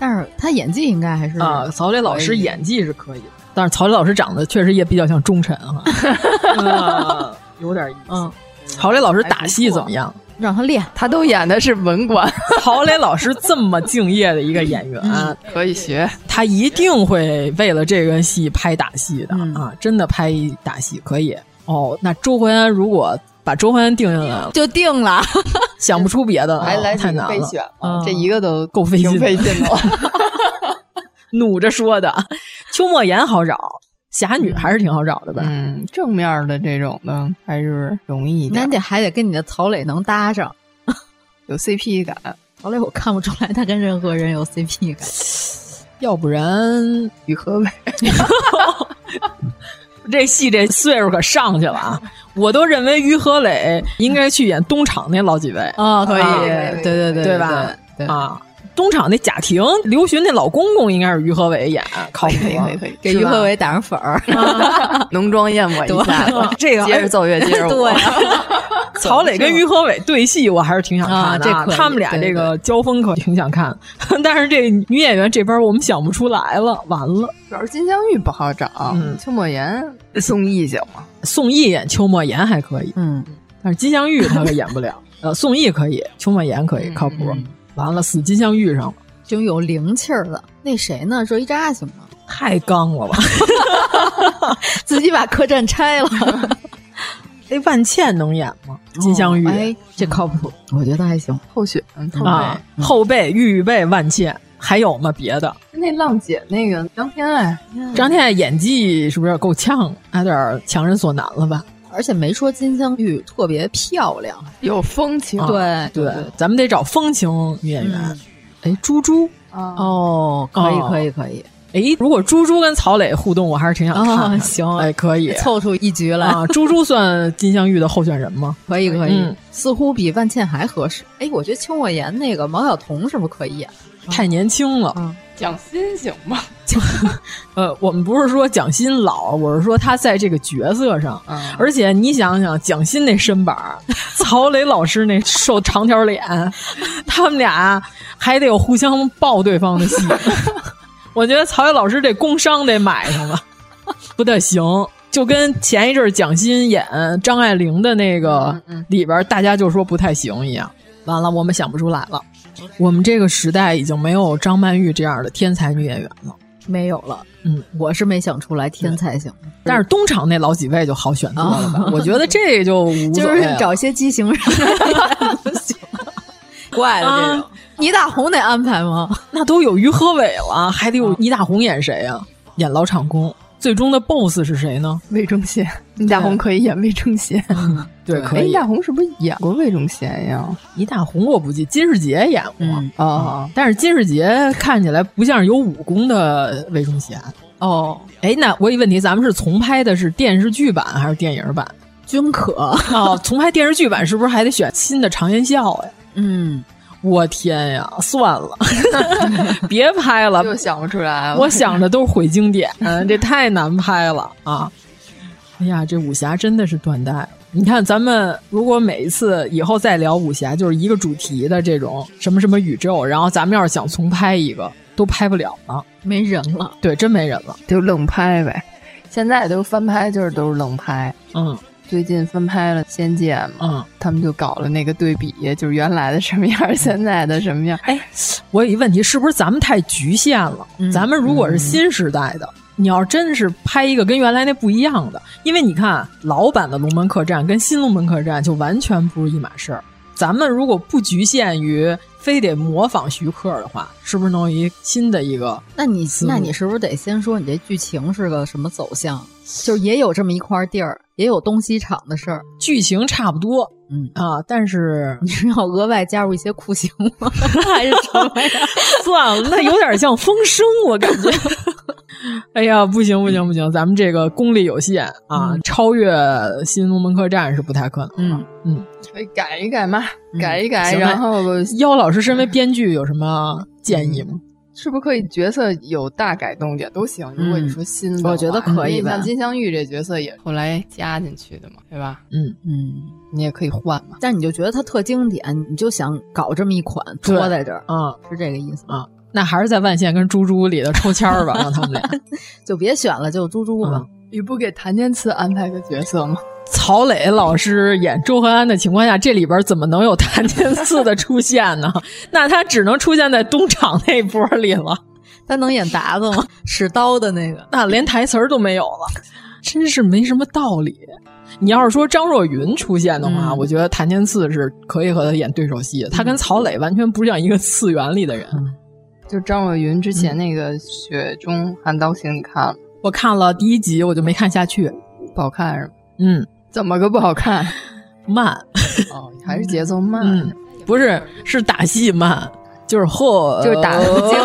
J: 但是他演技应该还是
K: 啊，曹磊老师演技是可以的，但是曹磊老师长得确实也比较像忠臣哈，呃、有点意思。嗯，曹磊老师打戏怎么样？
J: 让他练，
N: 他都演的是文官。
K: 曹磊老师这么敬业的一个演员，嗯、
N: 可以学，
K: 他一定会为了这个戏拍打戏的、嗯、啊！真的拍打戏可以哦。那周淮安如果把周淮安定下来了，
J: 就定了，
K: 想不出别的了，
N: 来来
K: 太难了。
N: 备选了，这一个都
K: 够费劲，
N: 费劲的。
K: 努着说的，邱莫言好找。侠女还是挺好找的吧？
N: 嗯，正面的这种的还是容易一点。
J: 那得还得跟你的曹磊能搭上，
N: 有 C P 感。
J: 曹磊我看不出来他跟任何人有 C P 感，
K: 要不然
N: 于和伟。
K: 这戏这岁数可上去了啊！我都认为于和伟应该去演东厂那老几位
J: 啊、哦，可以，
K: 啊、
J: 对对对
K: 对吧？
J: 对
K: 啊。东厂那贾婷、刘询那老公公应该是于和伟演，靠谱，
N: 可以
J: 给于和伟打上粉儿，
N: 浓妆艳抹一下，
K: 这个
N: 接着奏乐，接着舞。
J: 对，
K: 曹磊跟于和伟对戏，我还是挺想看的、啊，
J: 这
K: 他们俩这个交锋可挺想看。但是这女演员这边我们想不出来了，完了。
N: 主要是金镶玉不好找，嗯，邱莫言、宋轶行吗？
K: 宋轶演邱莫言还可以，
J: 嗯，
K: 但是金镶玉他可演不了。呃，宋轶可以，邱莫言可以，靠谱。嗯完了，死金镶玉上了，
J: 就有灵气儿的。那谁呢？热依扎行吗？
K: 太刚了吧！
J: 自己把客栈拆了。
K: 哎，万茜能演吗？金镶玉，
J: 哦、哎，这靠谱，我觉得还行。
N: 候选后
K: 啊，
J: 嗯、
K: 后辈预备万茜，还有吗？别的？
N: 那浪姐那个张天爱，
K: 张天爱演技是不是有点够呛？有点强人所难了吧？
J: 而且没说金镶玉特别漂亮，
N: 有风情。
J: 对
K: 对，对咱们得找风情女演员。哎、嗯，猪猪
J: 哦，可以可以可以。
K: 哎，如果猪猪跟曹磊互动，我还是挺想看的。
J: 哦、行，
K: 哎，可以
J: 凑出一局来
K: 啊。猪猪算金镶玉的候选人吗？
J: 可以可以、嗯，似乎比万茜还合适。哎，我觉得邱莫言那个毛晓彤是不是可以演？
K: 太年轻了。
J: 嗯
N: 蒋欣行吗？
K: 呃，我们不是说蒋欣老，我是说他在这个角色上，嗯、而且你想想，蒋欣那身板，曹磊老师那瘦长条脸，他们俩还得有互相抱对方的戏。我觉得曹磊老师这工伤得买上了，不太行。就跟前一阵蒋欣演张爱玲的那个里边，大家就说不太行一样。完了，我们想不出来了。我们这个时代已经没有张曼玉这样的天才女演员了，
J: 没有了。
K: 嗯，
J: 我是没想出来天才型的，
K: 但是东厂那老几位就好选择了吧？哦、我觉得这就无所谓
J: 就是找些畸形人不行，怪了这种。啊、倪大红得安排吗？
K: 那都有于和伟了，还得有倪大红演谁啊？演老场工。最终的 B O S S 是谁呢？
N: 魏忠贤。倪大红可以演魏忠贤，
K: 嗯、对，可以。
N: 倪大红是不是演过魏忠贤呀？
K: 倪大红我不记，金世杰演过啊、
J: 嗯哦，
K: 但是金世杰看起来不像是有武功的魏忠贤
J: 哦。
K: 哎，那我有问题，咱们是重拍的是电视剧版还是电影版？
J: 均可
K: 哦。重拍电视剧版是不是还得选新的常言笑呀？
J: 嗯。
K: 我天呀，算了，别拍了，
N: 又想不出来了。
K: 我想的都是毁经典，这太难拍了啊！哎呀，这武侠真的是断代了。你看，咱们如果每一次以后再聊武侠，就是一个主题的这种什么什么宇宙，然后咱们要是想重拍一个，都拍不了了，
J: 没人了。
K: 对，真没人了，
N: 就愣拍呗。现在都翻拍，就是都是愣拍。
K: 嗯。
N: 最近翻拍了《仙剑》嘛，嗯，他们就搞了那个对比，就是原来的什么样，现在的什么样。
K: 哎，我有一问题，是不是咱们太局限了？嗯、咱们如果是新时代的，嗯、你要真是拍一个跟原来那不一样的，因为你看老版的《龙门客栈》跟新《龙门客栈》就完全不是一码事儿。咱们如果不局限于非得模仿徐克的话，是不是能有一新的一个？
J: 那你那你是不是得先说你这剧情是个什么走向？就是也有这么一块地儿，也有东西厂的事儿，
K: 剧情差不多，
J: 嗯
K: 啊，但是
J: 你是要额外加入一些酷刑吗？还是什么呀？
K: 算了，那有点像风声，我感觉。哎呀，不行不行不行，咱们这个功力有限啊，嗯、超越《新龙门客栈》是不太可能。
J: 嗯
K: 嗯，
N: 可以改一改嘛，改一改，嗯、然后
K: 妖老师身为编剧有什么建议吗？
N: 嗯是不是可以角色有大改动也都行？如果你说新的、
J: 嗯，我觉得可以吧。
N: 像金镶玉这角色也后来加进去的嘛，对吧？
K: 嗯
J: 嗯，
N: 你也可以换嘛。
J: 但你就觉得它特经典，你就想搞这么一款拖在这儿
K: 啊、
J: 嗯，是这个意思
K: 啊。 那还是在万县跟猪猪里的抽签儿吧，让他们俩
J: 就别选了，就猪猪吧。
N: 嗯、你不给谭健次安排个角色吗？
K: 曹磊老师演周汉安的情况下，这里边怎么能有谭健次的出现呢？那他只能出现在东厂那波里了。
J: 他能演达子吗？使刀的那个，
K: 那连台词儿都没有了，真是没什么道理。你要是说张若昀出现的话，嗯、我觉得谭健次是可以和他演对手戏的。他跟曹磊完全不像一个次元里的人。嗯、
N: 就张若昀之前那个《雪中悍刀行》，你看了？
K: 我看了第一集，我就没看下去，
N: 不好看是吗？
K: 嗯，
N: 怎么个不好看？
K: 慢。
N: 哦，还是节奏慢。
K: 嗯，不是，是打戏慢。就是嚯，
N: 就是打的不精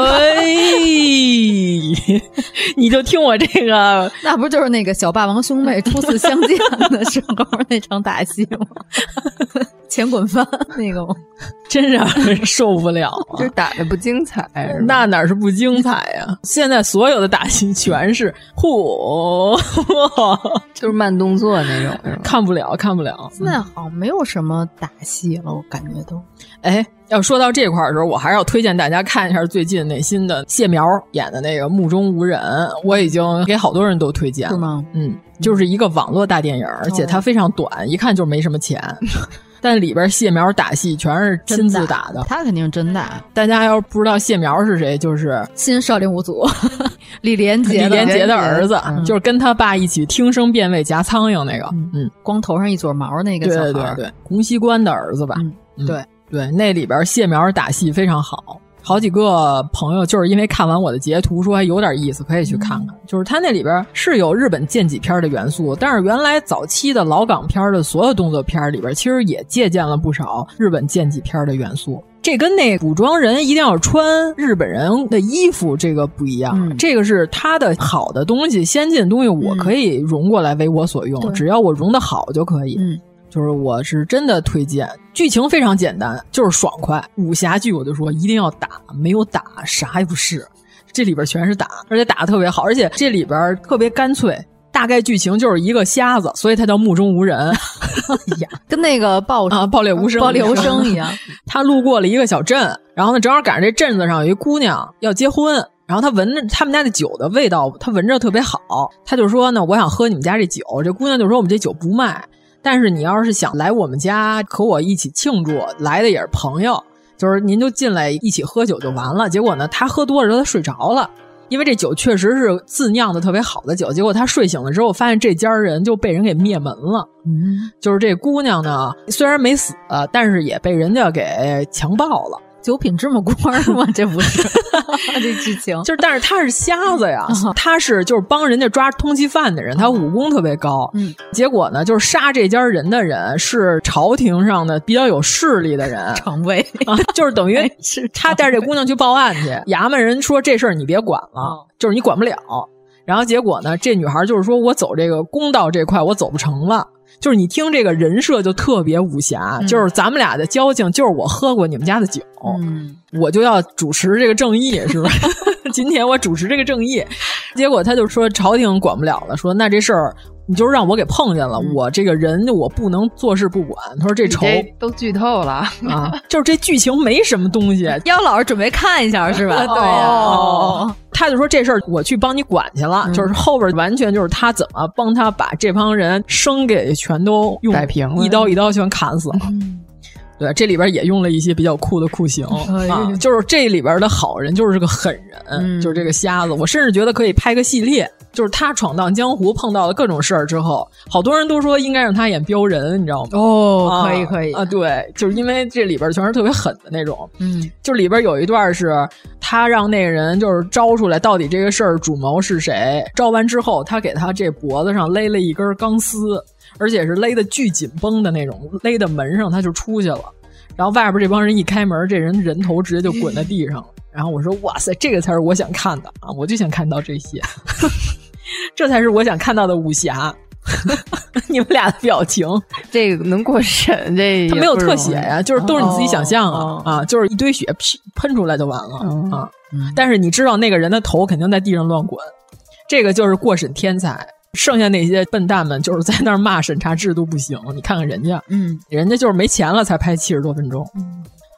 K: 彩。你就听我这个，
J: 那不就是那个小霸王兄妹初次相见的时候那场打戏吗？前滚翻那个吗？
K: 真让人受不了、啊，
N: 就是打的不精彩。
K: 那哪是不精彩呀、啊？现在所有的打戏全是嚯，
N: 就是慢动作那种，
K: 看不了，看不了。
J: 现在好像没有什么打戏了，我感觉都。
K: 哎，要说到这块儿的时候，我还是要推荐大家看一下最近那新的谢苗演的那个《目中无人》，我已经给好多人都推荐了。
J: 是吗？
K: 嗯，就是一个网络大电影，而且它非常短，哦、一看就没什么钱。但里边谢苗打戏全是亲自打的，
J: 他肯定真打。
K: 大家要是不知道谢苗是谁，就是
J: 新少林五祖李连杰
K: 李连杰的儿子，嗯、就是跟他爸一起听声辨位夹苍蝇那个，嗯，
J: 嗯光头上一撮毛那个小孩，
K: 对对对，洪熙官的儿子吧，
J: 嗯嗯、对
K: 对，那里边谢苗打戏非常好。好几个朋友就是因为看完我的截图说还有点意思，可以去看看。嗯、就是他那里边是有日本剑戟片的元素，但是原来早期的老港片的所有动作片里边其实也借鉴了不少日本剑戟片的元素。这跟那古装人一定要穿日本人的衣服这个不一样，嗯、这个是他的好的东西、先进的东西，我可以融过来为我所用，嗯、只要我融得好就可以。嗯就是我是真的推荐，剧情非常简单，就是爽快。武侠剧我就说一定要打，没有打啥也不是。这里边全是打，而且打得特别好，而且这里边特别干脆。大概剧情就是一个瞎子，所以他叫目中无人。
J: 呀，跟那个爆
K: 啊爆裂无声、
J: 爆裂无声一样。
K: 他路过了一个小镇，然后呢，正好赶上这镇子上有一姑娘要结婚。然后他闻着他们家的酒的味道，他闻着特别好，他就说呢，我想喝你们家这酒。这姑娘就说我们这酒不卖。但是你要是想来我们家和我一起庆祝，来的也是朋友，就是您就进来一起喝酒就完了。结果呢，他喝多了之后他睡着了，因为这酒确实是自酿的特别好的酒。结果他睡醒了之后，发现这家人就被人给灭门了。嗯，就是这姑娘呢，虽然没死，但是也被人家给强暴了。
J: 九品芝麻官吗？这不是这剧情，
K: 就是但是他是瞎子呀，uh-huh. 他是就是帮人家抓通缉犯的人，他武功特别高。嗯，结果呢，就是杀这家人的人是朝廷上的比较有势力的人，
J: 常尉
K: 啊，就是等于是他带着这姑娘去报案去，衙门人说这事儿你别管了，哦、就是你管不了。然后结果呢，这女孩就是说我走这个公道这块我走不成了。就是你听这个人设就特别武侠，嗯、就是咱们俩的交情，就是我喝过你们家的酒，嗯、我就要主持这个正义，是不是？今天我主持这个正义，结果他就说朝廷管不了了，说那这事儿你就让我给碰见了，嗯、我这个人我不能坐视不管。他说这仇
N: 这都剧透了
K: 啊，就是这剧情没什么东西。
J: 妖老师准备看一下是吧？
N: 对呀、啊。
K: 哦他就说这事儿我去帮你管去了，嗯、就是后边完全就是他怎么帮他把这帮人生给全都用
N: 摆平了，
K: 一刀一刀全砍死了。嗯、对，这里边也用了一些比较酷的酷刑、哎、啊，就是这里边的好人就是个狠人，嗯、就是这个瞎子。我甚至觉得可以拍个系列，就是他闯荡江湖碰到了各种事儿之后，好多人都说应该让他演镖人，你知道吗？
J: 哦，啊、可以可以
K: 啊，对，就是因为这里边全是特别狠的那种。嗯，就里边有一段是他让那个人就是招出来到底这个事儿主谋是谁，招完之后他给他这脖子上勒了一根钢丝，而且是勒得巨紧绷的那种，勒到门上他就出去了。然后外边这帮人一开门，这人人头直接就滚在地上了。然后我说哇塞，这个才是我想看的啊！我就想看到这些，这才是我想看到的武侠。你们俩的表情，
N: 这个能过审，这
K: 他没有特写呀，就是都是你自己想象啊、哦、啊，就是一堆血喷出来就完了、嗯、啊。但是你知道那个人的头肯定在地上乱滚，这个就是过审天才。剩下那些笨蛋们就是在那儿骂审查制度不行，你看看人家，嗯，人家就是没钱了才拍七十多分钟。嗯，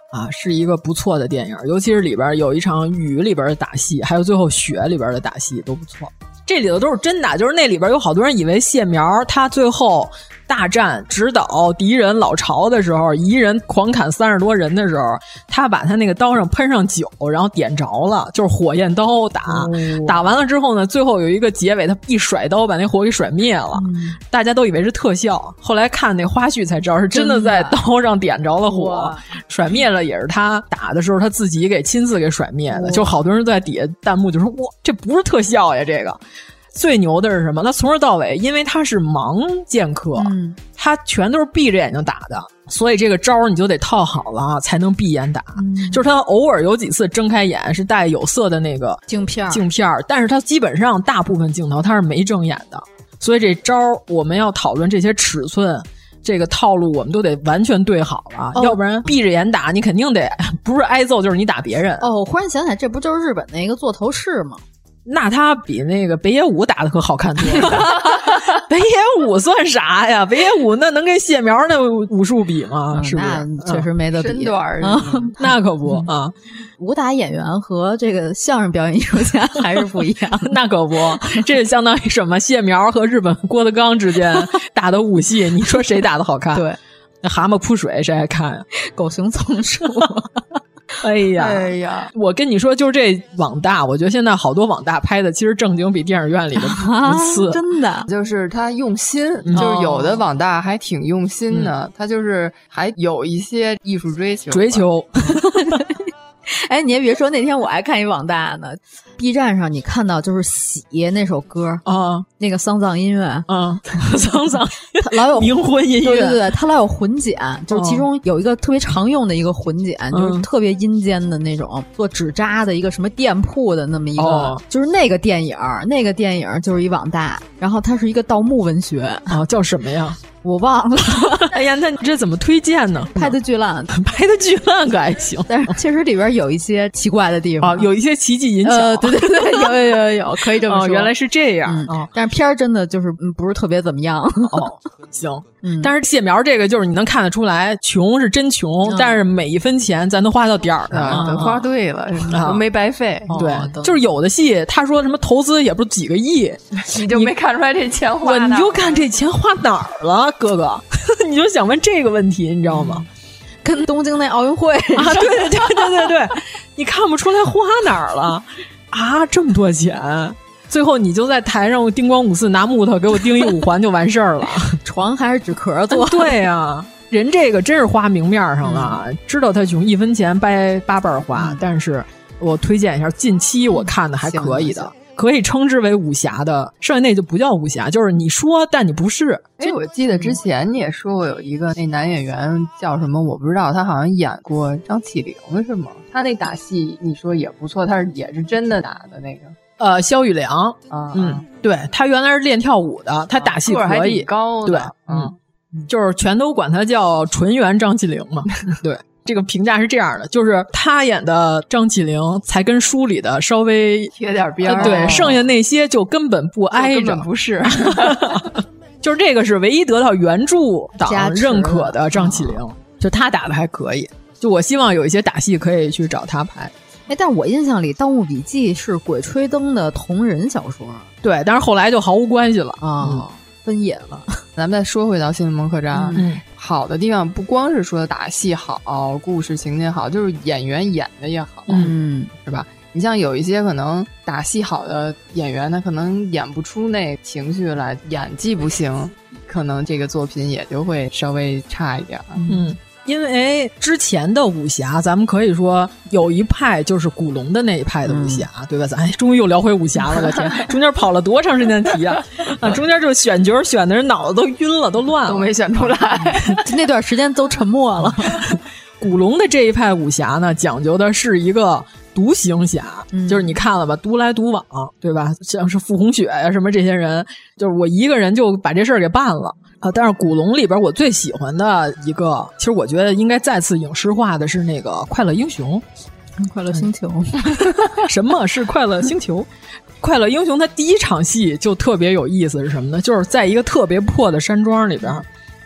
K: 啊，是一个不错的电影，尤其是里边有一场雨里边的打戏，还有最后雪里边的打戏都不错。这里头都是真的，就是那里边有好多人以为谢苗他最后大战直捣敌人老巢的时候，一人狂砍三十多人的时候，他把他那个刀上喷上酒，然后点着了，就是火焰刀打、哦、打完了之后呢，最后有一个结尾，他一甩刀把那火给甩灭了、嗯、大家都以为是特效，后来看那花絮才知道是真的在刀上点着了火，甩灭了也是他打的时候他自己给亲自给甩灭的，就好多人在底下弹幕就说哇，这不是特效呀，这个最牛的是什么？他从头到尾，因为他是盲剑客，嗯，他全都是闭着眼睛打的，所以这个招你就得套好了才能闭眼打。嗯、就是他偶尔有几次睁开眼是带有色的那个
J: 镜片，
K: 镜片，但是他基本上大部分镜头他是没睁眼的，所以这招我们要讨论这些尺寸。这个套路我们都得完全对好了、哦、要不然闭着眼打你肯定得不是挨揍就是你打别人。
J: 哦，我忽然想起来，这不就是日本那个座头市吗？
K: 那他比那个北野武打的可好看多了。北野武算啥呀？北野武那能跟谢苗那武术比吗？嗯、是不是？
J: 那确实没得比。
N: 身段儿、
K: 嗯，那可不啊。
J: 武打演员和这个相声表演艺术家还是不一样。
K: 那可不，这就相当于什么？谢苗和日本郭德纲之间打的武戏，你说谁打的好看？
J: 对，
K: 那蛤蟆扑水谁爱看呀？
J: 狗熊纵术。
K: 哎呀，
N: 哎呀！
K: 我跟你说，就是这网大，我觉得现在好多网大拍的，其实正经比电影院里的不次、
J: 啊，真的，
N: 就是他用心，嗯、就是有的网大还挺用心的，嗯、他就是还有一些艺术追求，
K: 追求。
J: 哎，你也别说，那天我还看一网大呢 ，B 站上你看到就是《喜》那首歌
K: 啊，
J: 那个丧葬音乐
K: 啊，丧葬
J: 他老有
K: 冥婚音乐，
J: 对对对，他老有混剪，就是其中有一个特别常用的一个混剪，哦、就是特别阴间的那种做纸扎的一个什么店铺的那么一个，哦、就是那个电影，那个电影就是一网大，然后它是一个盗墓文学
K: 啊，叫什么呀？
J: 我忘了。
K: 哎呀，那你这怎么推荐呢？
J: 拍的巨烂，
K: 拍的巨烂可还行，
J: 但是确实里边有一些奇怪的地方，
K: 啊、有一些奇技淫巧。
J: 呃，对对对，有有有有，可以这么说。
K: 哦，原来是这样。
J: 嗯哦、但是片儿真的就是不是特别怎么样。
K: 哦，行。嗯，但是谢苗这个就是你能看得出来，穷是真穷，嗯、但是每一分钱咱都花到点儿上，
N: 都、嗯、花对了，都、嗯、没白费。
K: 哦、对，就是有的戏他说什么投资也不是几个亿，
N: 你就没看出来这钱花哪儿了？
K: 你就看这钱花哪儿了，哥哥。你就想问这个问题，你知道吗？嗯、
J: 跟东京那奥运会
K: 啊，对对对对对对，你看不出来花哪儿了啊？这么多钱，最后你就在台上叮咣五四拿木头给我钉一五环就完事儿了，
J: 床还是纸壳做？
K: 对呀、啊，人这个真是花明面上了，嗯、知道他穷，一分钱掰八瓣花。嗯、但是我推荐一下，近期我看的还可以的。嗯可以称之为武侠的，剩下那就不叫武侠，就是你说但你不是。
N: 哎，我记得之前你也说过有一个那男演员叫什么我不知道，他好像演过张起灵是吗？他那打戏你说也不错，他是也是真的打的那个。
K: 呃，萧雨良
N: 啊，
K: 嗯，对他原来是练跳舞的，他打戏可以，
N: 啊、还挺高的，
K: 对，嗯，就是全都管他叫纯元张起灵嘛，对。这个评价是这样的，就是他演的张起灵才跟书里的稍微
N: 贴点边儿、
K: 呃，对，剩下那些就根本不挨着，
N: 根本不是。
K: 就是这个是唯一得到原著党认可的张起灵，就他打的还可以。就我希望有一些打戏可以去找他拍。
J: 哎，但我印象里《盗墓笔记》是《鬼吹灯》的同人小说，
K: 对，但是后来就毫无关系了
J: 啊。嗯分野了，
N: 咱们再说回到《新龙门客栈》，
K: 嗯，
N: 好的地方不光是说打戏好、故事情节好，就是演员演的也好，
J: 嗯，
N: 是吧？你像有一些可能打戏好的演员，他可能演不出那情绪来，演技不行，可能这个作品也就会稍微差一点。
K: 嗯。因为之前的武侠，咱们可以说有一派就是古龙的那一派的武侠，嗯、对吧？咱终于又聊回武侠了，我天，中间跑了多长时间题啊！啊，中间就选角选的人脑子都晕了，都乱了，
N: 都没选出来，
J: 那段时间都沉默了。
K: 古龙的这一派武侠呢，讲究的是一个独行侠，
J: 嗯、
K: 就是你看了吧，独来独往，对吧？像是傅红雪呀、啊、什么这些人，就是我一个人就把这事儿给办了。啊，但是古龙里边我最喜欢的一个，其实我觉得应该再次影视化的是那个《快乐英雄》。
J: 快乐星球，
K: 什么是快乐星球？快乐英雄它第一场戏就特别有意思，是什么呢？就是在一个特别破的山庄里边，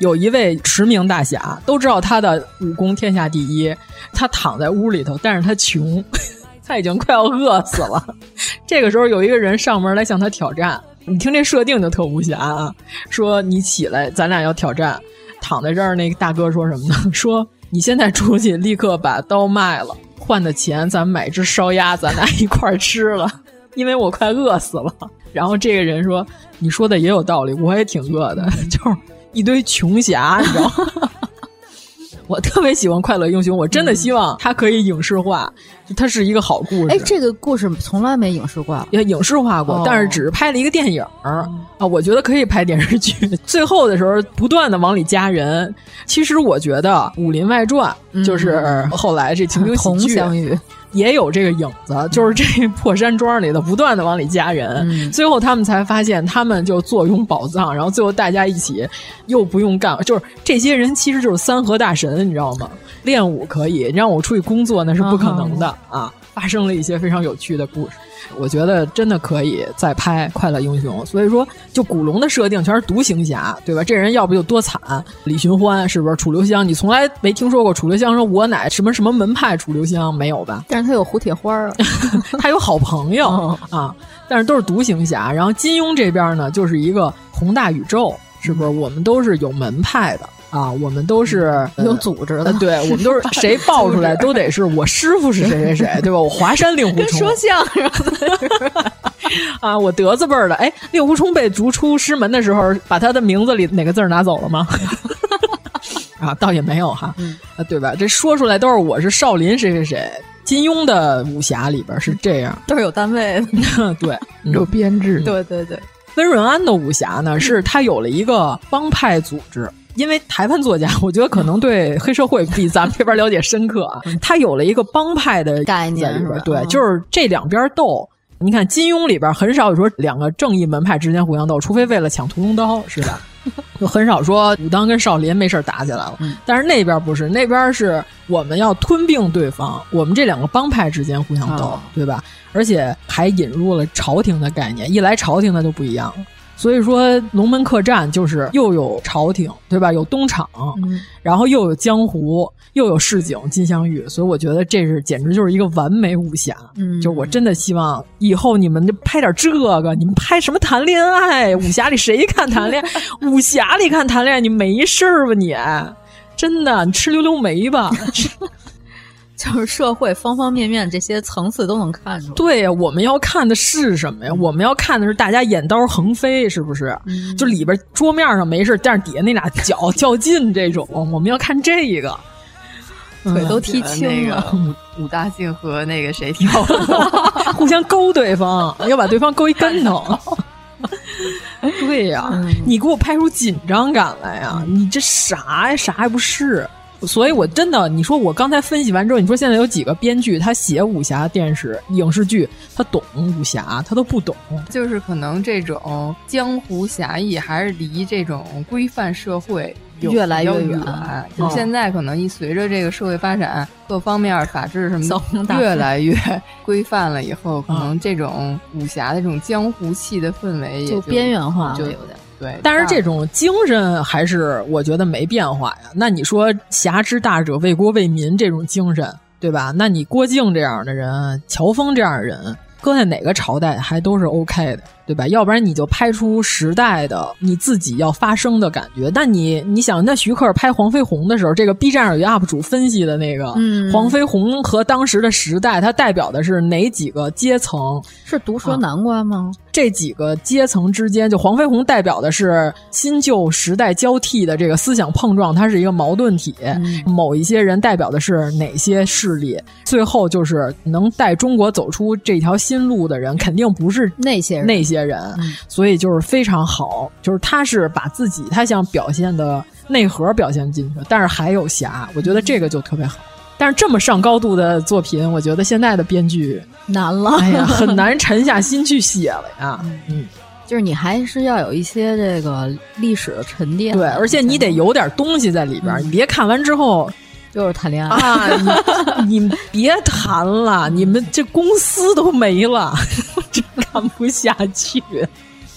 K: 有一位驰名大侠，都知道他的武功天下第一，他躺在屋里头，但是他穷，他已经快要饿死了。这个时候有一个人上门来向他挑战，你听这设定就特武侠啊，说你起来，咱俩要挑战。躺在这儿，那个大哥说什么呢？说你现在出去，立刻把刀卖了，换的钱咱买只烧鸭，咱俩一块儿吃了，因为我快饿死了。然后这个人说：“你说的也有道理，我也挺饿的。”就是一堆穷侠，你知道吗？我特别喜欢《快乐英雄》，我真的希望它可以影视化，就它是一个好故事。
J: 哎，这个故事从来没影视化，
K: 也影视化过，哦、但是只是拍了一个电影、嗯、啊。我觉得可以拍电视剧。最后的时候不断的往里加人。其实我觉得《武林外传》就是后来这情景喜剧。
J: 同相遇
K: 也有这个影子，就是这破山庄里头不断的往里加人、嗯、最后他们才发现他们就坐拥宝藏，然后最后大家一起又不用干，就是这些人其实就是三河大神，你知道吗？练武可以，让我出去工作那是不可能的、嗯、啊！发生了一些非常有趣的故事，我觉得真的可以再拍《快乐英雄》。所以说，就古龙的设定全是独行侠，对吧？这人要不就多惨，李寻欢是不是？楚留香，你从来没听说过楚留香说我乃什么什么门派楚留香，没有吧？
J: 但是他有胡铁花啊，
K: 他有好朋友、哦、啊，但是都是独行侠。然后金庸这边呢，就是一个宏大宇宙，是不是？我们都是有门派的。啊，我们都是
J: 有组织的，
K: 呃、对，我们都是谁爆出来都得是我师傅是谁谁谁，对吧？我华山令狐冲
J: 说相声
K: 的啊，我德字辈儿的。哎，令狐冲被逐出师门的时候，把他的名字里哪个字拿走了吗？啊，倒也没有哈，嗯、啊，对吧？这说出来都是我是少林谁谁谁。金庸的武侠里边是这样，
J: 都是有单位的，
K: 对，
N: 有编制，
J: 对对对。
K: 温润安的武侠呢，是他有了一个帮派组织。因为台湾作家，我觉得可能对黑社会比咱们这边了解深刻啊。他有了一个帮派的
J: 概念
K: 在里边，对，就是这两边斗。你看金庸里边很少有说两个正义门派之间互相斗，除非为了抢屠龙刀，是吧？就很少说武当跟少林没事打起来了。嗯、但是那边不是，那边是我们要吞并对方，我们这两个帮派之间互相斗，哦、对吧？而且还引入了朝廷的概念，一来朝廷那就不一样了。所以说龙门客栈就是又有朝廷，对吧？有东厂、嗯、然后又有江湖，又有市井金镶玉，所以我觉得这是简直就是一个完美武侠。嗯，就我真的希望以后你们就拍点这个，你们拍什么谈恋爱？武侠里谁看谈恋爱？武侠里看谈恋爱，你没事吧你？真的，你吃溜溜梅吧。
J: 就是社会方方面面这些层次都能看出来。
K: 对呀，我们要看的是什么呀？我们要看的是大家眼刀横飞，是不是？嗯、就里边桌面上没事，但是底下那俩脚较劲这种，我们要看这个。
J: 腿都踢青了，
N: 嗯、武, 武大靖和那个谁跳
K: 互相勾对方，要把对方勾一跟头。对呀、嗯，你给我拍出紧张感来呀！你这啥呀？啥还不是？所以我真的，你说我刚才分析完之后，你说现在有几个编剧他写武侠电视影视剧，他懂武侠，他都不懂。
N: 就是可能这种江湖侠义还是离这种规范社会
J: 越来越远。
N: 就现在可能一随着这个社会发展，各方面法治什么的越来越规范了以后，可能这种武侠的这种江湖气的氛围也就
J: 边缘化了，
N: 就
J: 有点。
N: 对，
K: 但是这种精神还是我觉得没变化呀。那你说侠之大者为国为民这种精神，对吧？那你郭靖这样的人，乔峰这样的人，搁在哪个朝代还都是 OK 的，对吧？要不然你就拍出时代的你自己要发声的感觉。但你你想，那徐克拍黄飞鸿的时候，这个 B 站上有 U P 主分析的那个、嗯、黄飞鸿和当时的时代，它代表的是哪几个阶层？
J: 是毒舌南瓜吗？
K: 啊，这几个阶层之间，就黄飞鸿代表的是新旧时代交替的这个思想碰撞，它是一个矛盾体、嗯、某一些人代表的是哪些势力，最后就是能带中国走出这条新路的人肯定不是
J: 那些人
K: 那些人、嗯、所以就是非常好，就是他是把自己他想表现的内核表现进去，但是还有侠，我觉得这个就特别好。但是这么上高度的作品，我觉得现在的编剧
J: 难了，
K: 哎呀，很难沉下心去写了呀。嗯，
J: 就是你还是要有一些这个历史的沉淀，
K: 对，而且你得有点东西在里边，嗯、你别看完之后
J: 又是谈恋爱
K: 啊！你你别谈了，你们这公司都没了，真看不下去。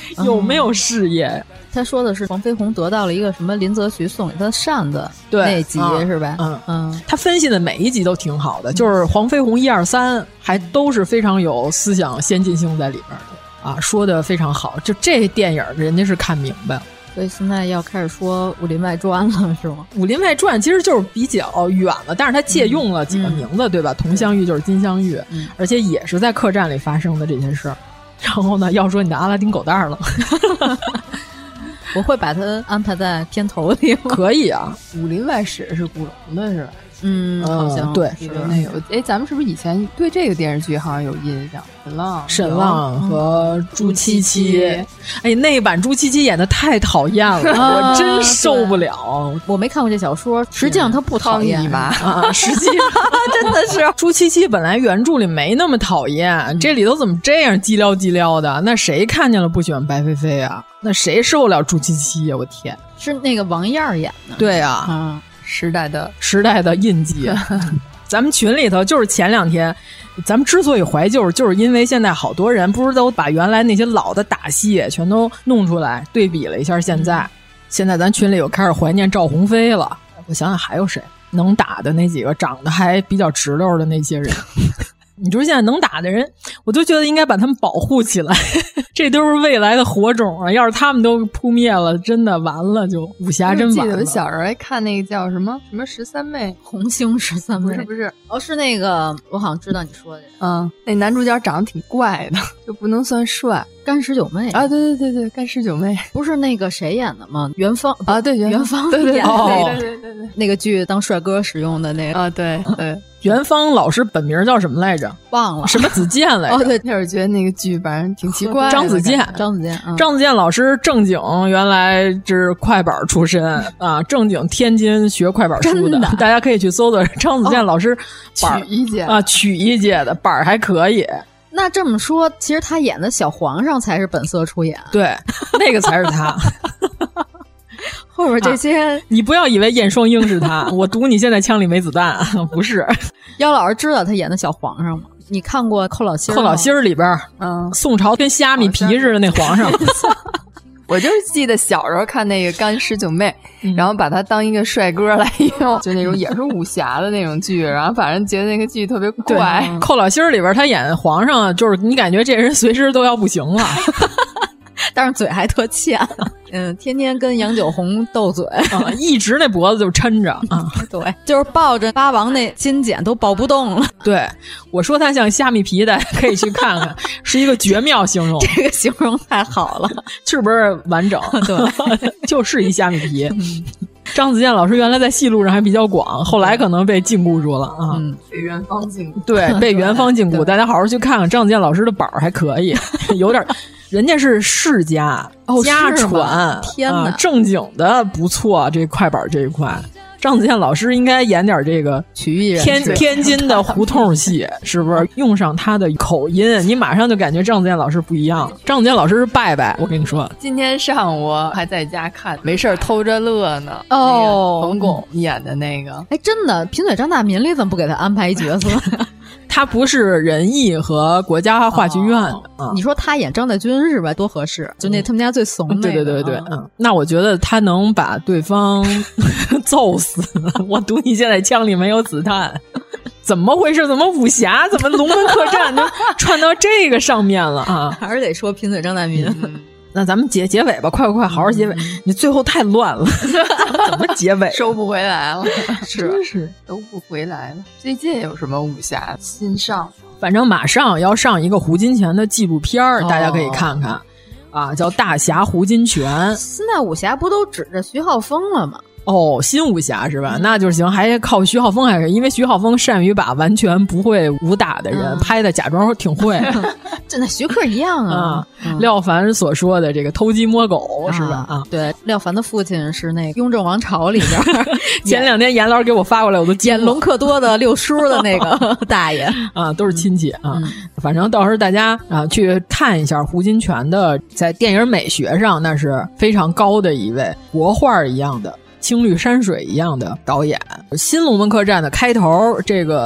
K: 有没有事业？
J: 他说的是黄飞鸿得到了一个什么林则徐送给他的扇子，
K: 对
J: 那集、嗯、是吧？
K: 嗯嗯，他分析的每一集都挺好的，就是黄飞鸿一二三还都是非常有思想先进性在里边的啊，说的非常好。就这电影人家是看明白了。
J: 所以现在要开始说《武林外传》了，是吗？
K: 《武林外传》其实就是比较远了，但是他借用了几个名字，嗯、对吧？佟湘玉就是金镶玉，嗯、而且也是在客栈里发生的这些事儿。然后呢，要说你的阿拉丁狗蛋了。
J: 我会把它安排在片头里，
K: 可以啊。
N: 武林外史是古龙的是吧？
J: 嗯，好像
K: 对，
N: 是那个。哎，咱们是不是以前对这个电视剧好像有印象？沈浪、
K: 沈浪和朱七七。哎，那版朱七七演的太讨厌了，我真受不了。
J: 我没看过这小说，实际上他不讨厌
N: 吧？
K: 啊，实际上真的是朱七七本来原著里没那么讨厌，这里头怎么这样叽撩叽撩的？那谁看见了不喜欢白飞飞啊？那谁受得了朱七七呀？我天，
J: 是那个王燕演的。
K: 对啊，
J: 嗯。
N: 时代的
K: 时代的印记，咱们群里头就是前两天，咱们之所以怀旧，就是因为现在好多人不是都把原来那些老的打戏全都弄出来对比了一下现在，嗯、现在咱群里又开始怀念赵鸿飞了。我想想还有谁能打的那几个长得还比较直溜的那些人。你说现在能打的人，我都觉得应该把他们保护起来，这都是未来的火种啊！要是他们都扑灭了，真的完了，就武侠真完了。
N: 记得我小时候还看那个叫什么什么十三妹，
J: 红星十三妹，
N: 不是不是，
J: 哦，是那个，我好像知道你说的，
N: 嗯，那男主角长得挺怪的，就不能算帅。
J: 干十九妹
N: 啊，对对对对，干十九妹
J: 不是那个谁演的吗？袁芳
N: 啊，对
J: 袁芳
N: 对对
J: 演的
N: 那个，对对对对，
J: 那个剧当帅哥使用的那个
N: 啊，对对。
K: 袁芳老师本名叫什么来着？
J: 忘了，
K: 什么子健来着？
N: 哦，对，那会儿觉得那个剧反正挺奇怪。
K: 张子健，
J: 张子健，嗯、
K: 张子健老师正经原来是快板出身啊，正经天津学快板书的，大家可以去搜搜张子健老师板、
N: 哦、曲艺界
K: 啊，曲艺界的板还可以。
J: 那这么说，其实他演的小皇上才是本色出演，
K: 对，那个才是他。
J: 后边这些、
K: 啊，你不要以为燕双鹰是他，我赌你现在枪里没子弹，不是。
J: 姚老师知道他演的小皇上吗？你看过寇老心儿？
K: 寇老心儿里边，嗯，宋朝跟虾米皮似的那皇上。
N: 我就是记得小时候看那个《干十九妹》，嗯、然后把他当一个帅哥来用，就那种也是武侠的那种剧，然后反正觉得那个剧特别怪。
K: 嗯、寇老心儿里边他演皇上，就是你感觉这人随时都要不行了。
J: 但是嘴还特欠，嗯，天天跟杨九红斗嘴，
K: 啊、一直那脖子就抻着啊，
J: 对，就是抱着八王那金剪都抱不动了。
K: 对，我说他像虾米皮的，可以去看看，是一个绝妙形容，
J: 这个形容太好了，
K: 是不是完整？对，就是一虾米皮。嗯、张子健老师原来在戏路上还比较广，后来可能被禁锢住了啊，
N: 嗯，被元芳禁锢，
K: 对，被元芳禁锢。大家好好去看看张子健老师的板儿还可以，有点。人家是世家、
J: 哦、
K: 家传，
J: 天哪、
K: 啊，正经的不错。这快板这一块，张子健老师应该演点这个
J: 曲艺人
K: 天天津的胡同戏，是不是？用上他的口音，你马上就感觉张子健老师不一样。张子健老师是拜拜，我跟你说，
N: 今天上午还在家看，没事偷着乐呢。
J: 哦，
N: 冯巩演的那个，
J: 哎，真的，贫嘴张大民里怎么不给他安排一角色？
K: 他不是人艺和国家话剧院的、
J: 哦嗯、你说他演张大军是吧？多合适，就那他们家最怂的、那个、
K: 对对对对，嗯，那我觉得他能把对方揍死。我赌你现在枪里没有子弹。怎么回事？怎么武侠？怎么龙门客栈都串到这个上面了啊？
J: 还是得说贫嘴张大民。
K: 嗯，那咱们结结尾吧，快快快，好好结尾！嗯、你最后太乱了，怎么结尾？
N: 收不回来了，
K: 真是
N: 收不回来了。最近有什么武侠新上？
K: 反正马上要上一个胡金铨的纪录片儿、哦，大家可以看看啊，叫《大侠胡金铨》。
J: 现在武侠不都指着徐浩峰了吗？
K: 哦，新武侠是吧？那就行，还靠徐浩峰，还是因为徐浩峰善于把完全不会武打的人、嗯、拍的假装挺会，
J: 这那徐克一样啊。
K: 啊嗯、廖凡所说的这个偷鸡摸狗、啊、是吧？啊，
J: 对，廖凡的父亲是那个《雍正王朝》里边，
K: 前两天严老师给我发过来，我都
J: 演隆科多的六叔的那个大爷
K: 啊，都是亲戚啊。
J: 嗯、
K: 反正到时候大家啊去看一下胡金铨的，在电影美学上那是非常高的一位国画一样的。青绿山水一样的导演，新龙门客栈的开头这个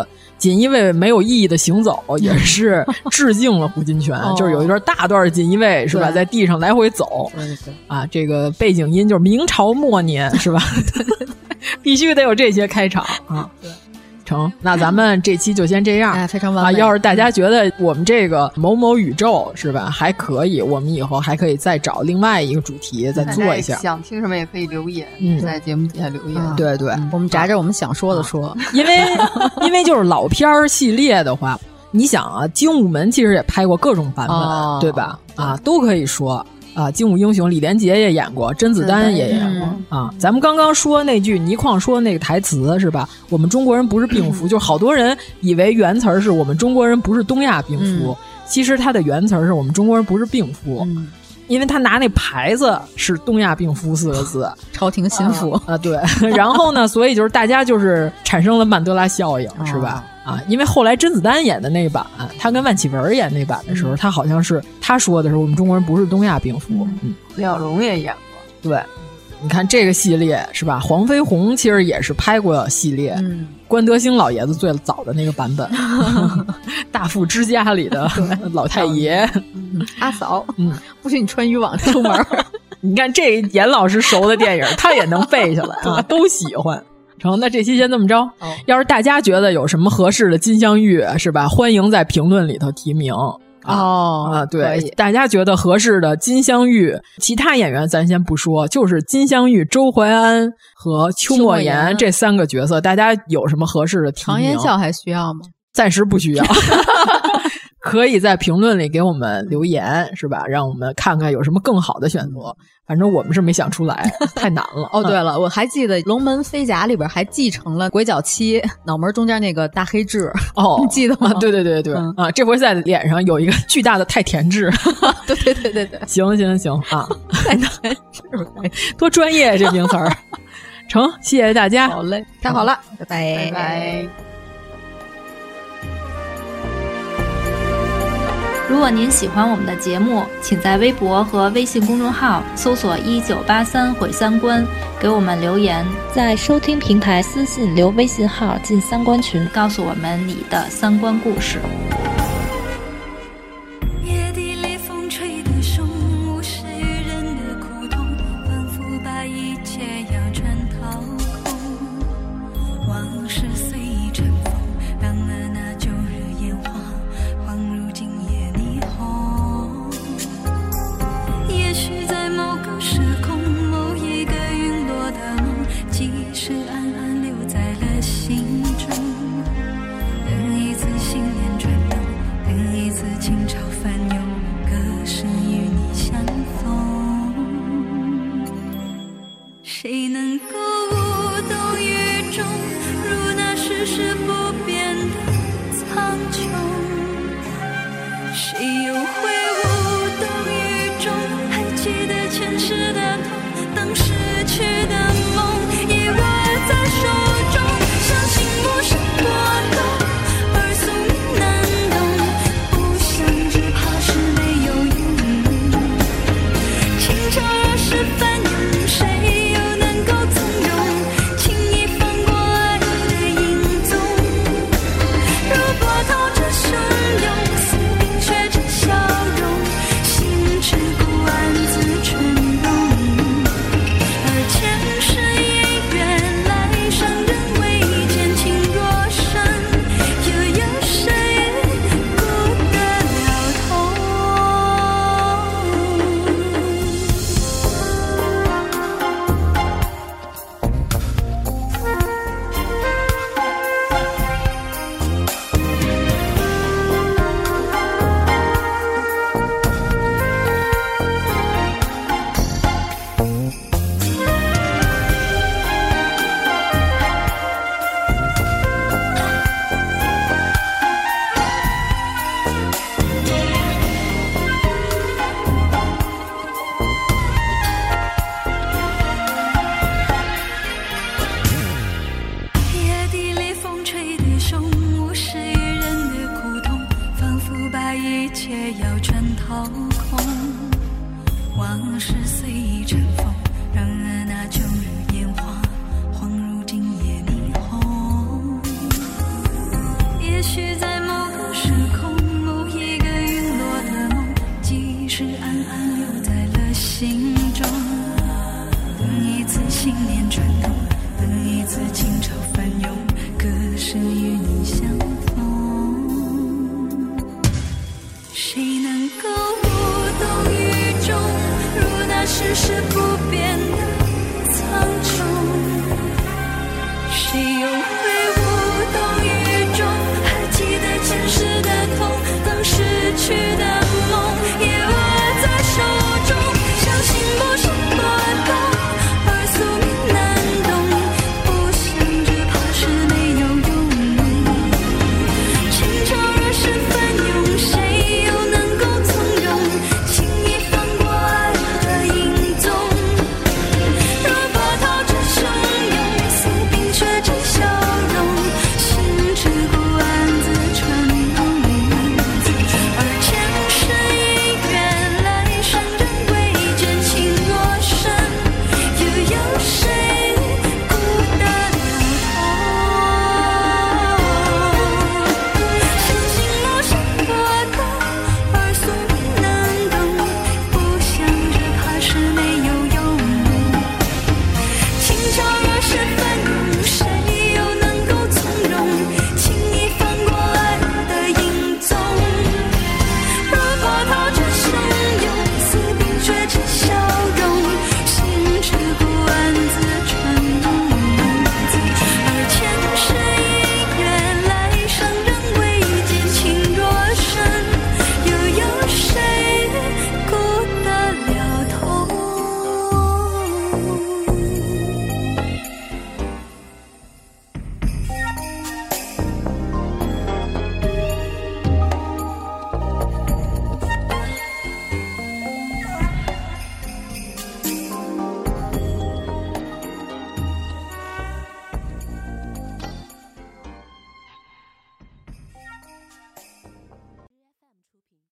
K: 锦衣卫没有意义的行走也是致敬了胡金铨，哦、就是有一段大段的锦衣卫是吧，在地上来回走，
J: 对对对
K: 啊，这个背景音就是明朝末年是吧？必须得有这些开场啊。对。成，那咱们这期就先这样，
J: 哎，非常完美
K: 啊！要是大家觉得我们这个某某宇宙是吧还可以，我们以后还可以再找另外一个主题再做一下。
N: 想听什么也可以留言，
K: 嗯，
N: 在节目底下留言。
K: 嗯、对对、
J: 嗯，我们摘着我们想说的说，
K: 啊、因为因为就是老片儿系列的话，你想啊，精武门其实也拍过各种版本，哦、对吧？啊，都可以说。啊，精武英雄李连杰也演过，甄子丹也演过、嗯、啊。咱们刚刚说那句倪匡说那个台词是吧？我们中国人不是病夫，嗯、就是好多人以为原词是我们中国人不是东亚病夫，嗯、其实他的原词是我们中国人不是病夫。嗯，因为他拿那牌子是东亚病夫四个字，
J: 朝廷心腹
K: 啊、呃，对。然后呢，所以就是大家就是产生了曼德拉效应，是吧？啊，因为后来甄子丹演的那版，他跟万绮雯演那版的时候，嗯、他好像是他说的是我们中国人不是东亚病夫。嗯，
N: 李小龙也演
K: 过。对，你看这个系列是吧？黄飞鸿其实也是拍过系列，嗯、关德兴老爷子最早的那个版本，大富之家里的老太爷、
J: 嗯、阿嫂，嗯，不许你穿渔网出门。
K: 你看这严老师熟的电影，他也能背下来啊，都喜欢。成，那这期先这么着、哦。要是大家觉得有什么合适的金镶玉是吧，欢迎在评论里头提名。啊、
J: 哦
K: 啊，对，大家觉得合适的金镶玉，其他演员咱先不说，就是金镶玉、周淮安和邱莫言这三个角色，大家有什么合适的提名？
J: 常言笑还需要吗？
K: 暂时不需要。可以在评论里给我们留言是吧，让我们看看有什么更好的选择。反正我们是没想出来，太难了。
J: 哦，对了，我还记得《龙门飞甲》里边还继承了鬼脚七脑门中间那个大黑痣。
K: 哦，
J: 你记得吗？
K: 啊、对对对对、嗯、啊！这回在脸上有一个巨大的太田痣。
J: 对对对对对，
K: 行行行啊！
J: 太田痣，
K: 多专业这名词儿。成，谢谢大家。
J: 好嘞，太好了，
N: 拜拜拜拜。
Q: 如果您喜欢我们的节目，请在微博和微信公众号搜索一九八三毁三观，给我们留言，在收听平台私信留微信号进三观群，告诉我们你的三观故事。
P: 夜地里风吹的凶，无视于人的苦痛，仿佛把一切要全掏空。往事随意尘封，让了那旧日烟花，恍如今夜。也许在某个时空，某一个陨落的梦，即使暗暗留在了心中。等一次信念转动，等一次情潮翻涌，可是与你相逢。谁能够无动于衷，如那世事不变的苍穹？谁又会无动于衷？还记得前世的痛，当失去的梦已握在手中，相信不是波动，而宿命难懂，不想只怕是没有用。情潮若是翻涌，谁又能够从容轻易放过爱的影踪？如波涛这汹涌，却着笑容，心之孤暗自沉沦，而前世姻缘，来生仍未见，情若深，又有谁顾得了头？夜地里风吹的凶，无视于人的苦痛，仿佛把一切要全掏空。往事随意尘封，让了那旧日烟花，恍如今夜霓虹。也留在了心中。等一次信念转动，等一次情潮翻涌，歌声与你相逢。谁能够无动于衷，如那世事不变